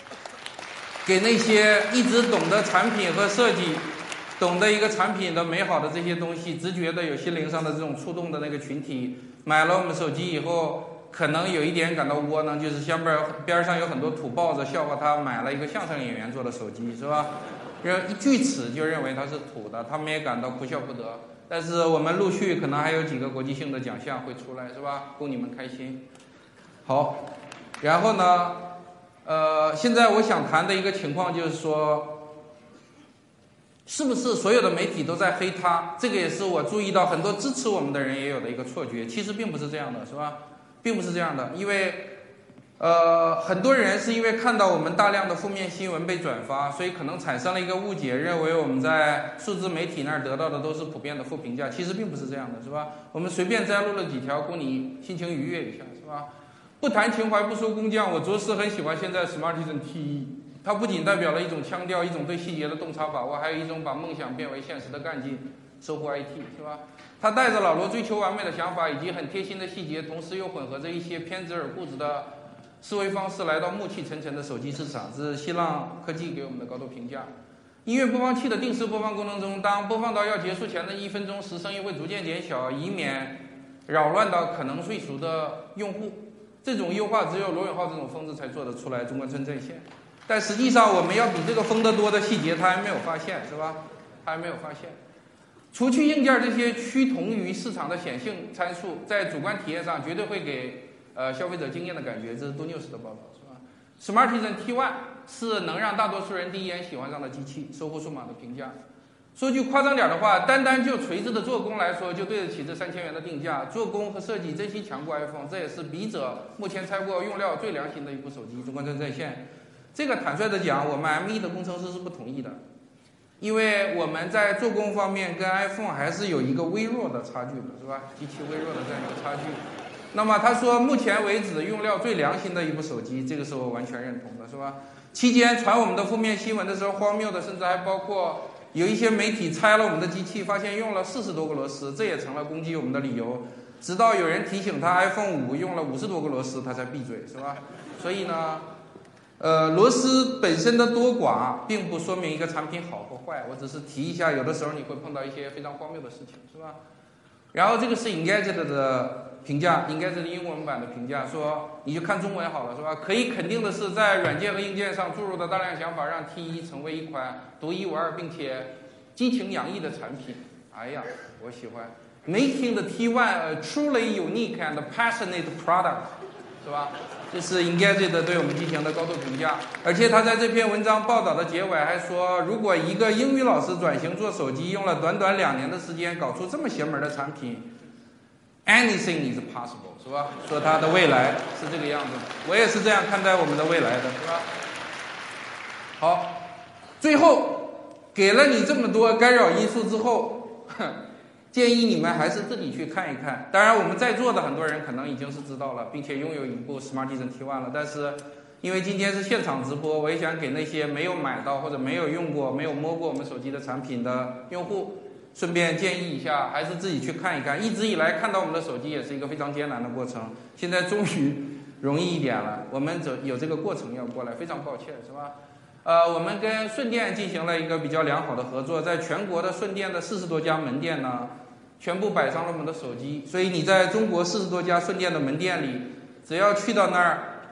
一直懂得产品和设计，懂得一个产品的美好的这些东西，直觉的有心灵上的这种触动的那个群体，买了我们手机以后，可能有一点感到窝囊，就是下边上有很多土包子笑话他买了一个相声演员做的手机，是吧？一据此就认为它是土的，他们也感到哭笑不得。但是我们陆续可能还有几个国际性的奖项会出来，是吧？供你们开心。好，然后呢，现在我想谈的一个情况就是说，是不是所有的媒体都在黑他？这个也是我注意到很多支持我们的人也有的一个错觉，其实并不是这样的，是吧？并不是这样的，因为很多人是因为看到我们大量的负面新闻被转发，所以可能产生了一个误解，认为我们在数字媒体那儿得到的都是普遍的负评价，其实并不是这样的，是吧？我们随便摘录了几条，供你心情愉悦一下，是吧？不谈情怀，不说工匠，我着实很喜欢现在 Smartisan T1， 它不仅代表了一种腔调，一种对细节的洞察把握，还有一种把梦想变为现实的干劲，收获 IT， 是吧？它带着老罗追求完美的想法以及很贴心的细节，同时又混合着一些偏执而固执的思维方式，来到暮气沉沉的手机市场，这是新浪科技给我们的高度评价。音乐播放器的定时播放功能中，当播放到要结束前的1分钟时，声音会逐渐减小，以免扰乱到可能睡熟的用户。这种优化只有罗永浩这种疯子才做得出来，中关村在线。但实际上我们要比这个疯得多的细节他还没有发现，是吧？他还没有发现。除去硬件这些趋同于市场的显性参数，在主观体验上绝对会给消费者惊艳的感觉，这是 DoNews 的报道，是吧？ Smartisan T1 是能让大多数人第一眼喜欢上的机器，收获数码的评价。说句夸张点的话，单单就锤子的做工来说，就对得起这3000元的定价。做工和设计真心强过 iPhone， 这也是笔者目前拆过用料最良心的一部手机。中关村在线，这个坦率的讲，我们 M1 的工程师是不同意的，因为我们在做工方面跟 iPhone 还是有一个微弱的差距的，是吧？极其微弱的这样一个差距。那么他说，目前为止用料最良心的一部手机，这个是我完全认同的，是吧？期间传我们的负面新闻的时候，荒谬的甚至还包括有一些媒体拆了我们的机器，发现用了40多个螺丝，这也成了攻击我们的理由。直到有人提醒他 iPhone 5用了50多个螺丝，他才闭嘴，是吧？所以呢，螺丝本身的多寡并不说明一个产品好或坏，我只是提一下，有的时候你会碰到一些非常荒谬的事情，是吧？然后这个是 Engadget 的评价， Engadget 英文版的评价说，你就看中文好了，是吧？可以肯定的是，在软件和硬件上注入的大量想法，让 T1 成为一款独一无二并且激情洋溢的产品。哎呀，我喜欢 Making the T1 a truly unique and passionate product， 是吧？这是 Engadget 对我们进行的高度评价。而且他在这篇文章报道的结尾还说，如果一个英语老师转型做手机，用了短短2年的时间搞出这么邪门的产品， anything is possible， 是吧？说他的未来是这个样子，我也是这样看待我们的未来的，是吧？好，最后给了你这么多干扰因素之后，建议你们还是自己去看一看。当然我们在座的很多人可能已经是知道了，并且拥有一部 Smartisan T1 了，但是因为今天是现场直播，我也想给那些没有买到或者没有用过、没有摸过我们手机的产品的用户顺便建议一下，还是自己去看一看。一直以来看到我们的手机也是一个非常艰难的过程，现在终于容易一点了，我们有这个过程要过来，非常抱歉，是吧？我们跟顺电进行了一个比较良好的合作，在全国的顺电的40多家门店呢，全部摆上了我们的手机，所以你在中国40多家顺电的门店里，只要去到那儿，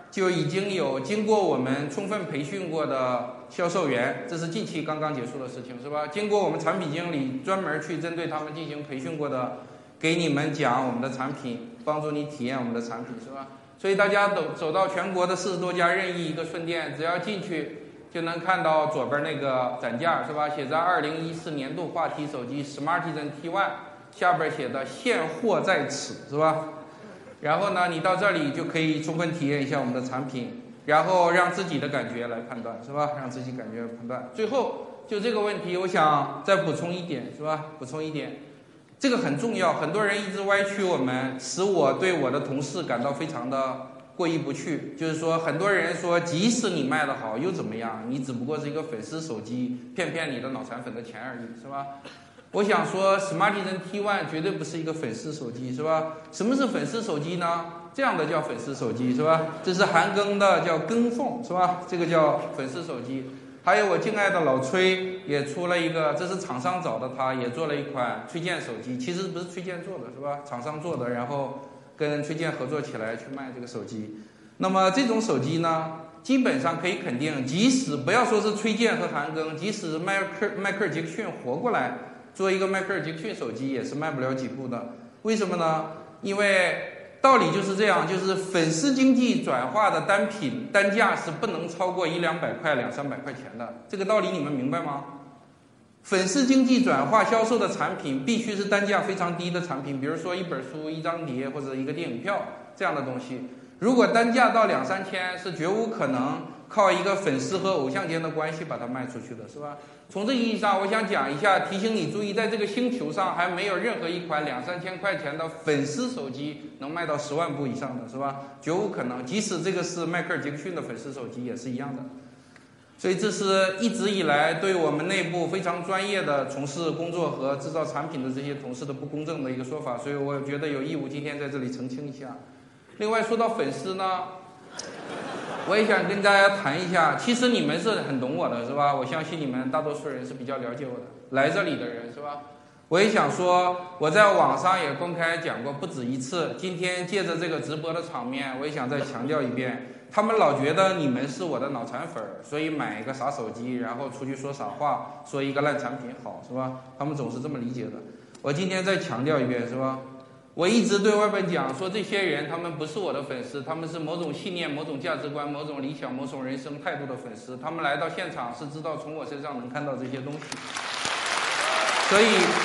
就已经有经过我们充分培训过的销售员，这是近期刚刚结束的事情，是吧？经过我们产品经理专门去针对他们进行培训过的，给你们讲我们的产品，帮助你体验我们的产品，是吧？所以大家走到全国的40多家任意一个顺店，只要进去就能看到左边那个展架，是吧？写着2014年度话题手机 Smartisan T1， 下边写的现货在此，是吧？然后呢，你到这里就可以充分体验一下我们的产品，然后让自己的感觉来判断，是吧？让自己感觉判断。最后就这个问题，我想再补充一点，是吧？补充一点，这个很重要。很多人一直歪曲我们，使我对我的同事感到非常的过意不去。就是说，很多人说，即使你卖得好又怎么样？你只不过是一个粉丝手机，骗骗你的脑残粉的钱而已，是吧？我想说 Smartisan T1 绝对不是一个粉丝手机，是吧？什么是粉丝手机呢？这样的叫粉丝手机，是吧？这是韩庚的叫庚凤，是吧？这个叫粉丝手机。还有我敬爱的老崔也出了一个，这是厂商找的，他也做了一款崔健手机，其实不是崔健做的，是吧？厂商做的，然后跟崔健合作起来去卖这个手机。那么这种手机呢，基本上可以肯定，即使不要说是崔健和韩庚，即使迈克尔·杰克逊活过来做一个迈克尔·杰克逊手机，也是卖不了几部的。为什么呢？因为道理就是这样，就是粉丝经济转化的单品单价是不能超过100-200块、200-300块钱的。这个道理你们明白吗？粉丝经济转化销售的产品必须是单价非常低的产品，比如说一本书、一张碟或者一个电影票这样的东西。如果单价到2-3千，是绝无可能靠一个粉丝和偶像间的关系把它卖出去的，是吧？从这个意义上，我想讲一下，提醒你注意，在这个星球上还没有任何一款2-3千块钱的粉丝手机能卖到10万部以上的，是吧？绝无可能。即使这个是迈克尔·杰克逊的粉丝手机，也是一样的。所以这是一直以来对我们内部非常专业的从事工作和制造产品的这些同事的不公正的一个说法，所以我觉得有义务今天在这里澄清一下。另外说到粉丝呢，我也想跟大家谈一下，其实你们是很懂我的，是吧？我相信你们大多数人是比较了解我的，来这里的人，是吧？我也想说，我在网上也公开讲过不止一次，今天借着这个直播的场面，我也想再强调一遍，他们老觉得你们是我的脑残粉，所以买一个傻手机，然后出去说傻话，说一个烂产品好，是吧？他们总是这么理解的。我今天再强调一遍，是吧？我一直对外边讲说，这些人他们不是我的粉丝，他们是某种信念、某种价值观、某种理想、某种人生态度的粉丝。他们来到现场是知道从我身上能看到这些东西，所以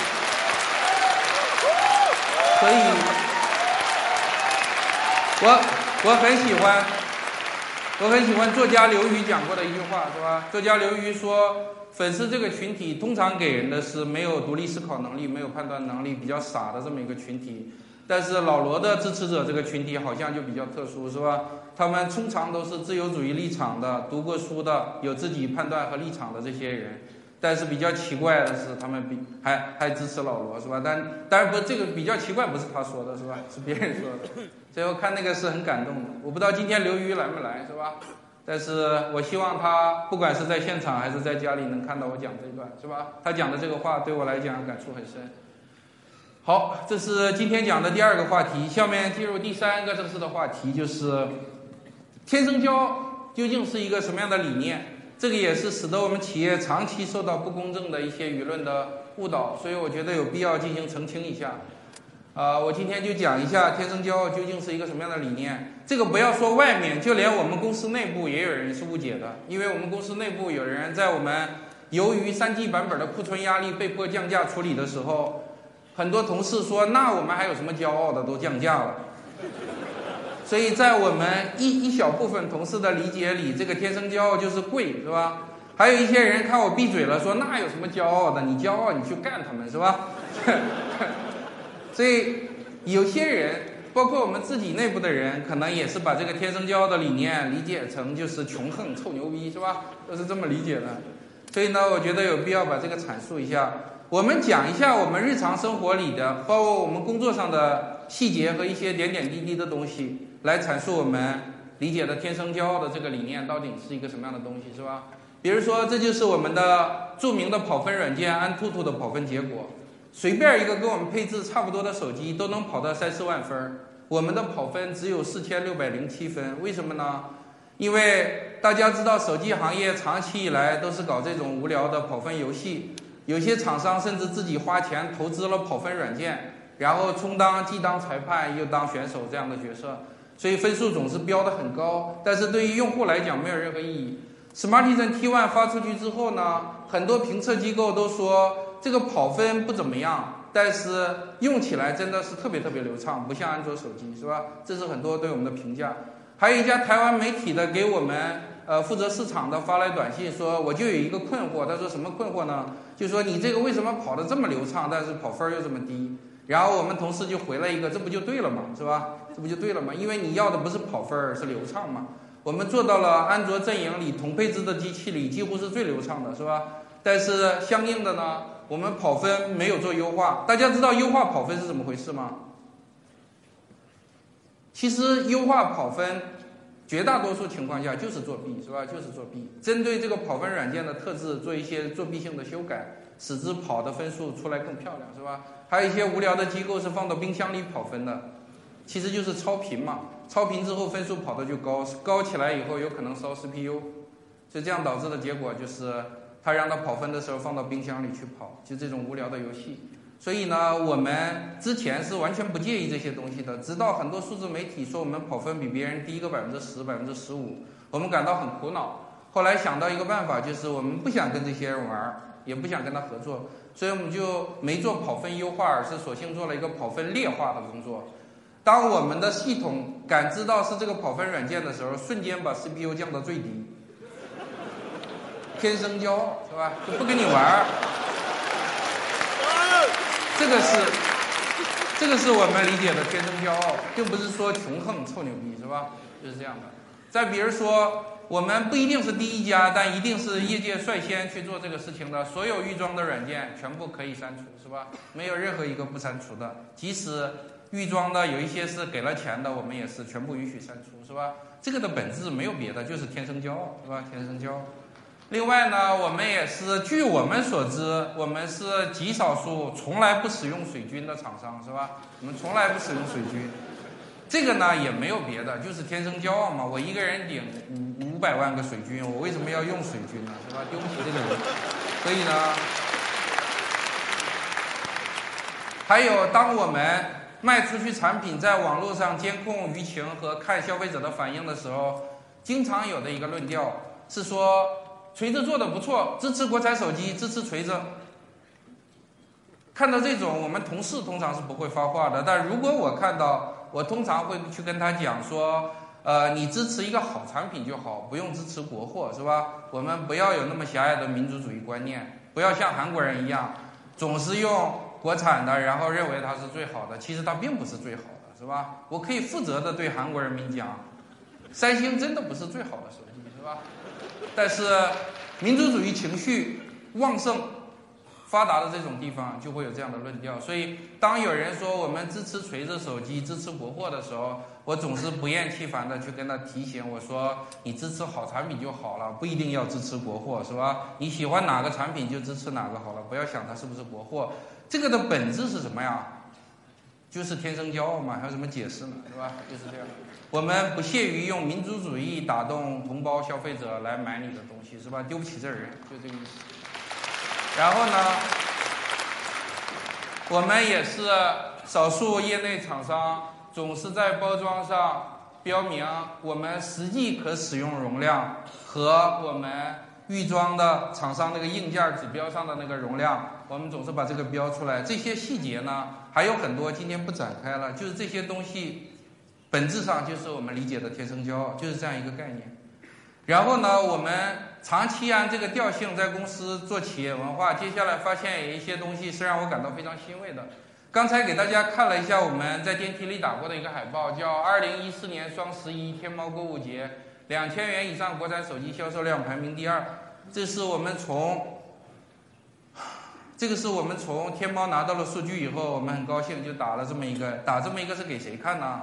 我很喜欢作家刘瑜讲过的一句话，是吧？作家刘瑜说，粉丝这个群体通常给人的是没有独立思考能力、没有判断能力、比较傻的这么一个群体。但是老罗的支持者这个群体好像就比较特殊，是吧？他们通常都是自由主义立场的、读过书的、有自己判断和立场的这些人。但是比较奇怪的是，他们还支持老罗，是吧？当然不，这个比较奇怪不是他说的，是吧？是别人说的。所以我看那个是很感动的。我不知道今天刘瑜来没来，是吧？但是我希望他不管是在现场还是在家里能看到我讲这一段，是吧？他讲的这个话对我来讲感触很深。好，这是今天讲的第2个话题，下面进入第3个正式的话题，就是天生骄傲究竟是一个什么样的理念？这个也是使得我们企业长期受到不公正的一些舆论的误导，所以我觉得有必要进行澄清一下。我今天就讲一下天生骄傲究竟是一个什么样的理念。这个不要说外面，就连我们公司内部也有人是误解的，因为我们公司内部有人在我们由于3G 版本的库存压力被迫降价处理的时候，很多同事说，那我们还有什么骄傲的，都降价了。所以在我们一小部分同事的理解里，这个天生骄傲就是贵，是吧？还有一些人看我闭嘴了，说那有什么骄傲的？你骄傲你去干他们，是吧？所以有些人，包括我们自己内部的人，可能也是把这个天生骄傲的理念理解成就是穷横臭牛逼，是吧？都是这么理解的。所以呢，我觉得有必要把这个阐述一下。我们讲一下我们日常生活里的，包括我们工作上的细节和一些点点滴滴的东西，来阐述我们理解的天生骄傲的这个理念到底是一个什么样的东西，是吧？比如说，这就是我们的著名的跑分软件安兔兔的跑分结果。随便一个跟我们配置差不多的手机都能跑到3-4万分， 我们的跑分只有4607分，为什么呢？因为大家知道手机行业长期以来都是搞这种无聊的跑分游戏，有些厂商甚至自己花钱投资了跑分软件，然后充当既当裁判又当选手这样的角色，所以分数总是标得很高，但是对于用户来讲没有任何意义。Smartisan T1 发出去之后呢，很多评测机构都说这个跑分不怎么样，但是用起来真的是特别流畅，不像安卓手机，是吧？这是很多对我们的评价。还有一家台湾媒体的给我们负责市场的发来短信说，我就有一个困惑，他说什么困惑呢？就说你这个为什么跑得这么流畅，但是跑分又这么低？然后我们同事就回了一个，这不就对了吗？是吧？这不就对了吗？因为你要的不是跑分，是流畅嘛。我们做到了安卓阵营里同配置的机器里几乎是最流畅的，是吧？但是相应的呢，我们跑分没有做优化。大家知道优化跑分是怎么回事吗？其实优化跑分绝大多数情况下就是作弊，是吧？就是作弊。针对这个跑分软件的特质做一些作弊性的修改，使之跑的分数出来更漂亮，是吧？还有一些无聊的机构是放到冰箱里跑分的，其实就是超频嘛。超频之后分数跑得就高，高起来以后有可能烧 CPU， 所以这样导致的结果就是他让他跑分的时候放到冰箱里去跑，就这种无聊的游戏。所以呢，我们之前是完全不介意这些东西的，直到很多数字媒体说我们跑分比别人低个10%、15%，我们感到很苦恼。后来想到一个办法，就是我们不想跟这些人玩，也不想跟他合作，所以我们就没做跑分优化，而是索性做了一个跑分劣化的工作。当我们的系统感知到是这个跑分软件的时候，瞬间把 CPU 降到最低，天生骄傲，是吧？就不跟你玩。这个是我们理解的天生骄傲，并不是说穷横臭牛逼，是吧？就是这样的。再比如说，我们不一定是第一家，但一定是业界率先去做这个事情的。所有预装的软件全部可以删除，是吧？没有任何一个不删除的。即使预装的有一些是给了钱的，我们也是全部允许删除，是吧？这个的本质没有别的，就是天生骄傲，是吧？天生骄傲。另外呢，我们也是，据我们所知，我们是极少数从来不使用水军的厂商，是吧？我们从来不使用水军。这个呢也没有别的，就是天生骄傲嘛。我一个人顶500万个水军，我为什么要用水军呢？是吧？丢不起这个人。所以呢，还有当我们卖出去产品在网络上监控舆情和看消费者的反应的时候，经常有的一个论调是说，锤子做的不错，支持国产手机，支持锤子。看到这种，我们同事通常是不会发话的，但如果我看到，我通常会去跟他讲说，你支持一个好产品就好，不用支持国货，是吧？我们不要有那么狭隘的民族主义观念，不要像韩国人一样，总是用国产的，然后认为它是最好的，其实它并不是最好的，是吧？我可以负责的对韩国人民讲，三星真的不是最好的手机，是吧？但是民族主义情绪旺盛发达的这种地方就会有这样的论调，所以当有人说我们支持锤子手机，支持国货的时候，我总是不厌其烦的去跟他提醒，我说你支持好产品就好了，不一定要支持国货，是吧？你喜欢哪个产品就支持哪个好了，不要想它是不是国货。这个的本质是什么呀？就是天生骄傲嘛，还有什么解释呢？是吧？就是这样。我们不屑于用民族主义打动同胞消费者来买你的东西，是吧？丢不起这人，就这个意思。然后呢，我们也是少数业内厂商总是在包装上标明我们实际可使用容量和我们预装的厂商那个硬件指标上的那个容量，我们总是把这个标出来。这些细节呢还有很多，今天不展开了。就是这些东西本质上就是我们理解的天生骄傲，就是这样一个概念。然后呢，我们长期按这个调性在公司做企业文化，接下来发现有一些东西是让我感到非常欣慰的。刚才给大家看了一下我们在电梯里打过的一个海报，叫2014年双11天猫购物节，2000元以上国产手机销售量排名第2。这是我们从天猫拿到了数据以后，我们很高兴就打这么一个是给谁看呢？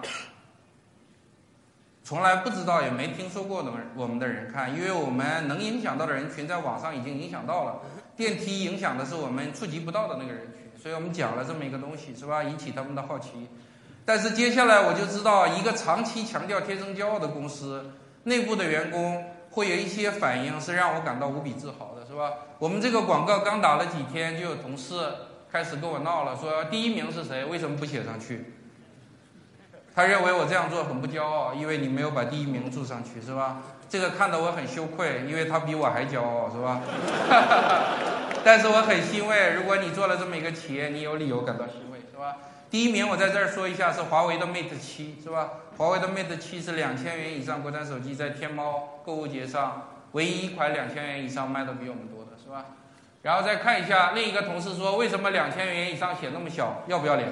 从来不知道也没听说过的我们的人看，因为我们能影响到的人群在网上已经影响到了，电梯影响的是我们触及不到的那个人群，所以我们讲了这么一个东西，是吧？引起他们的好奇。 但是接下来我就知道，一个长期强调天生骄傲的公司，内部的员工会有一些反应是让我感到无比自豪的，是吧？我们这个广告刚打了几天，就有同事开始跟我闹了，说第一名是谁？为什么不写上去？他认为我这样做很不骄傲，因为你没有把第一名注上去，是吧？这个看得我很羞愧，因为他比我还骄傲，是吧？但是我很欣慰，如果你做了这么一个企业，你有理由感到欣慰，是吧？第一名我在这儿说一下是华为的 Mate 7，是吧？华为的 Mate 7是2000元以上国产手机在天猫购物节上唯一一款2000元以上卖的比我们多的，是吧？然后再看一下另一个同事说，为什么2000元以上写那么小，要不要脸？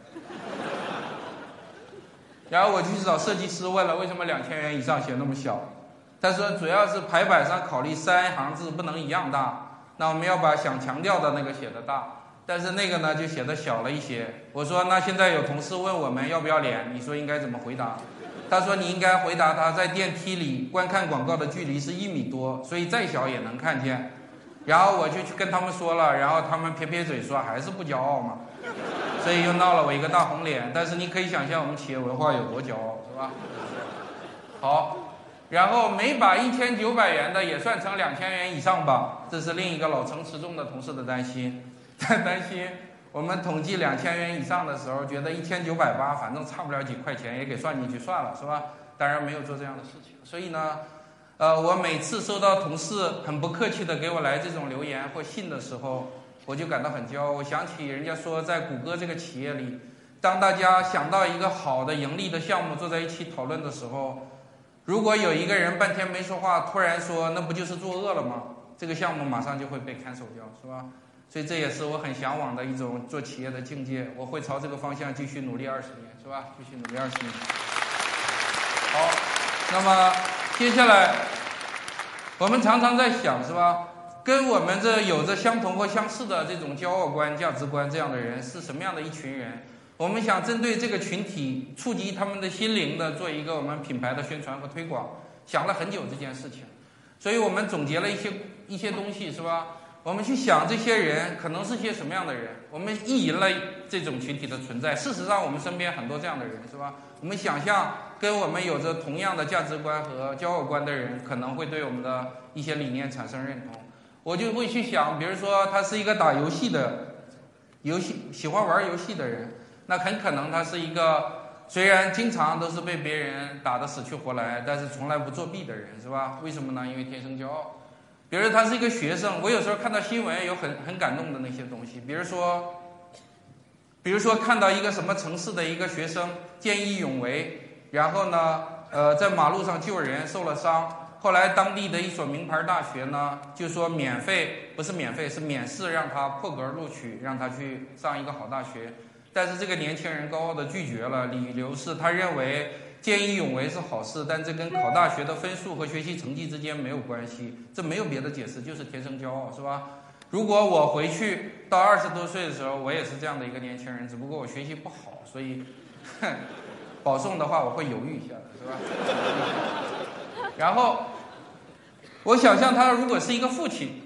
然后我去找设计师问了，为什么2000元以上写那么小？他说主要是排版上考虑3行字不能一样大，那我们要把想强调的那个写得大，但是那个呢就写得小了一些。我说那现在有同事问我们要不要脸，你说应该怎么回答？他说你应该回答他在电梯里观看广告的距离是1米多，所以再小也能看见。然后我就去跟他们说了，然后他们撇撇嘴说还是不骄傲嘛，所以又闹了我一个大红脸。但是你可以想象我们企业文化有多骄傲，是吧？好，然后每把1900元的也算成2000元以上吧，这是另一个老成持重的同事的担心。他担心我们统计2000元以上的时候，觉得1980反正差不了几块钱，也给算进去算了，是吧？当然没有做这样的事情。所以呢我每次收到同事很不客气的给我来这种留言或信的时候，我就感到很骄傲。我想起人家说在谷歌这个企业里，当大家想到一个好的盈利的项目坐在一起讨论的时候，如果有一个人半天没说话，突然说那不就是作恶了吗？这个项目马上就会被cancel掉，是吧？所以这也是我很向往的一种做企业的境界，我会朝这个方向继续努力20年，是吧？继续努力20年。好，那么接下来我们常常在想，是吧？跟我们这有着相同或相似的这种骄傲观、价值观这样的人是什么样的一群人？我们想针对这个群体，触及他们的心灵的做一个我们品牌的宣传和推广，想了很久这件事情，所以我们总结了一些东西，是吧？我们去想这些人可能是些什么样的人，我们意淫了这种群体的存在。事实上我们身边很多这样的人，是吧？我们想象跟我们有着同样的价值观和骄傲观的人可能会对我们的一些理念产生认同。我就会去想，比如说他是一个打游戏的喜欢玩游戏的人，那很可能他是一个虽然经常都是被别人打得死去活来，但是从来不作弊的人，是吧？为什么呢？因为天生骄傲。比如他是一个学生，我有时候看到新闻有很感动的那些东西，比如说看到一个什么城市的一个学生见义勇为，然后呢在马路上救人受了伤，后来当地的一所名牌大学呢就说不是免费是免试让他破格录取，让他去上一个好大学。但是这个年轻人高傲地拒绝了，理由是他认为见义勇为是好事，但这跟考大学的分数和学习成绩之间没有关系，这没有别的解释，就是天生骄傲，是吧？如果我回去到20多岁的时候，我也是这样的一个年轻人，只不过我学习不好，所以保送的话我会犹豫一下，是吧？然后我想象他如果是一个父亲，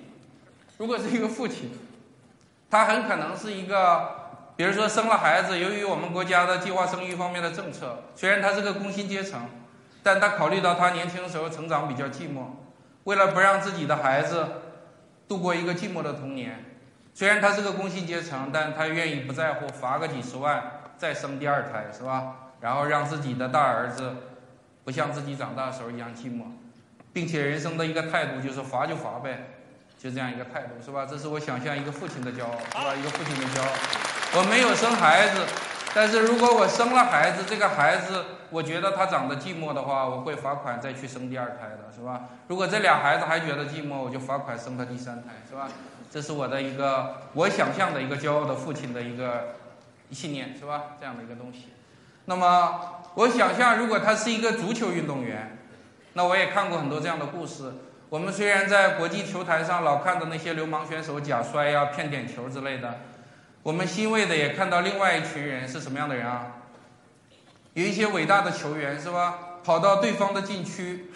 他很可能是一个比如说生了孩子，由于我们国家的计划生育方面的政策，虽然他是个工薪阶层，但他考虑到他年轻的时候成长比较寂寞，为了不让自己的孩子度过一个寂寞的童年，虽然他是个工薪阶层，但他愿意不在乎罚个几十万再生第2胎，是吧？然后让自己的大儿子不像自己长大的时候一样寂寞，并且人生的一个态度就是罚就罚呗，就这样一个态度，是吧？这是我想象一个父亲的骄傲，是吧？一个父亲的骄傲。我没有生孩子，但是如果我生了孩子，这个孩子我觉得他长得寂寞的话，我会罚款再去生第2胎的，是吧？如果这俩孩子还觉得寂寞，我就罚款生他第3胎，是吧？这是我的一个我想象的一个骄傲的父亲的一个信念，是吧？这样的一个东西。那么我想象如果他是一个足球运动员，那我也看过很多这样的故事。我们虽然在国际球坛上老看到那些流氓选手假摔啊、骗点球之类的，我们欣慰的也看到另外一群人是什么样的人啊？有一些伟大的球员，是吧？跑到对方的禁区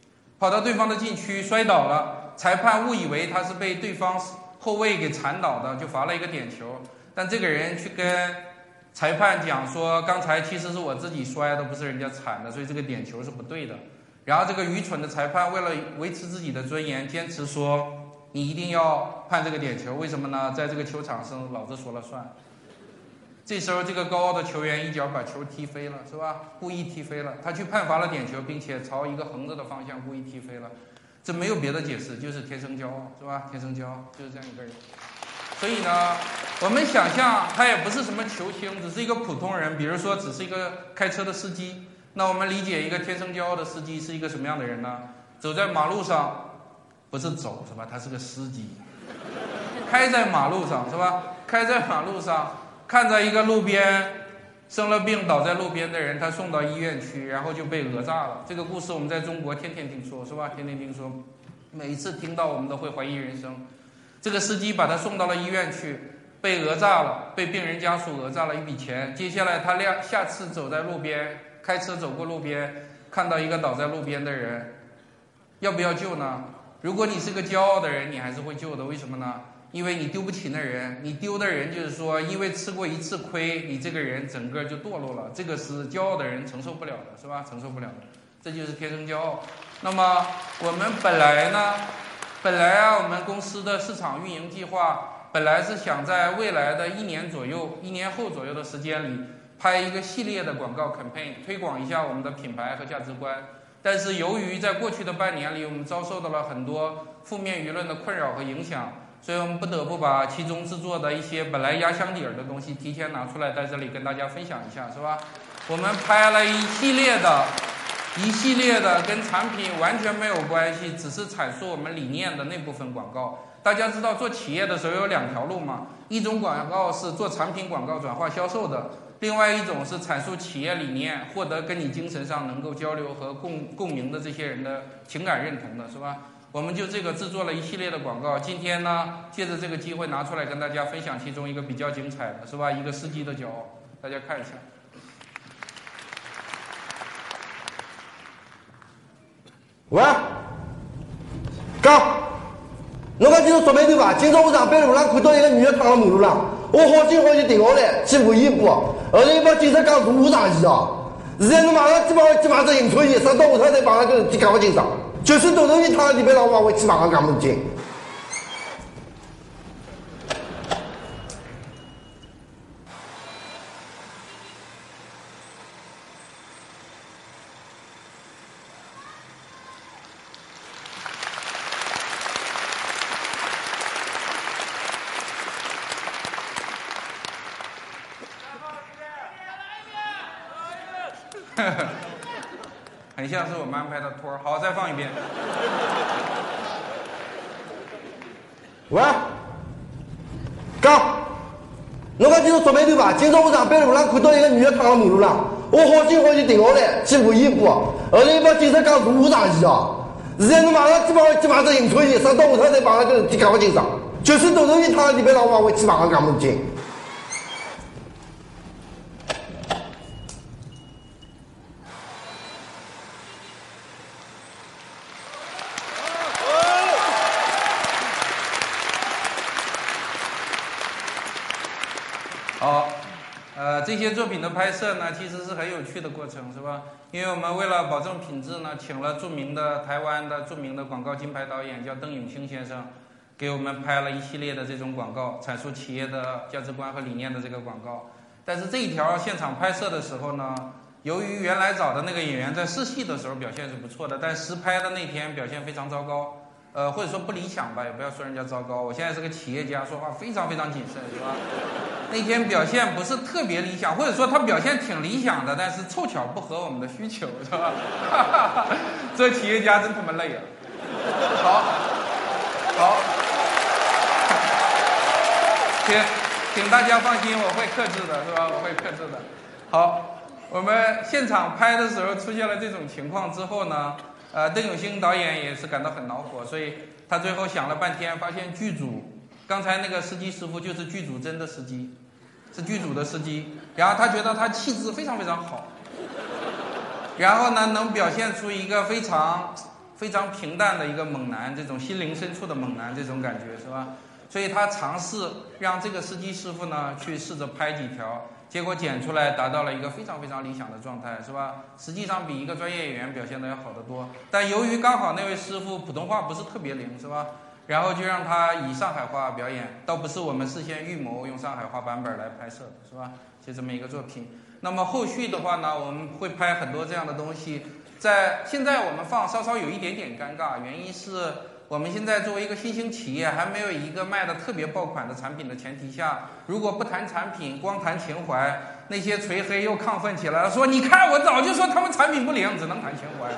摔倒了，裁判误以为他是被对方后卫给铲倒的，就罚了一个点球。但这个人去跟裁判讲说刚才其实是我自己摔的，不是人家铲的，所以这个点球是不对的。然后这个愚蠢的裁判为了维持自己的尊严，坚持说你一定要判这个点球，为什么呢？在这个球场上老子说了算。这时候这个高傲的球员一脚把球踢飞了，是吧？故意踢飞了，他去判罚了点球，并且朝一个横着的方向故意踢飞了。这没有别的解释，就是天生骄傲，是吧？天生骄傲就是这样一个人。所以呢，我们想象他也不是什么球星，只是一个普通人，比如说只是一个开车的司机。那我们理解一个天生骄傲的司机是一个什么样的人呢？走在马路上，不是走是吧？他是个司机，开在马路上是吧？开在马路上，看着一个路边生了病倒在路边的人，他送到医院去，然后就被讹诈了。这个故事我们在中国天天听说，是吧？天天听说，每一次听到我们都会怀疑人生。这个司机把他送到了医院去，被讹诈了，被病人家属讹诈了一笔钱。接下来他下次走在路边，开车走过路边，看到一个倒在路边的人，要不要救呢？如果你是个骄傲的人，你还是会救的。为什么呢？因为你丢不起那人，你丢的人就是说，因为吃过一次亏，你这个人整个就堕落了。这个是骄傲的人承受不了的，是吧？承受不了的，这就是天生骄傲。那么我们本来我们公司的市场运营计划本来是想在未来的1年左右、1年后左右的时间里拍一个系列的广告 campaign， 推广一下我们的品牌和价值观。但是由于在过去的半年里，我们遭受到了很多负面舆论的困扰和影响，所以我们不得不把其中制作的一些本来压箱底儿的东西提前拿出来，在这里跟大家分享一下，是吧？我们拍了一系列的跟产品完全没有关系，只是阐述我们理念的那部分广告。大家知道做企业的时候有2条路嘛，一种广告是做产品广告转化销售的，另外一种是阐述企业理念，获得跟你精神上能够交流和共鸣的这些人的情感认同的，是吧？我们就这个制作了一系列的广告。今天呢，借着这个机会拿出来跟大家分享其中一个比较精彩的，是吧？一个司机的骄傲，大家看一下。 喂，哥，侬讲今朝昨晚对伐？今朝我上班路上看到一个女的躺辣马路上，我好心好意停下来去扶伊一把，后头伊帮警察讲是我上去哦。现在侬马上去买只行车仪，上到下趟再帮那个事体讲勿清爽。就算大头你躺在地板上，我也会去马上讲不清。 很像是我们安排的托儿。好，再放一遍。 喂，哥，侬讲今朝昨晚对伐？今朝我上班路上看到一个女的躺辣马路上，我好心好意停下来去扶伊一把，后头伊帮警察讲是我上去哦。现在侬马上去买只行车仪，上到下趟再帮那个事体讲勿清爽。就算大头你躺在地板上，我也会去马上讲不清。 好，这些作品的拍摄呢，其实是很有趣的过程，是吧？因为我们为了保证品质呢，请了台湾的著名的广告金牌导演，叫邓永兴先生，给我们拍了一系列的这种广告，阐述企业的价值观和理念的这个广告。但是这一条现场拍摄的时候呢，由于原来找的那个演员在试戏的时候表现是不错的，但实拍的那天表现非常糟糕。或者说不理想吧，也不要说人家糟糕。我现在是个企业家，说话非常非常谨慎，是吧？那天表现不是特别理想，或者说他表现挺理想的，但是凑巧不合我们的需求，是吧？做企业家真他妈累啊！好，请大家放心，我会克制的，是吧？我会克制的。好，我们现场拍的时候出现了这种情况之后呢？邓永兴导演也是感到很恼火，所以他最后想了半天，发现剧组刚才那个司机师傅就是剧组真的司机，是剧组的司机。然后他觉得他气质非常非常好，然后呢能表现出一个非常非常平淡的一个猛男，这种心灵深处的猛男这种感觉，是吧？所以他尝试让这个司机师傅呢去试着拍几条结果剪出来达到了一个非常非常理想的状态，是吧？实际上比一个专业演员表现的要好得多。但由于刚好那位师傅普通话不是特别灵，是吧？然后就让他以上海话表演，倒不是我们事先预谋用上海话版本来拍摄的，是吧？就这么一个作品。那么后续的话呢，我们会拍很多这样的东西。现在我们放稍稍有一点点尴尬，原因是我们现在作为一个新兴企业，还没有一个卖的特别爆款的产品的前提下，如果不谈产品，光谈情怀，那些锤黑又亢奋起来了，说你看我早就说他们产品不灵，只能谈情怀。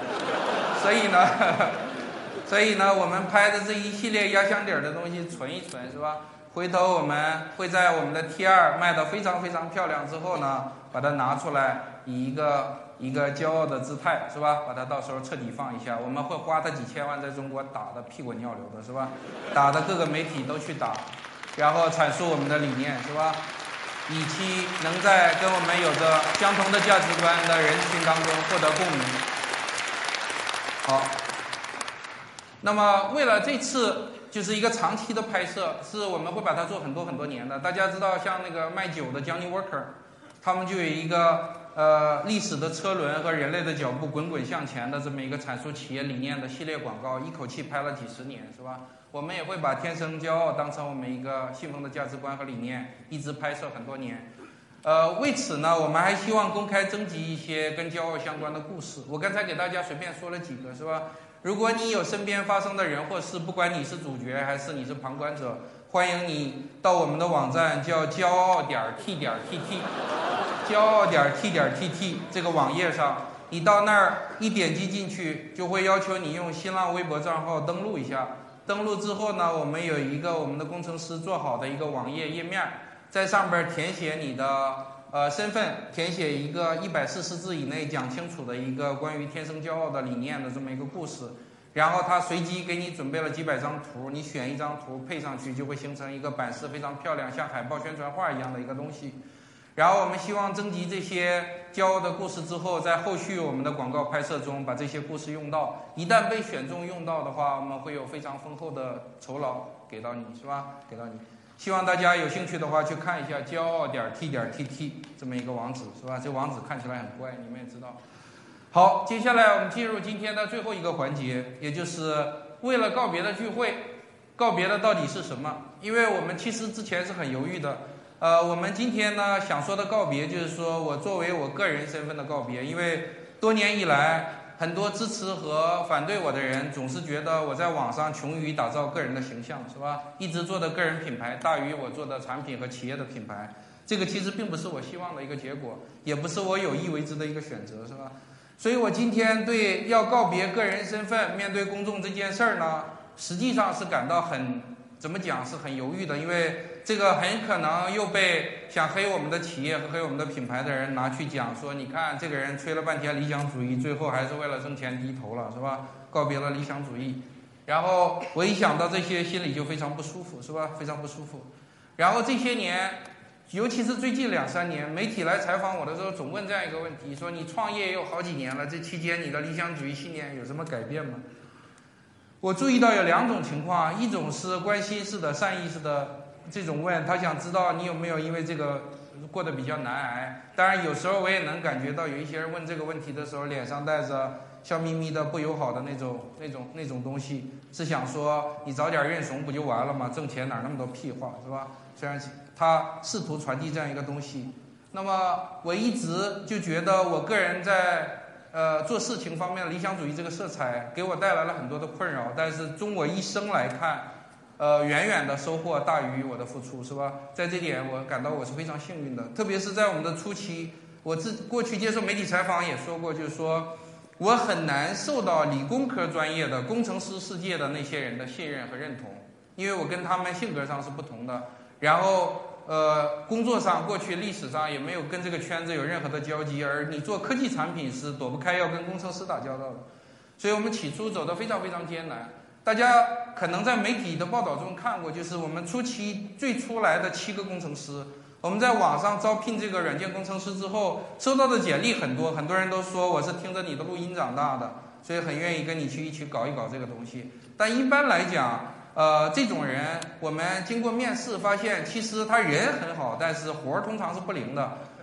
所以呢，我们拍的这一系列压箱底的东西存一存，是吧？回头我们会在我们的 T2 卖得非常非常漂亮之后呢，把它拿出来，以一个骄傲的姿态，是吧？把它到时候彻底放一下。我们会花它几千万在中国打得屁滚尿流的，是吧？打的各个媒体都去打，然后阐述我们的理念，是吧？以期能在跟我们有着相同的价值观的人群当中获得共鸣。好，那么为了这次就是一个长期的拍摄，是我们会把它做很多很多年的。大家知道，像那个卖酒的 Johnny Walker， 他们就有一个历史的车轮和人类的脚步滚滚向前的这么一个阐述企业理念的系列广告，一口气拍了几十年，是吧？我们也会把天生骄傲当成我们一个信奉的价值观和理念，一直拍摄很多年。为此呢，我们还希望公开征集一些跟骄傲相关的故事。我刚才给大家随便说了几个，是吧？如果你有身边发生的人或事，不管你是主角还是你是旁观者，欢迎你到我们的网站叫骄傲.t.tt 骄傲.t.tt 这个网页上，你到那儿一点击进去，就会要求你用新浪微博账号登录一下。登录之后呢，我们有一个我们的工程师做好的一个网页页面，在上边填写你的身份，填写一个140字以内讲清楚的一个关于天生骄傲的理念的这么一个故事，然后他随机给你准备了几百张图，你选一张图配上去，就会形成一个版式非常漂亮，像海报宣传画一样的一个东西。然后我们希望征集这些骄傲的故事之后，在后续我们的广告拍摄中把这些故事用到，一旦被选中用到的话，我们会有非常丰厚的酬劳给到你，是吧？给到你。希望大家有兴趣的话去看一下骄傲.t.tt 这么一个网址，是吧？这网址看起来很怪，你们也知道。好，接下来我们进入今天的最后一个环节，也就是为了告别的聚会。告别的到底是什么？因为我们其实之前是很犹豫的。我们今天呢想说的告别，就是说我作为我个人身份的告别。因为多年以来，很多支持和反对我的人总是觉得我在网上穷于打造个人的形象，是吧？一直做的个人品牌大于我做的产品和企业的品牌，这个其实并不是我希望的一个结果，也不是我有意为之的一个选择，是吧？所以我今天对要告别个人身份面对公众这件事儿呢，实际上是感到怎么讲是很犹豫的，因为这个很可能又被想黑我们的企业和黑我们的品牌的人拿去讲说，你看这个人吹了半天理想主义，最后还是为了挣钱低头了，是吧？告别了理想主义。然后我一想到这些，心里就非常不舒服，是吧？非常不舒服。然后这些年，尤其是最近2-3年，媒体来采访我的时候，总问这样一个问题，说你创业也有好几年了，这期间你的理想主义信念有什么改变吗？我注意到有2种情况，一种是关心式的、善意式的这种问，他想知道你有没有因为这个过得比较难挨。当然有时候我也能感觉到有一些人问这个问题的时候，脸上带着笑眯眯的不友好的那种东西，是想说你早点认怂不就完了吗？挣钱哪那么多屁话，是吧？虽然他试图传递这样一个东西，那么我一直就觉得我个人在做事情方面的理想主义这个色彩给我带来了很多的困扰，但是终我一生来看，远远的收获大于我的付出，是吧？在这点我感到我是非常幸运的，特别是在我们的初期，我过去接受媒体采访也说过，就是说我很难受到理工科专业的工程师世界的那些人的信任和认同，因为我跟他们性格上是不同的，然后工作上过去历史上也没有跟这个圈子有任何的交集，而你做科技产品时躲不开要跟工程师打交道的，所以我们起初走得非常非常艰难。大家可能在媒体的报道中看过，就是我们初期最初来的7个工程师，我们在网上招聘这个软件工程师之后，收到的简历很多，很多人都说我是听着你的录音长大的，所以很愿意跟你去一起搞一搞这个东西。但一般来讲这种人我们经过面试发现，其实他人很好，但是活儿通常是不灵的。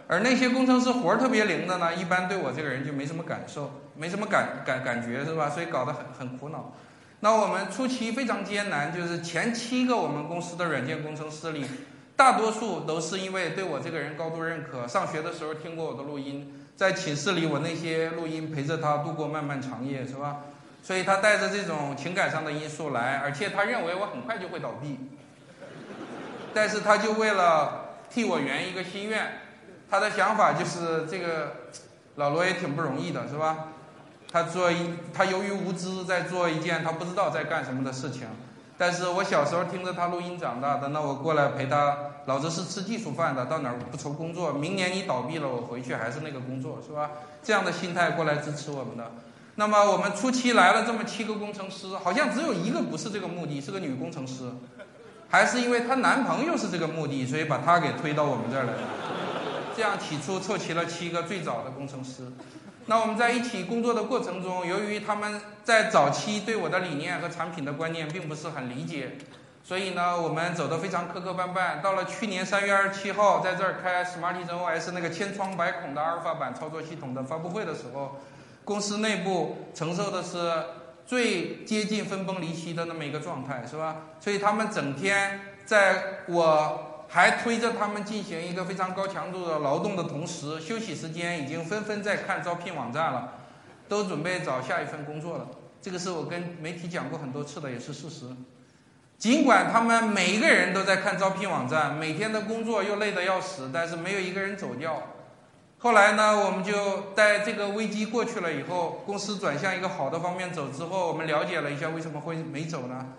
而那些工程师活儿特别灵的呢，一般对我这个人就没什么感受，没什么感觉，是吧？所以搞得很苦恼。那我们初期非常艰难，就是前7个我们公司的软件工程师里，大多数都是因为对我这个人高度认可，上学的时候听过我的录音，在寝室里我那些录音陪着他度过漫漫长夜，是吧？所以他带着这种情感上的因素来，而且他认为我很快就会倒闭，但是他就为了替我圆一个心愿，他的想法就是这个老罗也挺不容易的，是吧？他由于无知在做一件他不知道在干什么的事情，但是我小时候听着他录音长大的，那我过来陪他，老子是吃技术饭的，到哪儿不愁工作，明年你倒闭了，我回去还是那个工作，是吧？这样的心态过来支持我们的。那么我们初期来了这么7个工程师，好像只有1个不是这个目的，是个女工程师，还是因为她男朋友是这个目的，所以把她给推到我们这儿来了。这样起初凑齐了7个最早的工程师。那我们在一起工作的过程中，由于他们在早期对我的理念和产品的观念并不是很理解，所以呢，我们走得非常磕磕绊绊。到了去年3月27号，在这儿开 Smartisan OS 那个千疮百孔的阿尔法版操作系统的发布会的时候，公司内部承受的是最接近分崩离析的那么一个状态，是吧？所以他们整天在我还推着他们进行一个非常高强度的劳动的同时，休息时间已经纷纷在看招聘网站了，都准备找下一份工作了。这个是我跟媒体讲过很多次的，也是事实。尽管他们每一个人都在看招聘网站，每天的工作又累得要死，但是没有一个人走掉。后来呢，我们就在这个危机过去了以后，公司转向一个好的方面走之后，我们了解了一下为什么会没走呢？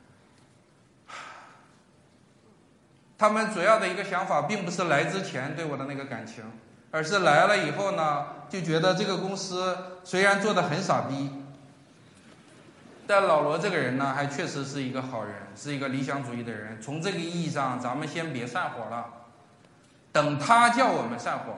他们主要的一个想法并不是来之前对我的那个感情，而是来了以后呢，就觉得这个公司虽然做得很傻逼，但老罗这个人呢，还确实是一个好人，是一个理想主义的人。从这个意义上，咱们先别散伙了，等他叫我们散伙。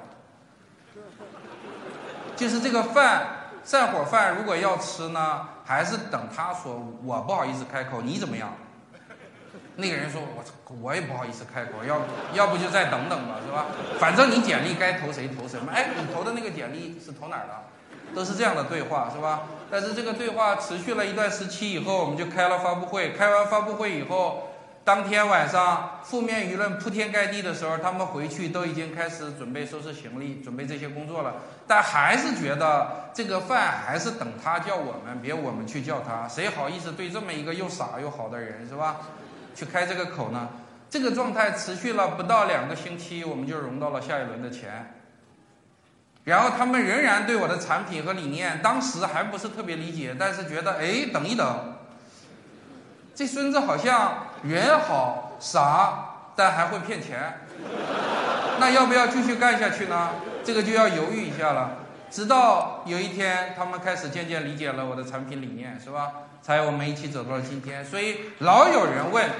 就是这个散伙饭如果要吃呢，还是等他说，我不好意思开口，你怎么样？那个人说，我也不好意思开口，要不就再等等吧，是吧？反正你简历该投谁投谁嘛。哎，你投的那个简历是投哪儿的？都是这样的对话，是吧？但是这个对话持续了一段时期以后，我们就开了发布会。开完发布会以后，当天晚上负面舆论铺天盖地的时候，他们回去都已经开始准备收拾行李，准备这些工作了。但还是觉得这个饭还是等他叫我们，别我们去叫他。谁好意思对这么一个又傻又好的人，是吧？去开这个口呢？这个状态持续了不到2个星期，我们就融到了下一轮的钱。然后他们仍然对我的产品和理念当时还不是特别理解，但是觉得等一等，这孙子好像人好傻，但还会骗钱，那要不要继续干下去呢？这个就要犹豫一下了。直到有一天他们开始渐渐理解了我的产品理念，是吧？才我们一起走到了今天。所以老有人问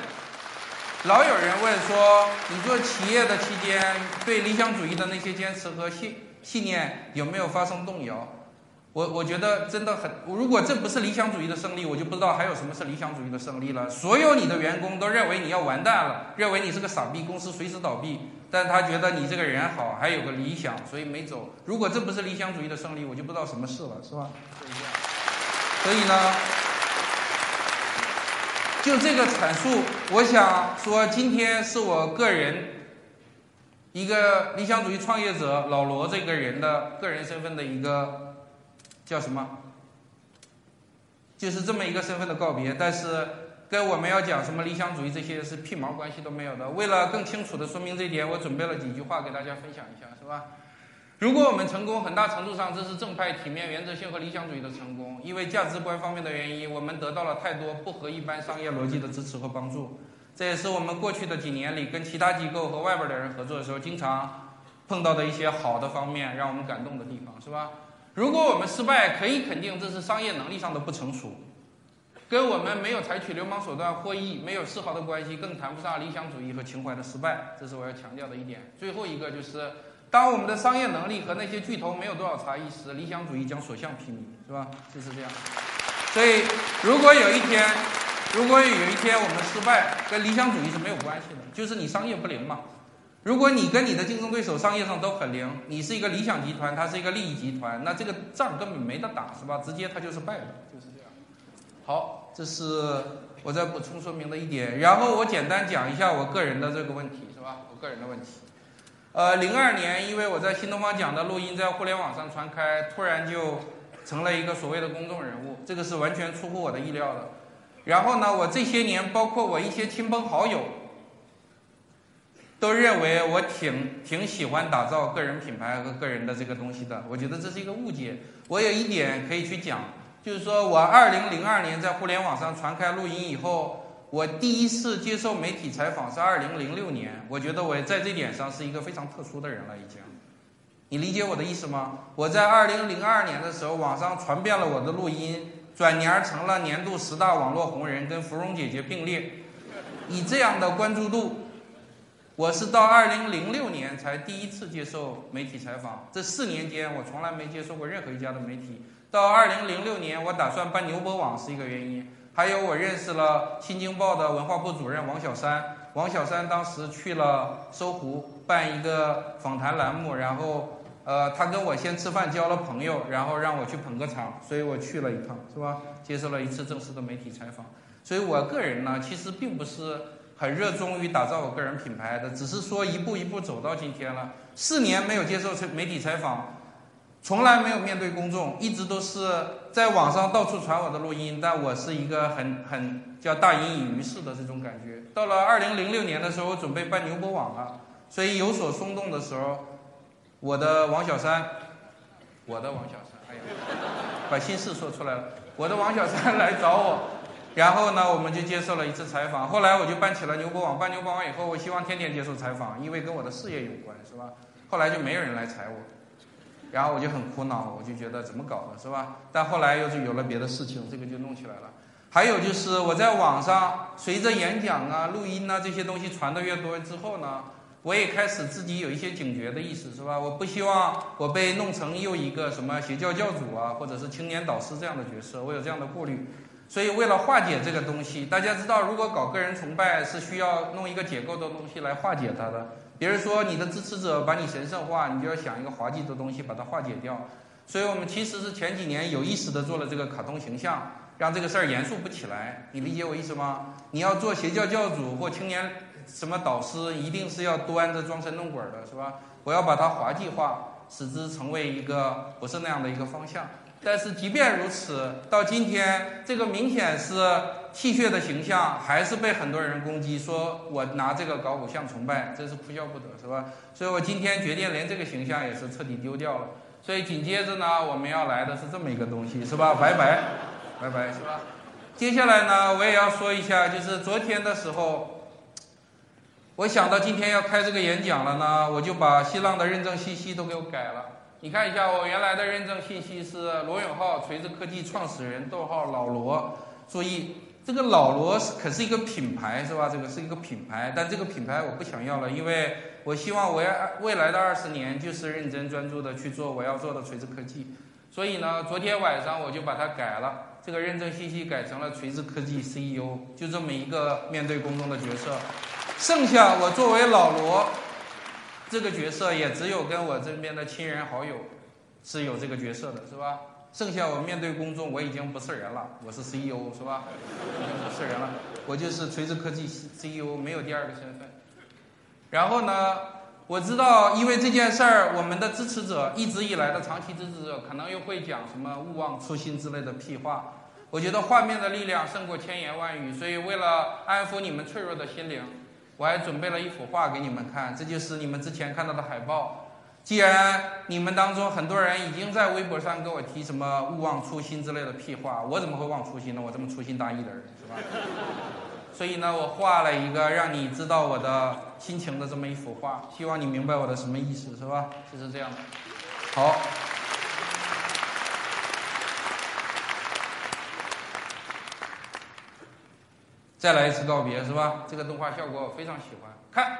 说，你做企业的期间对理想主义的那些坚持和信念有没有发生动摇？我觉得真的很，如果这不是理想主义的胜利，我就不知道还有什么是理想主义的胜利了。所有你的员工都认为你要完蛋了，认为你是个傻逼，公司随时倒闭，但他觉得你这个人好，还有个理想，所以没走。如果这不是理想主义的胜利，我就不知道什么是了，是吧？所以呢，就这个阐述，我想说，今天是我个人一个理想主义创业者老罗这个人的个人身份的一个叫什么，就是这么一个身份的告别。但是跟我们要讲什么理想主义这些是屁毛关系都没有的。为了更清楚的说明这一点，我准备了几句话给大家分享一下，是吧？如果我们成功，很大程度上这是正派、体面、原则性和理想主义的成功。因为价值观方面的原因，我们得到了太多不合一般商业逻辑的支持和帮助。这也是我们过去的几年里跟其他机构和外边的人合作的时候经常碰到的一些好的方面，让我们感动的地方，是吧？如果我们失败，可以肯定这是商业能力上的不成熟，跟我们没有采取流氓手段获益没有丝毫的关系，更谈不上理想主义和情怀的失败。这是我要强调的一点。最后一个就是，当我们的商业能力和那些巨头没有多少差异时，理想主义将所向披靡，是吧？就是这样。所以如果有一天我们失败，跟理想主义是没有关系的，就是你商业不灵嘛。 如果你跟你的竞争对手商业上都很灵，你是一个理想集团，他是一个利益集团，那这个仗根本没得打，是吧？直接他就是败的，就是这样。好，这是我再补充说明的一点。然后我简单讲一下我个人的这个问题，是吧？我个人的问题。02年，因为我在新东方讲的录音在互联网上传开，突然就成了一个所谓的公众人物，这个是完全出乎我的意料的。然后呢，我这些年，包括我一些亲朋好友，都认为我挺喜欢打造个人品牌和个人的这个东西的。我觉得这是一个误解。我有一点可以去讲，就是说我2002年在互联网上传开录音以后，我第一次接受媒体采访是2006年，我觉得我在这点上是一个非常特殊的人了已经。你理解我的意思吗？我在2002年的时候，网上传遍了我的录音，转年成了年度10大网络红人，跟芙蓉姐姐并列。以这样的关注度，我是到2006年才第一次接受媒体采访。这4年间，我从来没接受过任何一家的媒体。到2006年，我打算办牛博网是一个原因。还有我认识了新京报的文化部主任王小山，王小山当时去了搜狐办一个访谈栏目，然后他跟我先吃饭交了朋友，然后让我去捧个场，所以我去了一趟，是吧？接受了一次正式的媒体采访。所以我个人呢，其实并不是很热衷于打造我个人品牌的，只是说一步一步走到今天了。4年没有接受媒体采访，从来没有面对公众，一直都是在网上到处传我的录音，但我是一个很叫大隐隐于市的这种感觉。到了2006年的时候，我准备办牛博网了，所以有所松动的时候，我的王小山，哎呀，把心事说出来了。我的王小山来找我，然后呢，我们就接受了一次采访。后来我就办起了牛博网，办牛博网以后，我希望天天接受采访，因为跟我的事业有关，是吧？后来就没有人来采我。然后我就很苦恼，我就觉得怎么搞的，是吧？但后来又是有了别的事情，这个就弄起来了。还有就是我在网上随着演讲啊、录音啊这些东西传得越多之后呢，我也开始自己有一些警觉的意识，是吧？我不希望我被弄成又一个什么邪教教主啊，或者是青年导师这样的角色，我有这样的顾虑。所以为了化解这个东西，大家知道，如果搞个人崇拜是需要弄一个解构的东西来化解它的。比如说你的支持者把你神圣化，你就要想一个滑稽的东西把它化解掉。所以我们其实是前几年有意识的做了这个卡通形象，让这个事儿严肃不起来。你理解我意思吗？你要做邪教教主或青年什么导师，一定是要端着装神弄鬼的，是吧？我要把它滑稽化，使之成为一个不是那样的一个方向。但是即便如此，到今天这个明显是戏谑的形象，还是被很多人攻击，说我拿这个搞偶像崇拜，真是哭笑不得，是吧？所以我今天决定连这个形象也是彻底丢掉了。所以紧接着呢，我们要来的是这么一个东西，是吧？拜拜，是吧？接下来呢，我也要说一下，就是昨天的时候，我想到今天要开这个演讲了呢，我就把新浪的认证信息都给我改了。你看一下，我原来的认证信息是罗永浩，锤子科技创始人，老罗。注意，这个老罗可是一个品牌，是吧？这个是一个品牌，但这个品牌我不想要了，因为我希望我未来的20年就是认真专注的去做我要做的锤子科技。所以呢，昨天晚上我就把它改了，这个认证信息改成了锤子科技 CEO， 就这么一个面对公众的角色。剩下我作为老罗这个角色也只有跟我身边的亲人好友是有这个角色的，是吧？剩下我面对公众我已经不是人了，我是 CEO， 是吧？已经不是人了，我就是锤子科技 CEO， 没有第二个身份。然后呢，我知道因为这件事儿，我们的支持者一直以来的长期支持者可能又会讲什么勿忘初心之类的屁话。我觉得画面的力量胜过千言万语，所以为了安抚你们脆弱的心灵，我还准备了一幅画给你们看，这就是你们之前看到的海报。既然你们当中很多人已经在微博上跟我提什么勿忘初心之类的屁话，我怎么会忘初心呢？我这么粗心大意的人，是吧？所以呢，我画了一个让你知道我的心情的这么一幅画，希望你明白我的什么意思，是吧？就是这样的。好。再来一次告别，是吧？这个动画效果我非常喜欢，看，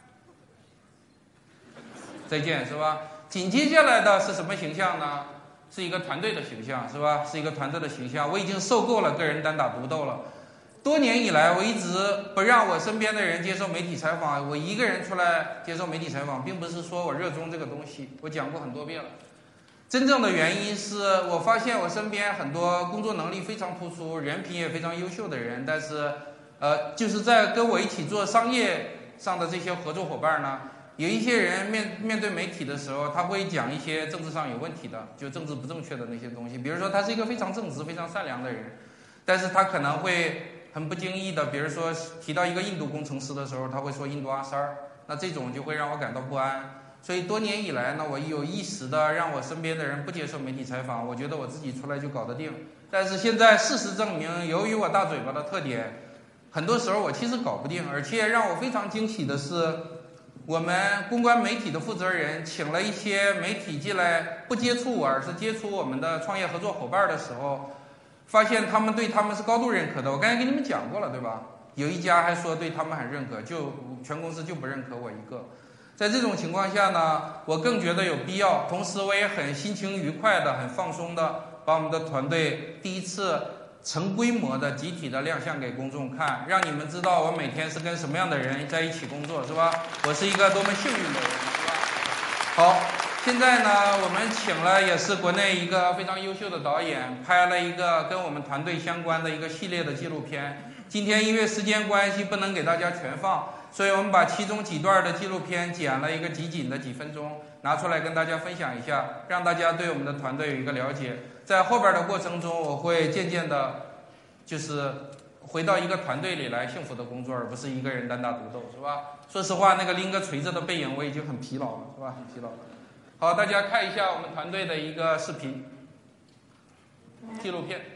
再见，是吧？紧接下来的是什么形象呢？是一个团队的形象，是吧？是一个团队的形象。我已经受够了个人单打独斗了。 多年以来，我一直不让我身边的人接受媒体采访，我一个人出来接受媒体采访，并不是说我热衷这个东西，我讲过很多遍了。真正的原因是我发现我身边很多工作能力非常突出、人品也非常优秀的人，但是，就是在跟我一起做商业上的这些合作伙伴呢，有一些人面对媒体的时候，他会讲一些政治上有问题的，就政治不正确的那些东西。比如说，他是一个非常正直、非常善良的人，但是他可能会很不经意的，比如说提到一个印度工程师的时候，他会说印度阿三儿，那这种就会让我感到不安。所以多年以来呢，我有意识的让我身边的人不接受媒体采访，我觉得我自己出来就搞得定。但是现在事实证明，由于我大嘴巴的特点，很多时候我其实搞不定。而且让我非常惊喜的是，我们公关媒体的负责人请了一些媒体进来，不接触我，而是接触我们的创业合作伙伴的时候，发现他们对他们是高度认可的。我刚才跟你们讲过了，对吧？有一家还说对他们很认可，就全公司就不认可我一个。在这种情况下呢，我更觉得有必要，同时我也很心情愉快的、很放松的，把我们的团队第一次成规模的集体的亮相给公众看，让你们知道我每天是跟什么样的人在一起工作，是吧？我是一个多么幸运的人，是吧？好，现在呢，我们请了也是国内一个非常优秀的导演，拍了一个跟我们团队相关的一个系列的纪录片。今天因为时间关系不能给大家全放，所以我们把其中几段的纪录片剪了一个集锦的几分钟，拿出来跟大家分享一下，让大家对我们的团队有一个了解。在后边的过程中，我会渐渐的，就是回到一个团队里来，幸福的工作，而不是一个人单打独斗，是吧？说实话，那个拎个锤子的背影，我已经很疲劳了，是吧？很疲劳了。好，大家看一下我们团队的一个视频纪录片。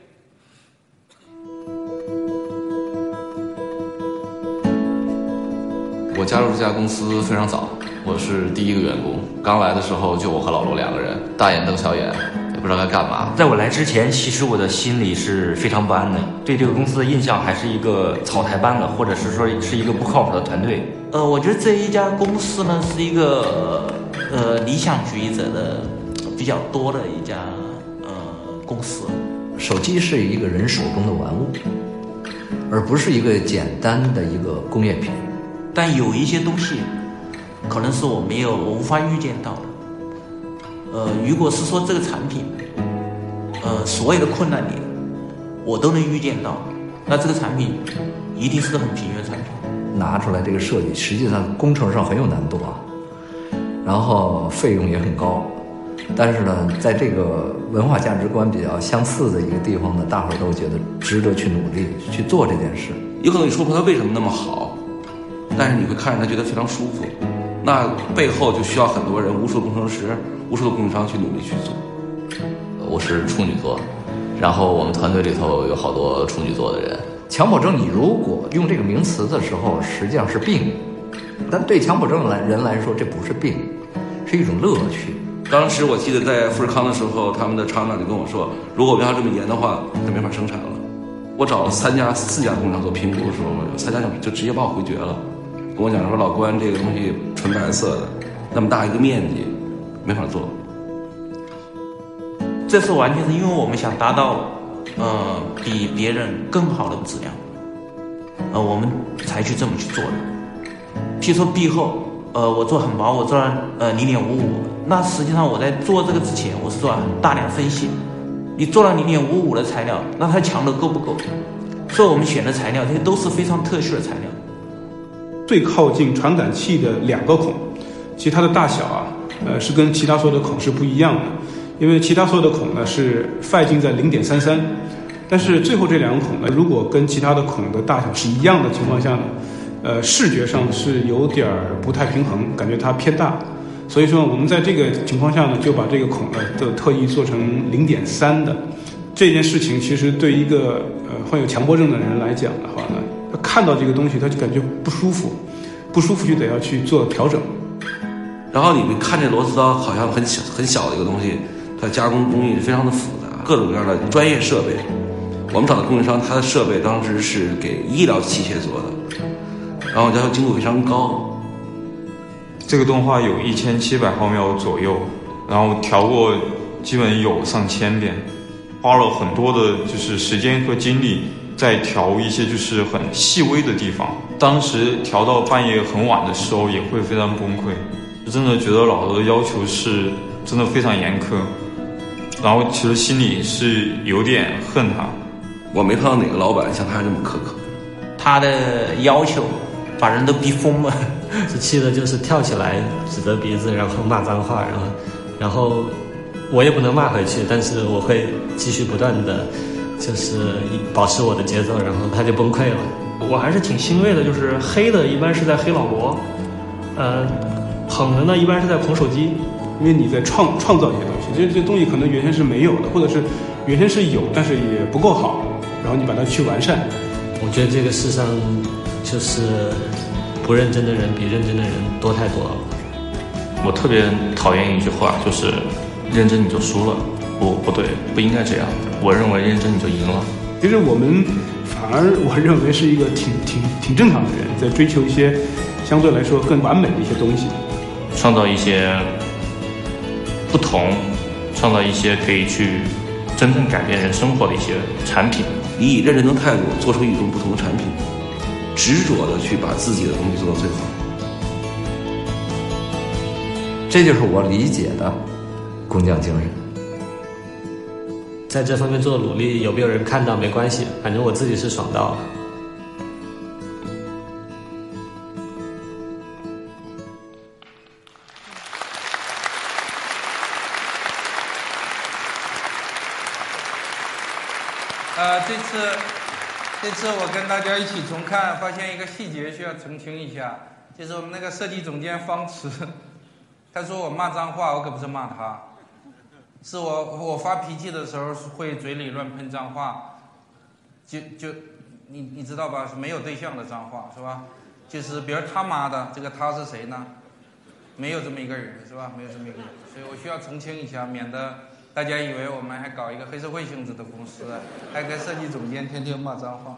我加入这家公司非常早，我是第一个员工。刚来的时候就我和老罗两个人，大眼瞪小眼，也不知道该干嘛。 在我来之前，其实我的心里是非常不安的，对这个公司的印象还是一个草台班子，或者是说是一个不靠谱的团队。我觉得这一家公司呢是一个理想主义者的比较多的一家公司。 手机是一个人手中的玩物，而不是一个简单的一个工业品。 但有一些东西，可能是我无法预见到的。如果是说这个产品，所有的困难点，我都能预见到，那这个产品一定是个很平庸的产品。 拿出来这个设计，实际上工程上很有难度啊，然后费用也很高。但是呢，在这个文化价值观比较相似的一个地方呢，大伙儿都觉得值得去努力去做这件事。 有可能你说不出它为什么那么好，但是你会看着它觉得非常舒服，那背后就需要很多人，无数的工程师、无数的供应商去努力去做。 我是处女座，然后我们团队里头有好多处女座的人。 强迫症，你如果用这个名词的时候，实际上是病，但对强迫症人来说，这不是病，是一种乐趣。 当时我记得在富士康的时候，他们的厂长就跟我说，如果我们要这么严的话，就没法生产了。我找了4家工厂做评估的时候，3家就直接把我回绝了，跟我讲说，老关这个东西纯白色的，那么大一个面积，没法做。 这是完全是因为我们想达到比别人更好的质量，我们才去这么去做的。譬如说壁厚，我做很薄，我做了0.55，那实际上我在做这个之前，我是做了大量分析。你做了0.55的材料，那它强度够不够？所以我们选的材料，这些都是非常特殊的材料。 最靠近传感器的2个孔，其实它的大小啊，是跟其他所有的孔是不一样的。因为其他所有的孔呢是5径在0.33，但是最后这2个孔呢，如果跟其他的孔的大小是一样的情况下呢，视觉上是有点不太平衡，感觉它偏大。所以说我们在这个情况下呢，就把这个孔呢都特意做成0.3的。这件事情其实对一个患有强迫症的人来讲的话呢，他看到这个东西他就感觉不舒服，不舒服就得要去做调整。 然后你们看这螺丝刀好像很小的一个东西，它加工工艺非常的复杂，各种各样的专业设备。我们找的供应商，他的设备当时是给医疗器械做的，然后它精度非常高。 这个动画有1700毫秒左右，然后调过基本有上千遍，花了很多的就是时间和精力在调一些就是很细微的地方。当时调到半夜很晚的时候也会非常崩溃，真的觉得老师的要求是真的非常严苛，然后其实心里是有点恨他。 我没看到哪个老板像他这么苛刻， 他的要求把人都逼疯了。 是气的就是跳起来指着鼻子然后骂脏话，然后我也不能骂回去，但是我会继续不断的就是保持我的节奏，然后他就崩溃了。 我还是挺欣慰的，就是黑的一般是在黑老罗，捧的呢一般是在捧手机，因为你在创造一些东西，这东西可能原先是没有的，或者是原先是有但是也不够好，然后你把它去完善。 我觉得这个世上就是不认真的人比认真的人多太多了。 我特别讨厌一句话，就是认真你就输了。不对，不应该这样。我认为认真你就赢了。 其实我们反而我认为是一个挺正常的人，在追求一些相对来说更完美的一些东西， 创造一些不同，创造一些可以去真正改变人生活的一些产品。 你以认真的态度做出与众不同的产品，执着的去把自己的东西做到最好。 这就是我理解的工匠精神。 在这方面做努力，有没有人看到没关系，反正我自己是爽到了。 这次我跟大家一起重看，发现一个细节需要澄清一下，就是我们那个设计总监方池，他说我骂脏话，我可不是骂他，是我发脾气的时候会嘴里乱喷脏话，就你知道吧？是没有对象的脏话是吧？就是比如他妈的，这个他是谁呢？没有这么一个人是吧？没有这么一个人，所以我需要澄清一下，免得大家以为我们还搞一个黑社会性质的公司，还跟设计总监天天骂脏话。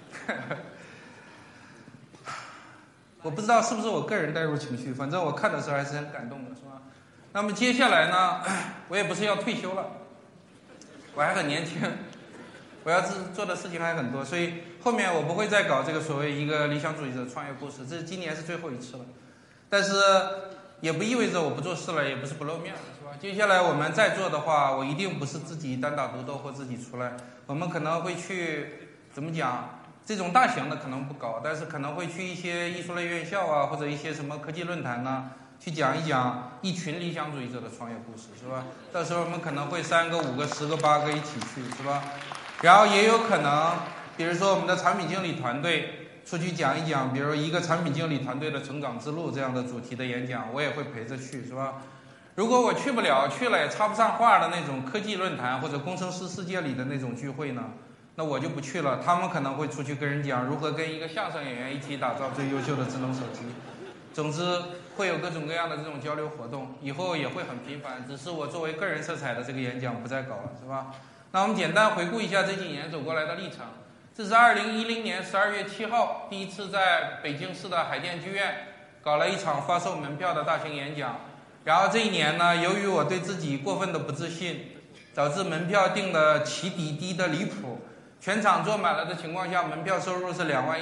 我不知道是不是我个人带入情绪，反正我看的时候还是很感动的，是吧？那么接下来呢，我也不是要退休了，我还很年轻，我要做的事情还很多，所以后面我不会再搞这个所谓一个理想主义者创业故事，这是今年是最后一次了。但是也不意味着我不做事了，也不是不露面了，是吧？接下来我们再做的话，我一定不是自己单打独斗或自己出来，我们可能会去怎么讲？这种大型的可能不搞，但是可能会去一些艺术类院校啊，或者一些什么科技论坛呐，去讲一讲一群理想主义者的创业故事，是吧？到时候我们可能会3个、5个、10个、8个一起去，是吧？然后也有可能，比如说我们的产品经理团队出去讲一讲，比如一个产品经理团队的成长之路这样的主题的演讲，我也会陪着去，是吧？如果我去不了，去了也插不上话的那种科技论坛或者工程师世界里的那种聚会呢，那我就不去了。他们可能会出去跟人讲如何跟一个相声演员一起打造最优秀的智能手机。总之会有各种各样的这种交流活动，以后也会很频繁，只是我作为个人色彩的这个演讲不再搞了，是吧？那我们简单回顾一下这几年走过来的历程。这是2010年12月7号第一次在北京市的海淀剧院搞了一场发售门票的大型演讲。然后这一年呢，由于我对自己过分的不自信，导致门票定的起底低的离谱，全场坐满了的情况下，门票收入是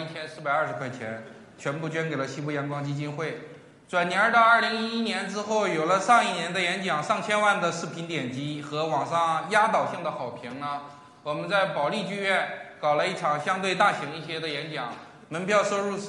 21420块钱，全部捐给了西部阳光基金会。转年到2011年之后，有了上一年的演讲上千万的视频点击和网上压倒性的好评呢，我们在保利剧院搞了一场相对大型一些的演讲，门票收入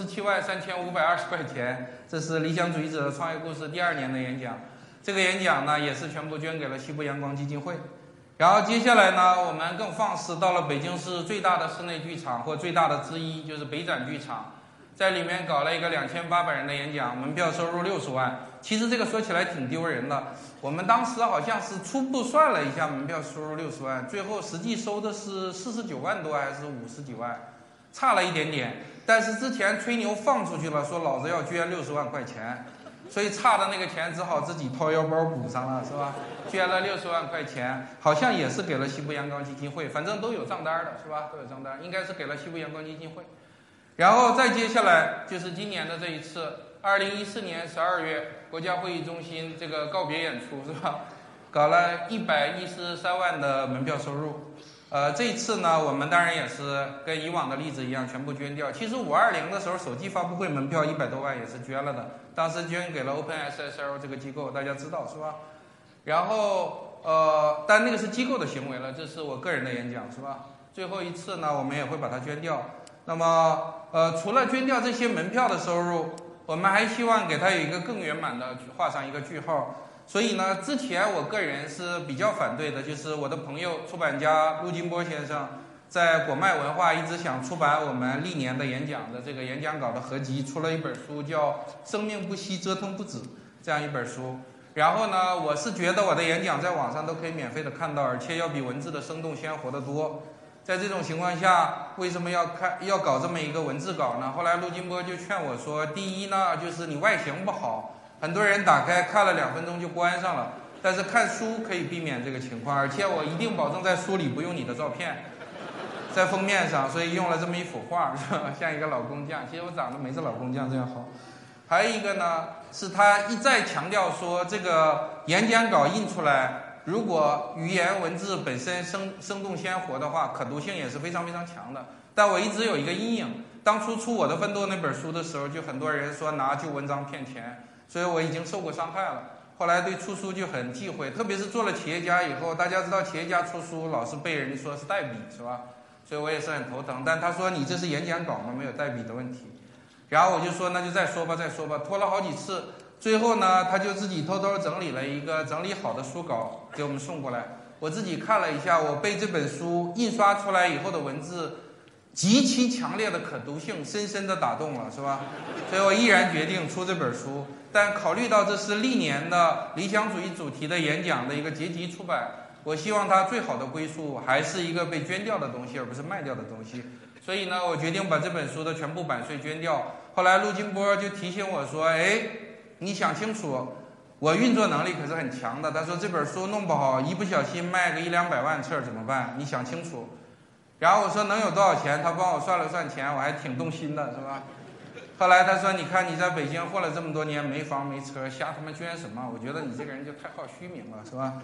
173520块钱，这是理想主义者的创业故事第2年的演讲。这个演讲呢，也是全部捐给了西部阳光基金会。然后接下来呢，我们更放肆，到了北京市最大的室内剧场或最大的之一，就是北展剧场，在里面搞了一个2800人的演讲，门票收入60万。其实这个说起来挺丢人的，我们当时好像是初步算了一下，门票收入60万，最后实际收的是49万多还是50几万，差了一点点。但是之前吹牛放出去了，说老子要捐60万块钱，所以差的那个钱只好自己掏腰包补上了，是吧？捐了60万块钱，好像也是给了西部阳光基金会，反正都有账单的，是吧？都有账单，应该是给了西部阳光基金会。然后再接下来就是今年的这一次，2014年12月，国家会议中心这个告别演出，是吧？搞了113万的门票收入。 这一次呢，我们当然也是跟以往的例子一样，全部捐掉。其实520的时候，手机发布会门票100多万也是捐了的，当时捐给了 OpenSSL 这个机构，大家知道是吧？然后但那个是机构的行为了，这是我个人的演讲是吧？最后一次呢，我们也会把它捐掉。那么除了捐掉这些门票的收入，我们还希望给它有一个更圆满的画上一个句号。所以呢，之前我个人是比较反对的，就是我的朋友出版家陆金波先生在果麦文化一直想出版我们历年的演讲的这个演讲稿的合集，出了一本书叫《生命不息，折腾不止》这样一本书。然后呢，我是觉得我的演讲在网上都可以免费的看到，而且要比文字的生动鲜活得多。在这种情况下，为什么要搞这么一个文字稿呢？后来陆金波就劝我说，第一呢，就是你外形不好，很多人打开看了2分钟就关上了，但是看书可以避免这个情况，而且我一定保证在书里不用你的照片在封面上，所以用了这么一幅画，是吧？像一个老工匠，其实我长得没这老工匠这样好。还有一个呢，是他一再强调说，这个演讲稿印出来，如果语言文字本身生动鲜活的话，可读性也是非常非常强的。但我一直有一个阴影，当初出我的奋斗那本书的时候，就很多人说拿旧文章骗钱，所以我已经受过伤害了。后来对出书就很忌讳，特别是做了企业家以后，大家知道企业家出书老是被人说是代笔，是吧？所以我也是很头疼。但他说你这是演讲稿吗？没有代笔的问题。然后我就说那就再说吧，拖了好几次。最后呢，他就自己偷偷整理了一个整理好的书稿给我们送过来。我自己看了一下，我被这本书印刷出来以后的文字极其强烈的可读性深深的打动了，是吧？所以我毅然决定出这本书。但考虑到这是历年的理想主义主题的演讲的一个结集出版，我希望它最好的归宿还是一个被捐掉的东西，而不是卖掉的东西。所以呢，我决定把这本书的全部版税捐掉。后来陆金波就提醒我说，你想清楚，我运作能力可是很强的。他说这本书弄不好，一不小心卖个100-200万册怎么办？你想清楚。然后我说能有多少钱？他帮我算了算钱，我还挺动心的，是吧？后来他说，你看你在北京混了这么多年，没房没车，瞎他妈捐什么？我觉得你这个人就太好虚名了，是吧？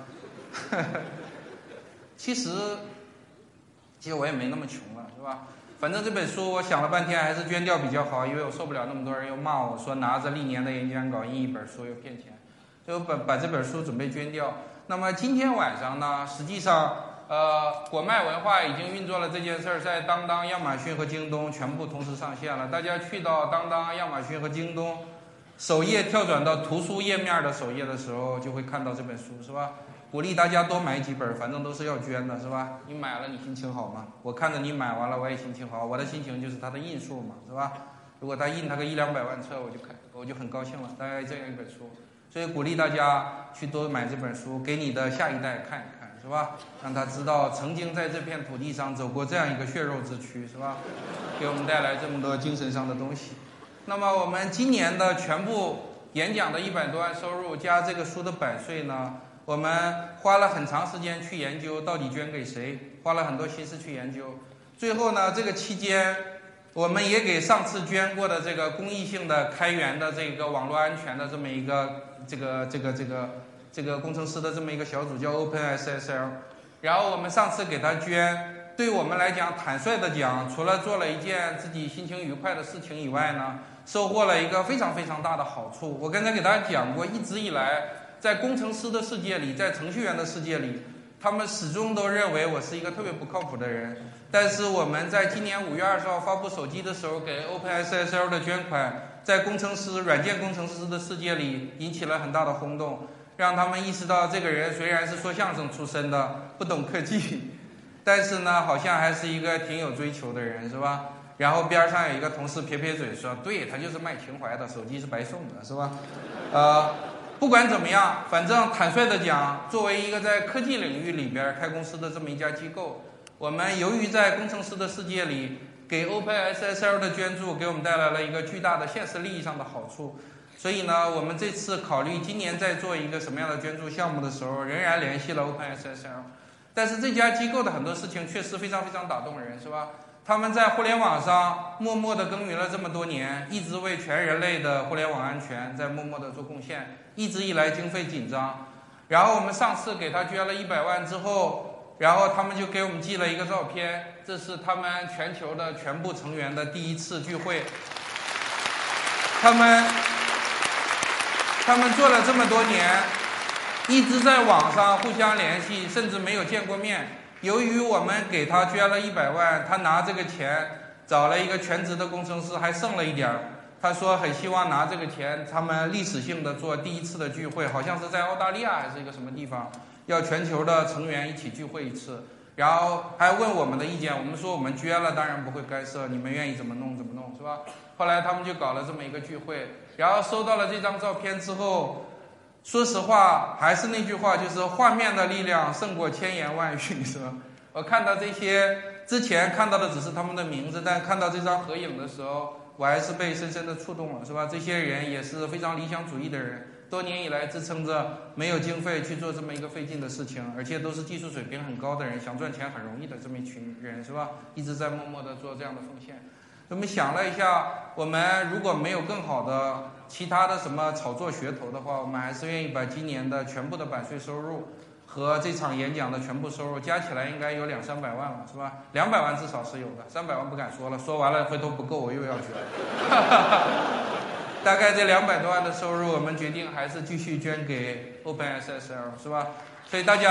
其实我也没那么穷了，是吧？反正这本书我想了半天还是捐掉比较好，因为我受不了那么多人又骂我说拿着历年的演讲稿印一本书又骗钱，所以我把这本书准备捐掉。那么今天晚上呢，实际上果麦文化已经运作了这件事儿，在当当、亚马逊和京东全部同时上线了。大家去到当当、亚马逊和京东首页跳转到图书页面的首页的时候，就会看到这本书，是吧？鼓励大家多买几本，反正都是要捐的，是吧？你买了你心情好吗？我看着你买完了我也心情好，我的心情就是它的印数嘛，是吧？如果它印它个100-200万册，我就很高兴了，大概这样一本书。所以鼓励大家去多买这本书，给你的下一代看一看，是吧？让他知道曾经在这片土地上走过这样一个血肉之躯，是吧？给我们带来这么多精神上的东西。那么我们今年的全部演讲的100多万收入加这个书的版税呢，我们花了很长时间去研究到底捐给谁，花了很多心思去研究。最后呢，这个期间我们也给上次捐过的这个公益性的开源的这个网络安全的这么一个这个工程师的这么一个小组叫 OpenSSL。 然后我们上次给他捐，对我们来讲坦率的讲，除了做了一件自己心情愉快的事情以外呢，收获了一个非常非常大的好处。我刚才给大家讲过，一直以来在工程师的世界里，在程序员的世界里，他们始终都认为我是一个特别不靠谱的人。但是我们在今年5月20号发布手机的时候，给 OpenSSL 的捐款，在软件工程师的世界里引起了很大的轰动，让他们意识到这个人虽然是说相声出身的，不懂科技，但是呢，好像还是一个挺有追求的人，是吧？然后边上有一个同事撇撇嘴说，对，他就是卖情怀的，手机是白送的，是吧？不管怎么样，反正坦率的讲，作为一个在科技领域里边开公司的这么一家机构，我们由于在工程师的世界里给 OpenSSL 的捐助，给我们带来了一个巨大的现实利益上的好处。所以呢，我们这次考虑今年在做一个什么样的捐助项目的时候，仍然联系了 OpenSSL。但是这家机构的很多事情确实非常非常打动人，是吧？他们在互联网上默默地耕耘了这么多年，一直为全人类的互联网安全在默默地做贡献，一直以来经费紧张。然后我们上次给他捐了100万之后， 然后他们就给我们寄了一个照片，这是他们全球的全部成员的第一次聚会。他们做了这么多年，一直在网上互相联系，甚至没有见过面。由于我们给他捐了100万，他拿这个钱找了一个全职的工程师，还剩了一点儿。他说很希望拿这个钱，他们历史性的做第一次的聚会，好像是在澳大利亚还是一个什么地方，要全球的成员一起聚会一次。然后还问我们的意见，我们说我们捐了，当然不会干涉，你们愿意怎么弄怎么弄，是吧？后来他们就搞了这么一个聚会，然后收到了这张照片之后，说实话，还是那句话，就是画面的力量胜过千言万语，是吧？我看到这些之前看到的只是他们的名字，但看到这张合影的时候，我还是被深深的触动了，是吧？这些人也是非常理想主义的人，多年以来支撑着没有经费去做这么一个费劲的事情，而且都是技术水平很高的人，想赚钱很容易的这么一群人，是吧？一直在默默的做这样的奉献。我们想了一下，我们如果没有更好的其他的什么炒作噱头的话，我们还是愿意把今年的全部的版税收入和这场演讲的全部收入加起来，应该有200-300万了，是吧？200万至少是有的，300万不敢说了，说完了回头不够我又要捐。大概这200多万的收入，我们决定还是继续捐给 OpenSSL， 是吧？所以大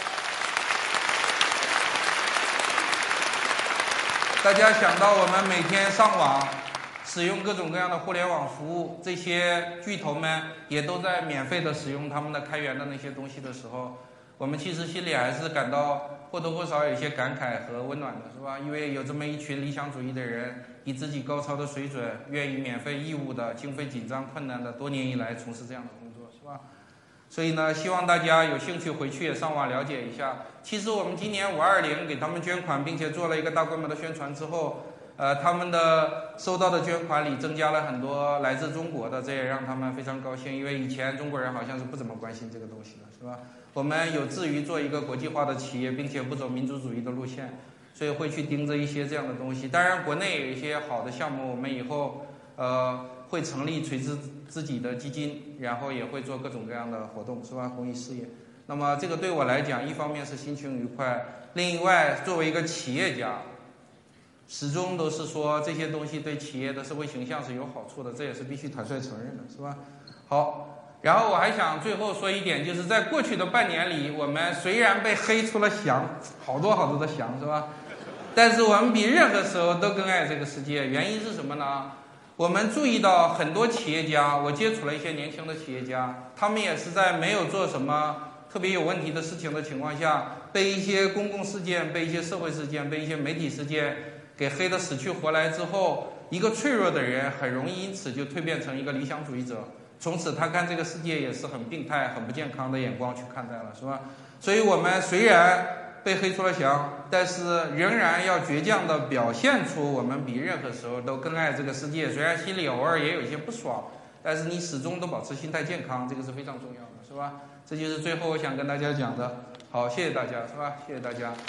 家想到我们每天上网使用各种各样的互联网服务，这些巨头们也都在免费的使用他们的开源的那些东西的时候，我们其实心里还是感到或多或少有一些感慨和温暖的，是吧？因为有这么一群理想主义的人，以自己高超的水准，愿意免费义务的、经费紧张困难的多年以来从事这样的工作，是吧？所以呢，希望大家有兴趣回去也上网了解一下。其实我们今年520给他们捐款，并且做了一个大规模的宣传之后，他们的收到的捐款里增加了很多来自中国的，这也让他们非常高兴，因为以前中国人好像是不怎么关心这个东西的，是吧？我们有志于做一个国际化的企业，并且不走民族主义的路线，所以会去盯着一些这样的东西。当然，国内有一些好的项目，我们以后会成立垂直自己的基金，然后也会做各种各样的活动，是吧？公益事业。那么这个对我来讲，一方面是心情愉快，另外作为一个企业家，始终都是说这些东西对企业的社会形象是有好处的，这也是必须坦率承认的，是吧？好，然后我还想最后说一点，就是在过去的半年里，我们虽然被黑出了翔，好多的翔，是吧？但是我们比任何时候都更爱这个世界。原因是什么呢？我们注意到很多企业家，我接触了一些年轻的企业家，他们也是在没有做什么特别有问题的事情的情况下，被一些公共事件、被一些社会事件、被一些媒体事件给黑得死去活来之后，一个脆弱的人很容易因此就蜕变成一个理想主义者，从此他看这个世界也是很病态、很不健康的眼光去看待了，是吧？所以我们虽然被黑出了翔，但是仍然要倔强地表现出我们比任何时候都更爱这个世界。虽然心里偶尔也有一些不爽，但是你始终都保持心态健康，这个是非常重要的，是吧？这就是最后我想跟大家讲的。好，谢谢大家，是吧？谢谢大家。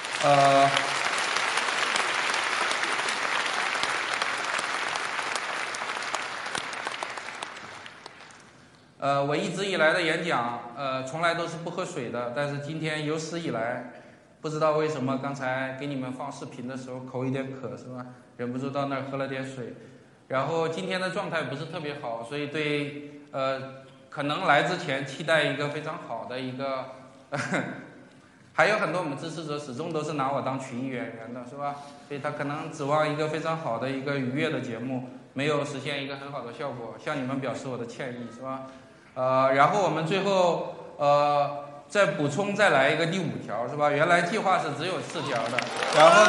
我一直以来的演讲，从来都是不喝水的，但是今天有史以来，不知道为什么刚才给你们放视频的时候口有点渴，是吧？忍不住到那儿喝了点水，然后今天的状态不是特别好，所以对可能来之前期待一个非常好的一个，还有很多我们支持者始终都是拿我当曲艺演员的，是吧？所以他可能指望一个非常好的一个愉悦的节目，没有实现一个很好的效果，向你们表示我的歉意，是吧？然后我们最后再补充再来一个第5条，是吧？原来计划是只有4条的，然后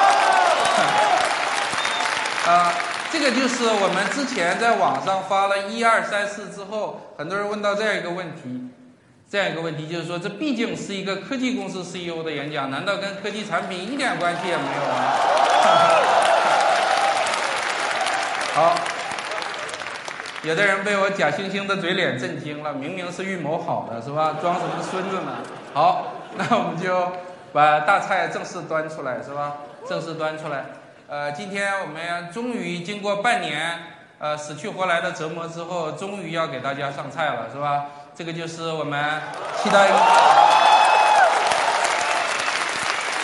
呢，这个就是我们之前在网上发了1、2、3、4之后，很多人问到这样一个问题，就是说，这毕竟是一个科技公司 CEO 的演讲，难道跟科技产品一点关系也没有吗？好。有的人被我假惺惺的嘴脸震惊了，明明是预谋好的，是吧？装什么孙子呢？好，那我们就把大菜正式端出来，是吧？正式端出来。今天我们终于经过半年死去活来的折磨之后，终于要给大家上菜了，是吧？这个就是我们期待。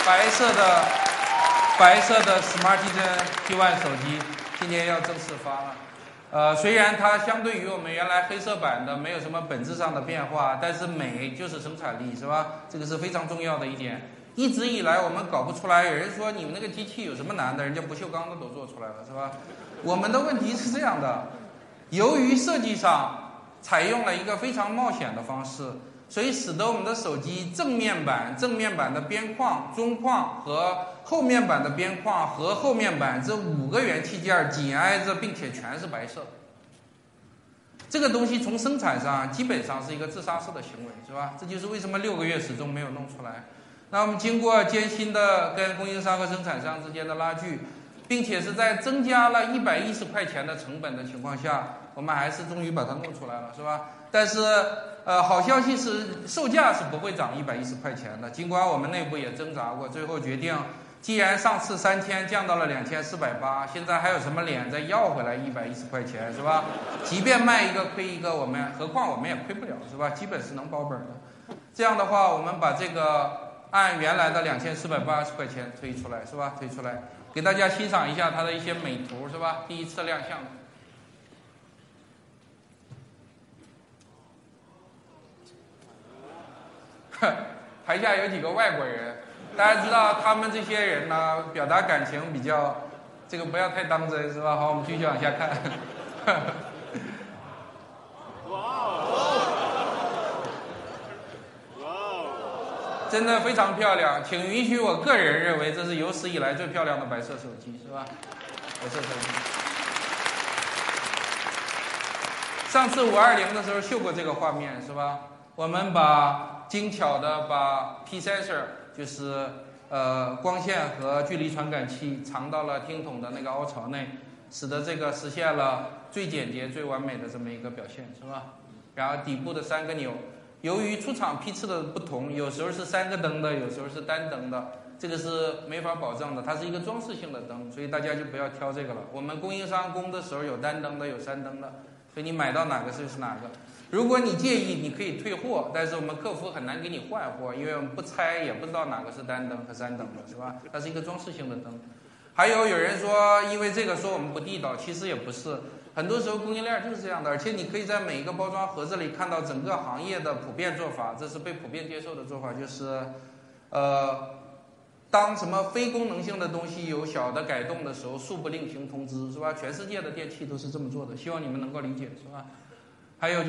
白色的 Smartisan P1 手机今天要正式发了。虽然它相对于我们原来黑色版的没有什么本质上的变化，但是美就是生产力，是吧？这个是非常重要的一点。一直以来我们搞不出来，有人说你们那个机器有什么难的，人家不锈钢的都做出来了，是吧？我们的问题是这样的，由于设计上采用了一个非常冒险的方式，所以使得我们的手机正面板的边框、中框和后面板的边框和后面板这5个元器件紧挨着，并且全是白色。这个东西从生产上基本上是一个自杀式的行为，是吧？这就是为什么6个月始终没有弄出来。那我们经过艰辛的跟供应商和生产商之间的拉锯，并且是在增加了110块钱的成本的情况下，我们还是终于把它弄出来了，是吧？但是好消息是售价是不会涨110块钱的，尽管我们内部也挣扎过，最后决定既然上次3000降到了2480，现在还有什么脸再要回来110块钱，是吧？即便卖一个亏一个，何况我们也亏不了，是吧？基本是能保本的。这样的话，我们把这个按原来的2480块钱推出来，是吧？推出来给大家欣赏一下它的一些美图，是吧？第一次亮相。台下有几个外国人，大家知道他们这些人呢，表达感情比较，这个不要太当真，是吧？好，我们继续往下看。真的非常漂亮，请允许我个人认为这是有史以来最漂亮的白色手机，是吧？白色手机。上次520的时候秀过这个画面，是吧？我们精巧的把 P sensor 就是光线和距离传感器藏到了听筒的那个凹槽内，使得这个实现了最简洁、最完美的这么一个表现，是吧？然后底部的3个钮，由于出厂批次的不同，有时候是3个灯的，有时候是单灯的，这个是没法保证的，它是一个装饰性的灯，所以大家就不要挑这个了。我们供应商供的时候有单灯的，有3灯的，所以你买到哪个就是哪个。如果你介意，你可以退货，但是我们客服很难给你换货，因为我们不拆，也不知道哪个是单灯和3灯的，是吧？它是一个装饰性的灯。还有人说，因为这个说我们不地道，其实也不是。很多时候供应链就是这样的，而且你可以在每一个包装盒子里看到整个行业的普遍做法，这是被普遍接受的做法，就是当什么非功能性的东西有小的改动的时候，恕不另行通知，是吧？全世界的电器都是这么做的，希望你们能够理解，是吧？还有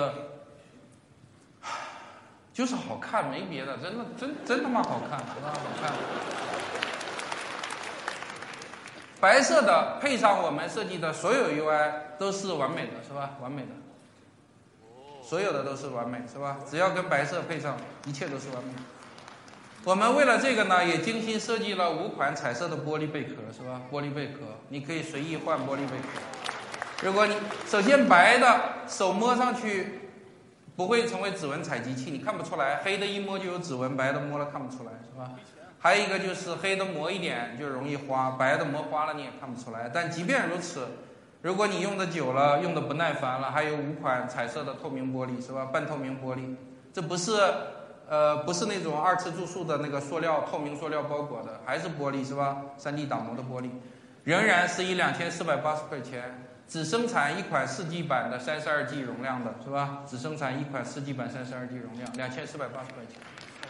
就是好看，没别的，真他妈好看，是吧？好看。白色的配上我们设计的所有 UI 都是完美的，是吧？完美的，所有的都是完美，是吧？只要跟白色配上，一切都是完美。我们为了这个呢，也精心设计了5款彩色的玻璃贝壳，是吧？玻璃贝壳，你可以随意换玻璃贝壳。如果你首先白的手摸上去不会成为指纹采集器，你看不出来，黑的一摸就有指纹，白的摸了看不出来，是吧？还有一个就是黑的磨一点就容易花，白的磨花了你也看不出来。但即便如此，如果你用的久了，用的不耐烦了，还有5款彩色的透明玻璃，是吧？半透明玻璃，这不是那种2次注塑的那个透明塑料包裹的，还是玻璃，是吧？3D 打磨的玻璃，仍然是以2480块钱。只生产1款4G 版的32G 容量的，是吧？只生产1款4G 版32G 容量，2480块钱。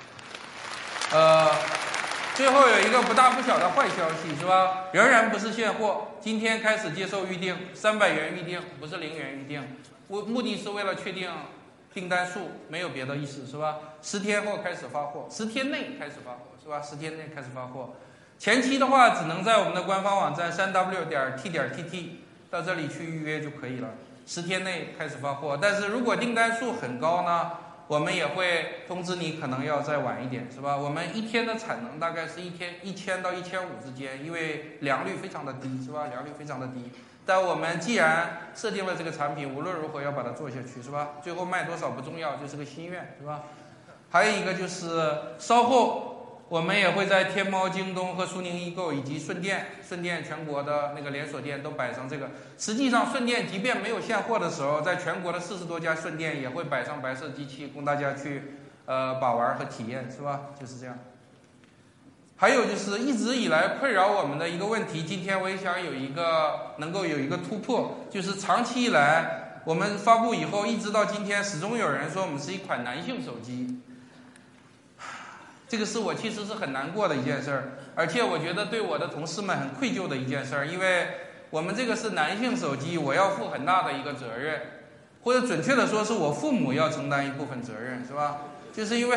最后有一个不大不小的坏消息，是吧？仍然不是现货，今天开始接受预定，300元预定，不是0元预定。目的是为了确定订单数，没有别的意思，是吧？10天后开始发货，10天内开始发货，是吧？10天内开始发货。前期的话，只能在我们的官方网站3w.t.tt 到这里去预约就可以了，10天内开始发货。但是如果订单数很高呢，我们也会通知你可能要再晚一点，是吧？我们1天的产能大概是1000到1500之间，因为良率非常的低，是吧？良率非常的低。但我们既然设定了这个产品，无论如何要把它做下去，是吧？最后卖多少不重要，就是个心愿，是吧？还有一个就是稍后我们也会在天猫、京东和苏宁易购以及顺电全国的那个连锁店都摆上这个。实际上，顺电即便没有现货的时候，在全国的40多家顺电也会摆上白色机器，供大家去把玩和体验，是吧？就是这样。 还有就是一直以来困扰我们的一个问题，今天我也想能够有一个突破，就是长期以来我们发布以后，一直到今天，始终有人说我们是一款男性手机。这个是我其实是很难过的一件事儿，而且我觉得对我的同事们很愧疚的一件事儿，因为我们这个是男性手机，我要负很大的一个责任，或者准确的说是我父母要承担一部分责任，是吧？就是因为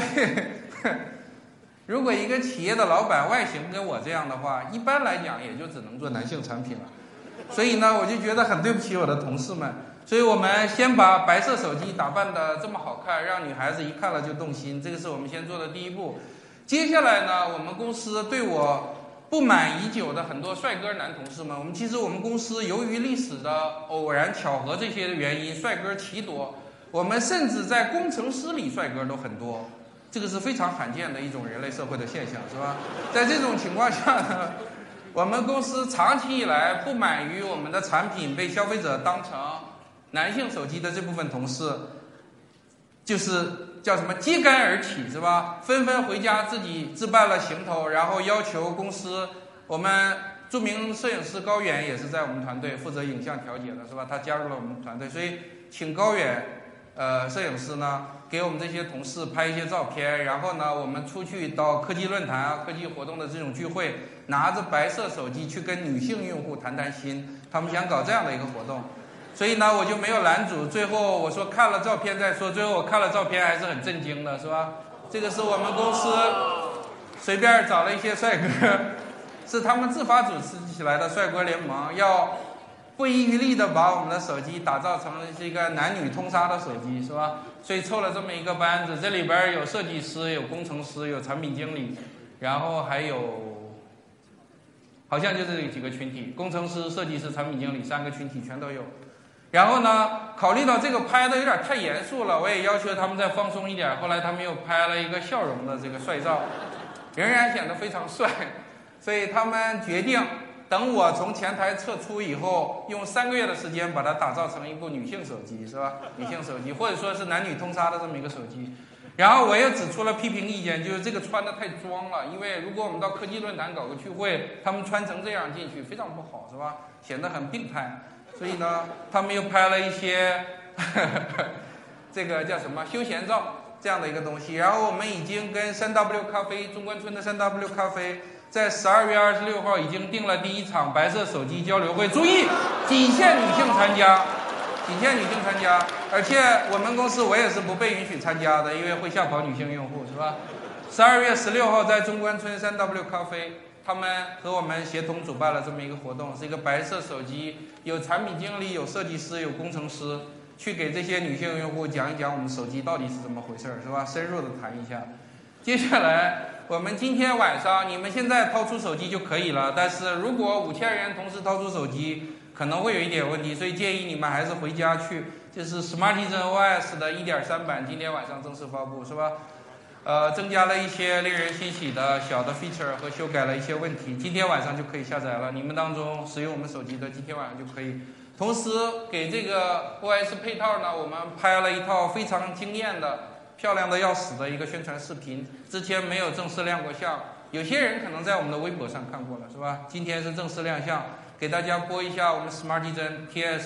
如果一个企业的老板外形跟我这样的话，一般来讲也就只能做男性产品了。所以呢，我就觉得很对不起我的同事们。所以我们先把白色手机打扮得这么好看，让女孩子一看了就动心，这个是我们先做的第一步。接下来呢，我们公司对我不满已久的很多帅哥男同事们，我们公司由于历史的偶然巧合这些原因，帅哥奇多，我们甚至在工程师里帅哥都很多，这个是非常罕见的一种人类社会的现象，是吧？在这种情况下呢，我们公司长期以来不满于我们的产品被消费者当成男性手机的这部分同事，就是叫什么揭竿而起，是吧？纷纷回家自己自办了行头，然后要求公司，我们著名摄影师高远也是在我们团队负责影像调节的，是吧？他加入了我们团队，所以请高远摄影师呢给我们这些同事拍一些照片，然后呢我们出去到科技论坛啊、科技活动的这种聚会，拿着白色手机去跟女性用户谈心，他们想搞这样的一个活动。所以呢，我就没有拦阻。最后我说看了照片再说。最后我看了照片还是很震惊的，是吧？这个是我们公司随便找了一些帅哥，是他们自发组织起来的帅哥联盟，要不遗余力的把我们的手机打造成是一个男女通杀的手机，是吧？所以凑了这么一个班子，这里边有设计师、有工程师、有产品经理，然后还有好像就这几个群体，工程师、设计师、产品经理3个群体全都有。然后呢，考虑到这个拍的有点太严肃了，我也要求他们再放松一点。后来他们又拍了一个笑容的这个帅照，仍然显得非常帅。所以他们决定等我从前台撤出以后，用3个月的时间把它打造成一部女性手机，是吧？女性手机，或者说是男女通杀的这么一个手机。然后我也指出了批评意见，就是这个穿的太装了，因为如果我们到科技论坛搞个聚会，他们穿成这样进去非常不好，是吧？显得很病态。所以呢，他们又拍了一些这个叫什么休闲照这样的一个东西。然后我们已经跟3W 咖啡中关村的3W 咖啡在12月26号已经定了第1场白色手机交流会，注意，仅限女性参加，仅限女性参加。而且我们公司我也是不被允许参加的，因为会吓跑女性用户，是吧？12月16号在中关村3W 咖啡。他们和我们协同主办了这么一个活动，是一个白色手机，有产品经理、有设计师、有工程师，去给这些女性用户讲一讲我们手机到底是怎么回事，是吧？深入的谈一下。接下来，我们今天晚上，你们现在掏出手机就可以了，但是如果5000人同时掏出手机，可能会有一点问题，所以建议你们还是回家去。这是 Smartisan OS 的1.3版，今天晚上正式发布，是吧？增加了一些令人欣喜的小的 feature 和修改了一些问题，今天晚上就可以下载了。你们当中使用我们手机的，今天晚上就可以。同时给这个 OS 配套呢，我们拍了一套非常惊艳的、漂亮的要死的一个宣传视频，之前没有正式亮过相，有些人可能在我们的微博上看过了，是吧？今天是正式亮相，给大家播一下我们 Smartisan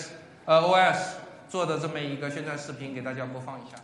OS 做的这么一个宣传视频，给大家播放一下。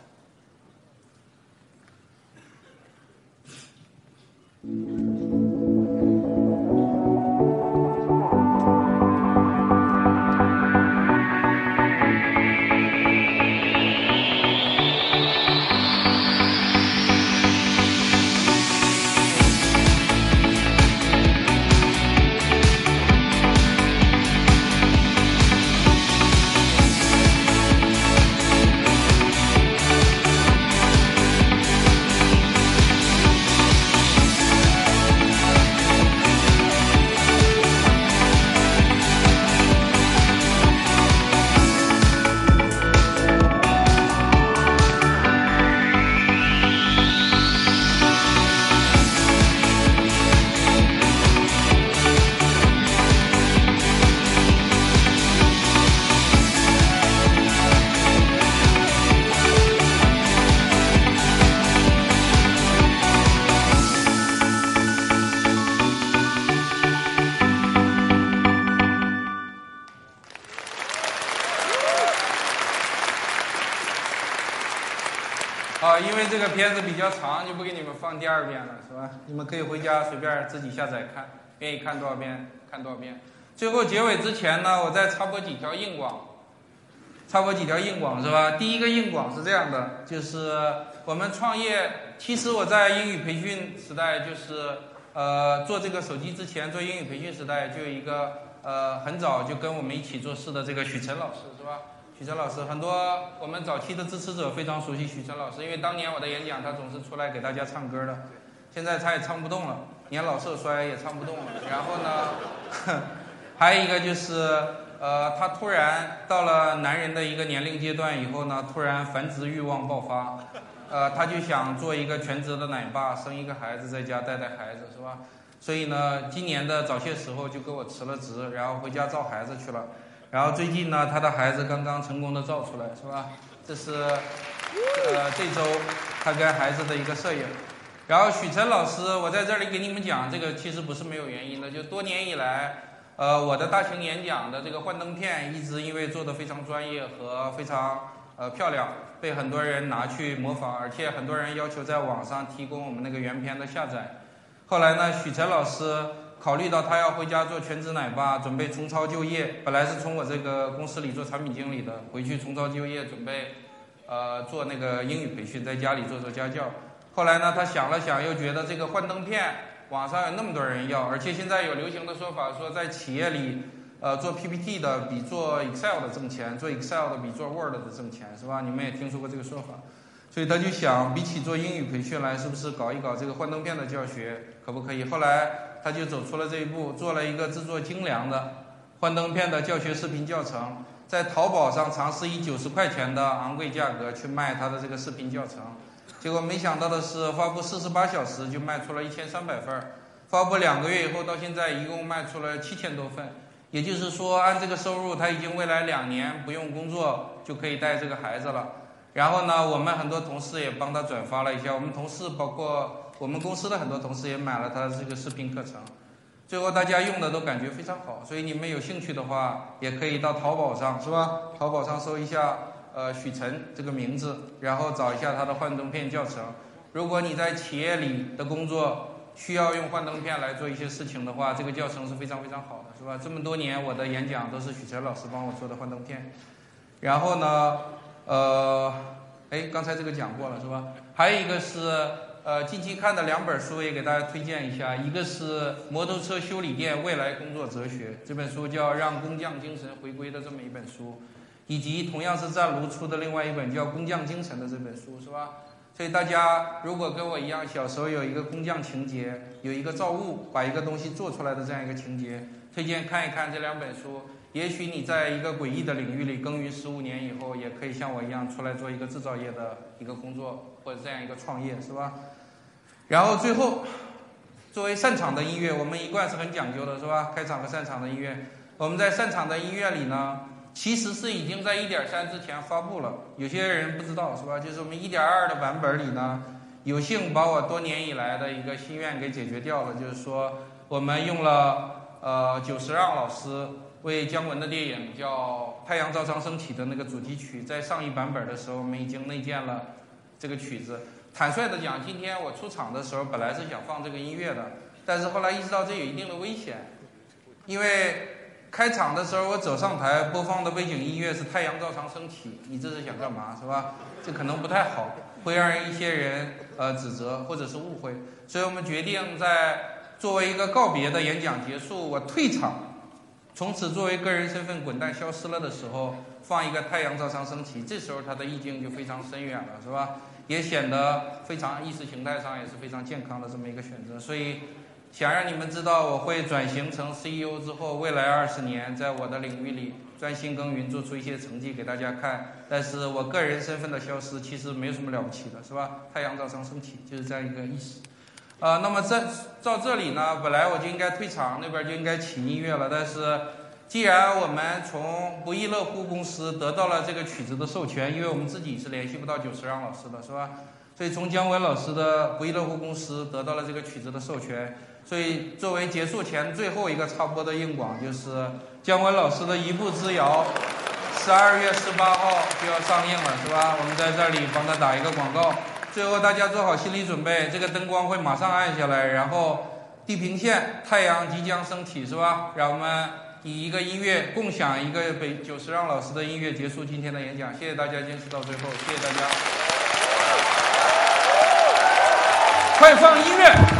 啊，因为这个片子比较长，就不给你们放第二遍了，是吧？你们可以回家随便自己下载看，愿意看多少遍看多少遍。最后结尾之前呢，我再插播几条硬广，是吧？第一个硬广是这样的，就是我们创业，其实我在英语培训时代，就是做这个手机之前，做英语培训时代就有一个很早就跟我们一起做事的这个许晨老师，是吧？许晨老师，很多我们早期的支持者非常熟悉许晨老师，因为当年我的演讲他总是出来给大家唱歌的，现在他也唱不动了，年老色衰也唱不动了。然后呢，还有一个就是他突然到了男人的一个年龄阶段以后呢，突然繁殖欲望爆发，他就想做一个全职的奶爸，生一个孩子，在家带孩子，是吧？所以呢，今年的早些时候就给我辞了职，然后回家照孩子去了。然后最近呢，他的孩子刚刚成功的照出来，是吧？这是这周他跟孩子的一个摄影。然后许晨老师，我在这里给你们讲，这个其实不是没有原因的，就多年以来，我的大型演讲的这个幻灯片，一直因为做得非常专业和非常漂亮，被很多人拿去模仿，而且很多人要求在网上提供我们那个原片的下载。后来呢，许晨老师考虑到他要回家做全职奶爸，准备重操旧业，本来是从我这个公司里做产品经理的，回去重操旧业，准备做那个英语培训，在家里做家教。后来呢，他想了想，又觉得这个幻灯片网上有那么多人要，而且现在有流行的说法说，在企业里做 PPT 的比做 Excel 的挣钱，做 Excel 的比做 Word 的挣钱，是吧？你们也听说过这个说法。所以他就想，比起做英语培训来，是不是搞一搞这个幻灯片的教学，可不可以？后来他就走出了这一步，做了一个制作精良的幻灯片的教学视频教程，在淘宝上尝试以90块钱的昂贵价格去卖他的这个视频教程，结果没想到的是，发布48小时就卖出了1300份，发布2个月以后到现在一共卖出了7000多份，也就是说，按这个收入，他已经未来2年不用工作就可以带这个孩子了。然后呢，我们很多同事也帮他转发了一下，我们同事包括我们公司的很多同事也买了他的这个视频课程，最后大家用的都感觉非常好，所以你们有兴趣的话，也可以到淘宝上，是吧？淘宝上搜一下许晨这个名字，然后找一下他的幻灯片教程。如果你在企业里的工作需要用幻灯片来做一些事情的话，这个教程是非常非常好的，是吧？这么多年我的演讲都是许晨老师帮我做的幻灯片。然后呢，刚才这个讲过了，是吧？还有一个是近期看的2本书，也给大家推荐一下。一个是《摩托车修理店未来工作哲学》，这本书叫《让工匠精神回归》的这么一本书，以及同样是湛卢出的另外一本叫《工匠精神》的这本书，是吧？所以大家如果跟我一样，小时候有一个工匠情节，有一个造物把一个东西做出来的这样一个情节，推荐看一看这2本书。也许你在一个诡异的领域里耕耘15年以后，也可以像我一样出来做一个制造业的一个工作，或者这样一个创业，是吧？然后最后，作为散场的音乐，我们一贯是很讲究的，是吧？开场和散场的音乐，我们在散场的音乐里呢，其实是已经在 1.3 之前发布了，有些人不知道，是吧？就是我们 1.2 的版本里呢，有幸把我多年以来的一个心愿给解决掉了，就是说我们用了久石让老师为姜文的电影叫《太阳照常升起》的那个主题曲，在上一版本的时候，我们已经内建了这个曲子。坦率的讲，今天我出场的时候，本来是想放这个音乐的，但是后来意识到这有一定的危险，因为开场的时候我走上台播放的背景音乐是《太阳照常升起》，你这是想干嘛，是吧？这可能不太好，会让一些人指责或者是误会，所以我们决定在作为一个告别的演讲结束，我退场。从此作为个人身份滚蛋消失了的时候，放一个太阳照常升起，这时候它的意境就非常深远了，是吧？也显得非常意识形态上也是非常健康的这么一个选择。所以想让你们知道，我会转型成 CEO 之后，未来20年在我的领域里专心耕耘，做出一些成绩给大家看。但是我个人身份的消失其实没有什么了不起的，是吧？太阳照常升起就是这样一个意思。那么照这里呢，本来我就应该退场，那边就应该起音乐了。但是，既然我们从不亦乐乎公司得到了这个曲子的授权，因为我们自己是联系不到久石让老师的，是吧？所以从姜文老师的不亦乐乎公司得到了这个曲子的授权。所以作为结束前最后一个插播的硬广，就是姜文老师的一步之遥，12月18号就要上映了，是吧？我们在这里帮他打一个广告。 最后大家做好心理准备，这个灯光会马上暗下来，然后地平线，太阳即将升起，是吧？让我们以一个音乐共享一个久石让老师的音乐结束今天的演讲。谢谢大家坚持到最后，谢谢大家。快放音乐。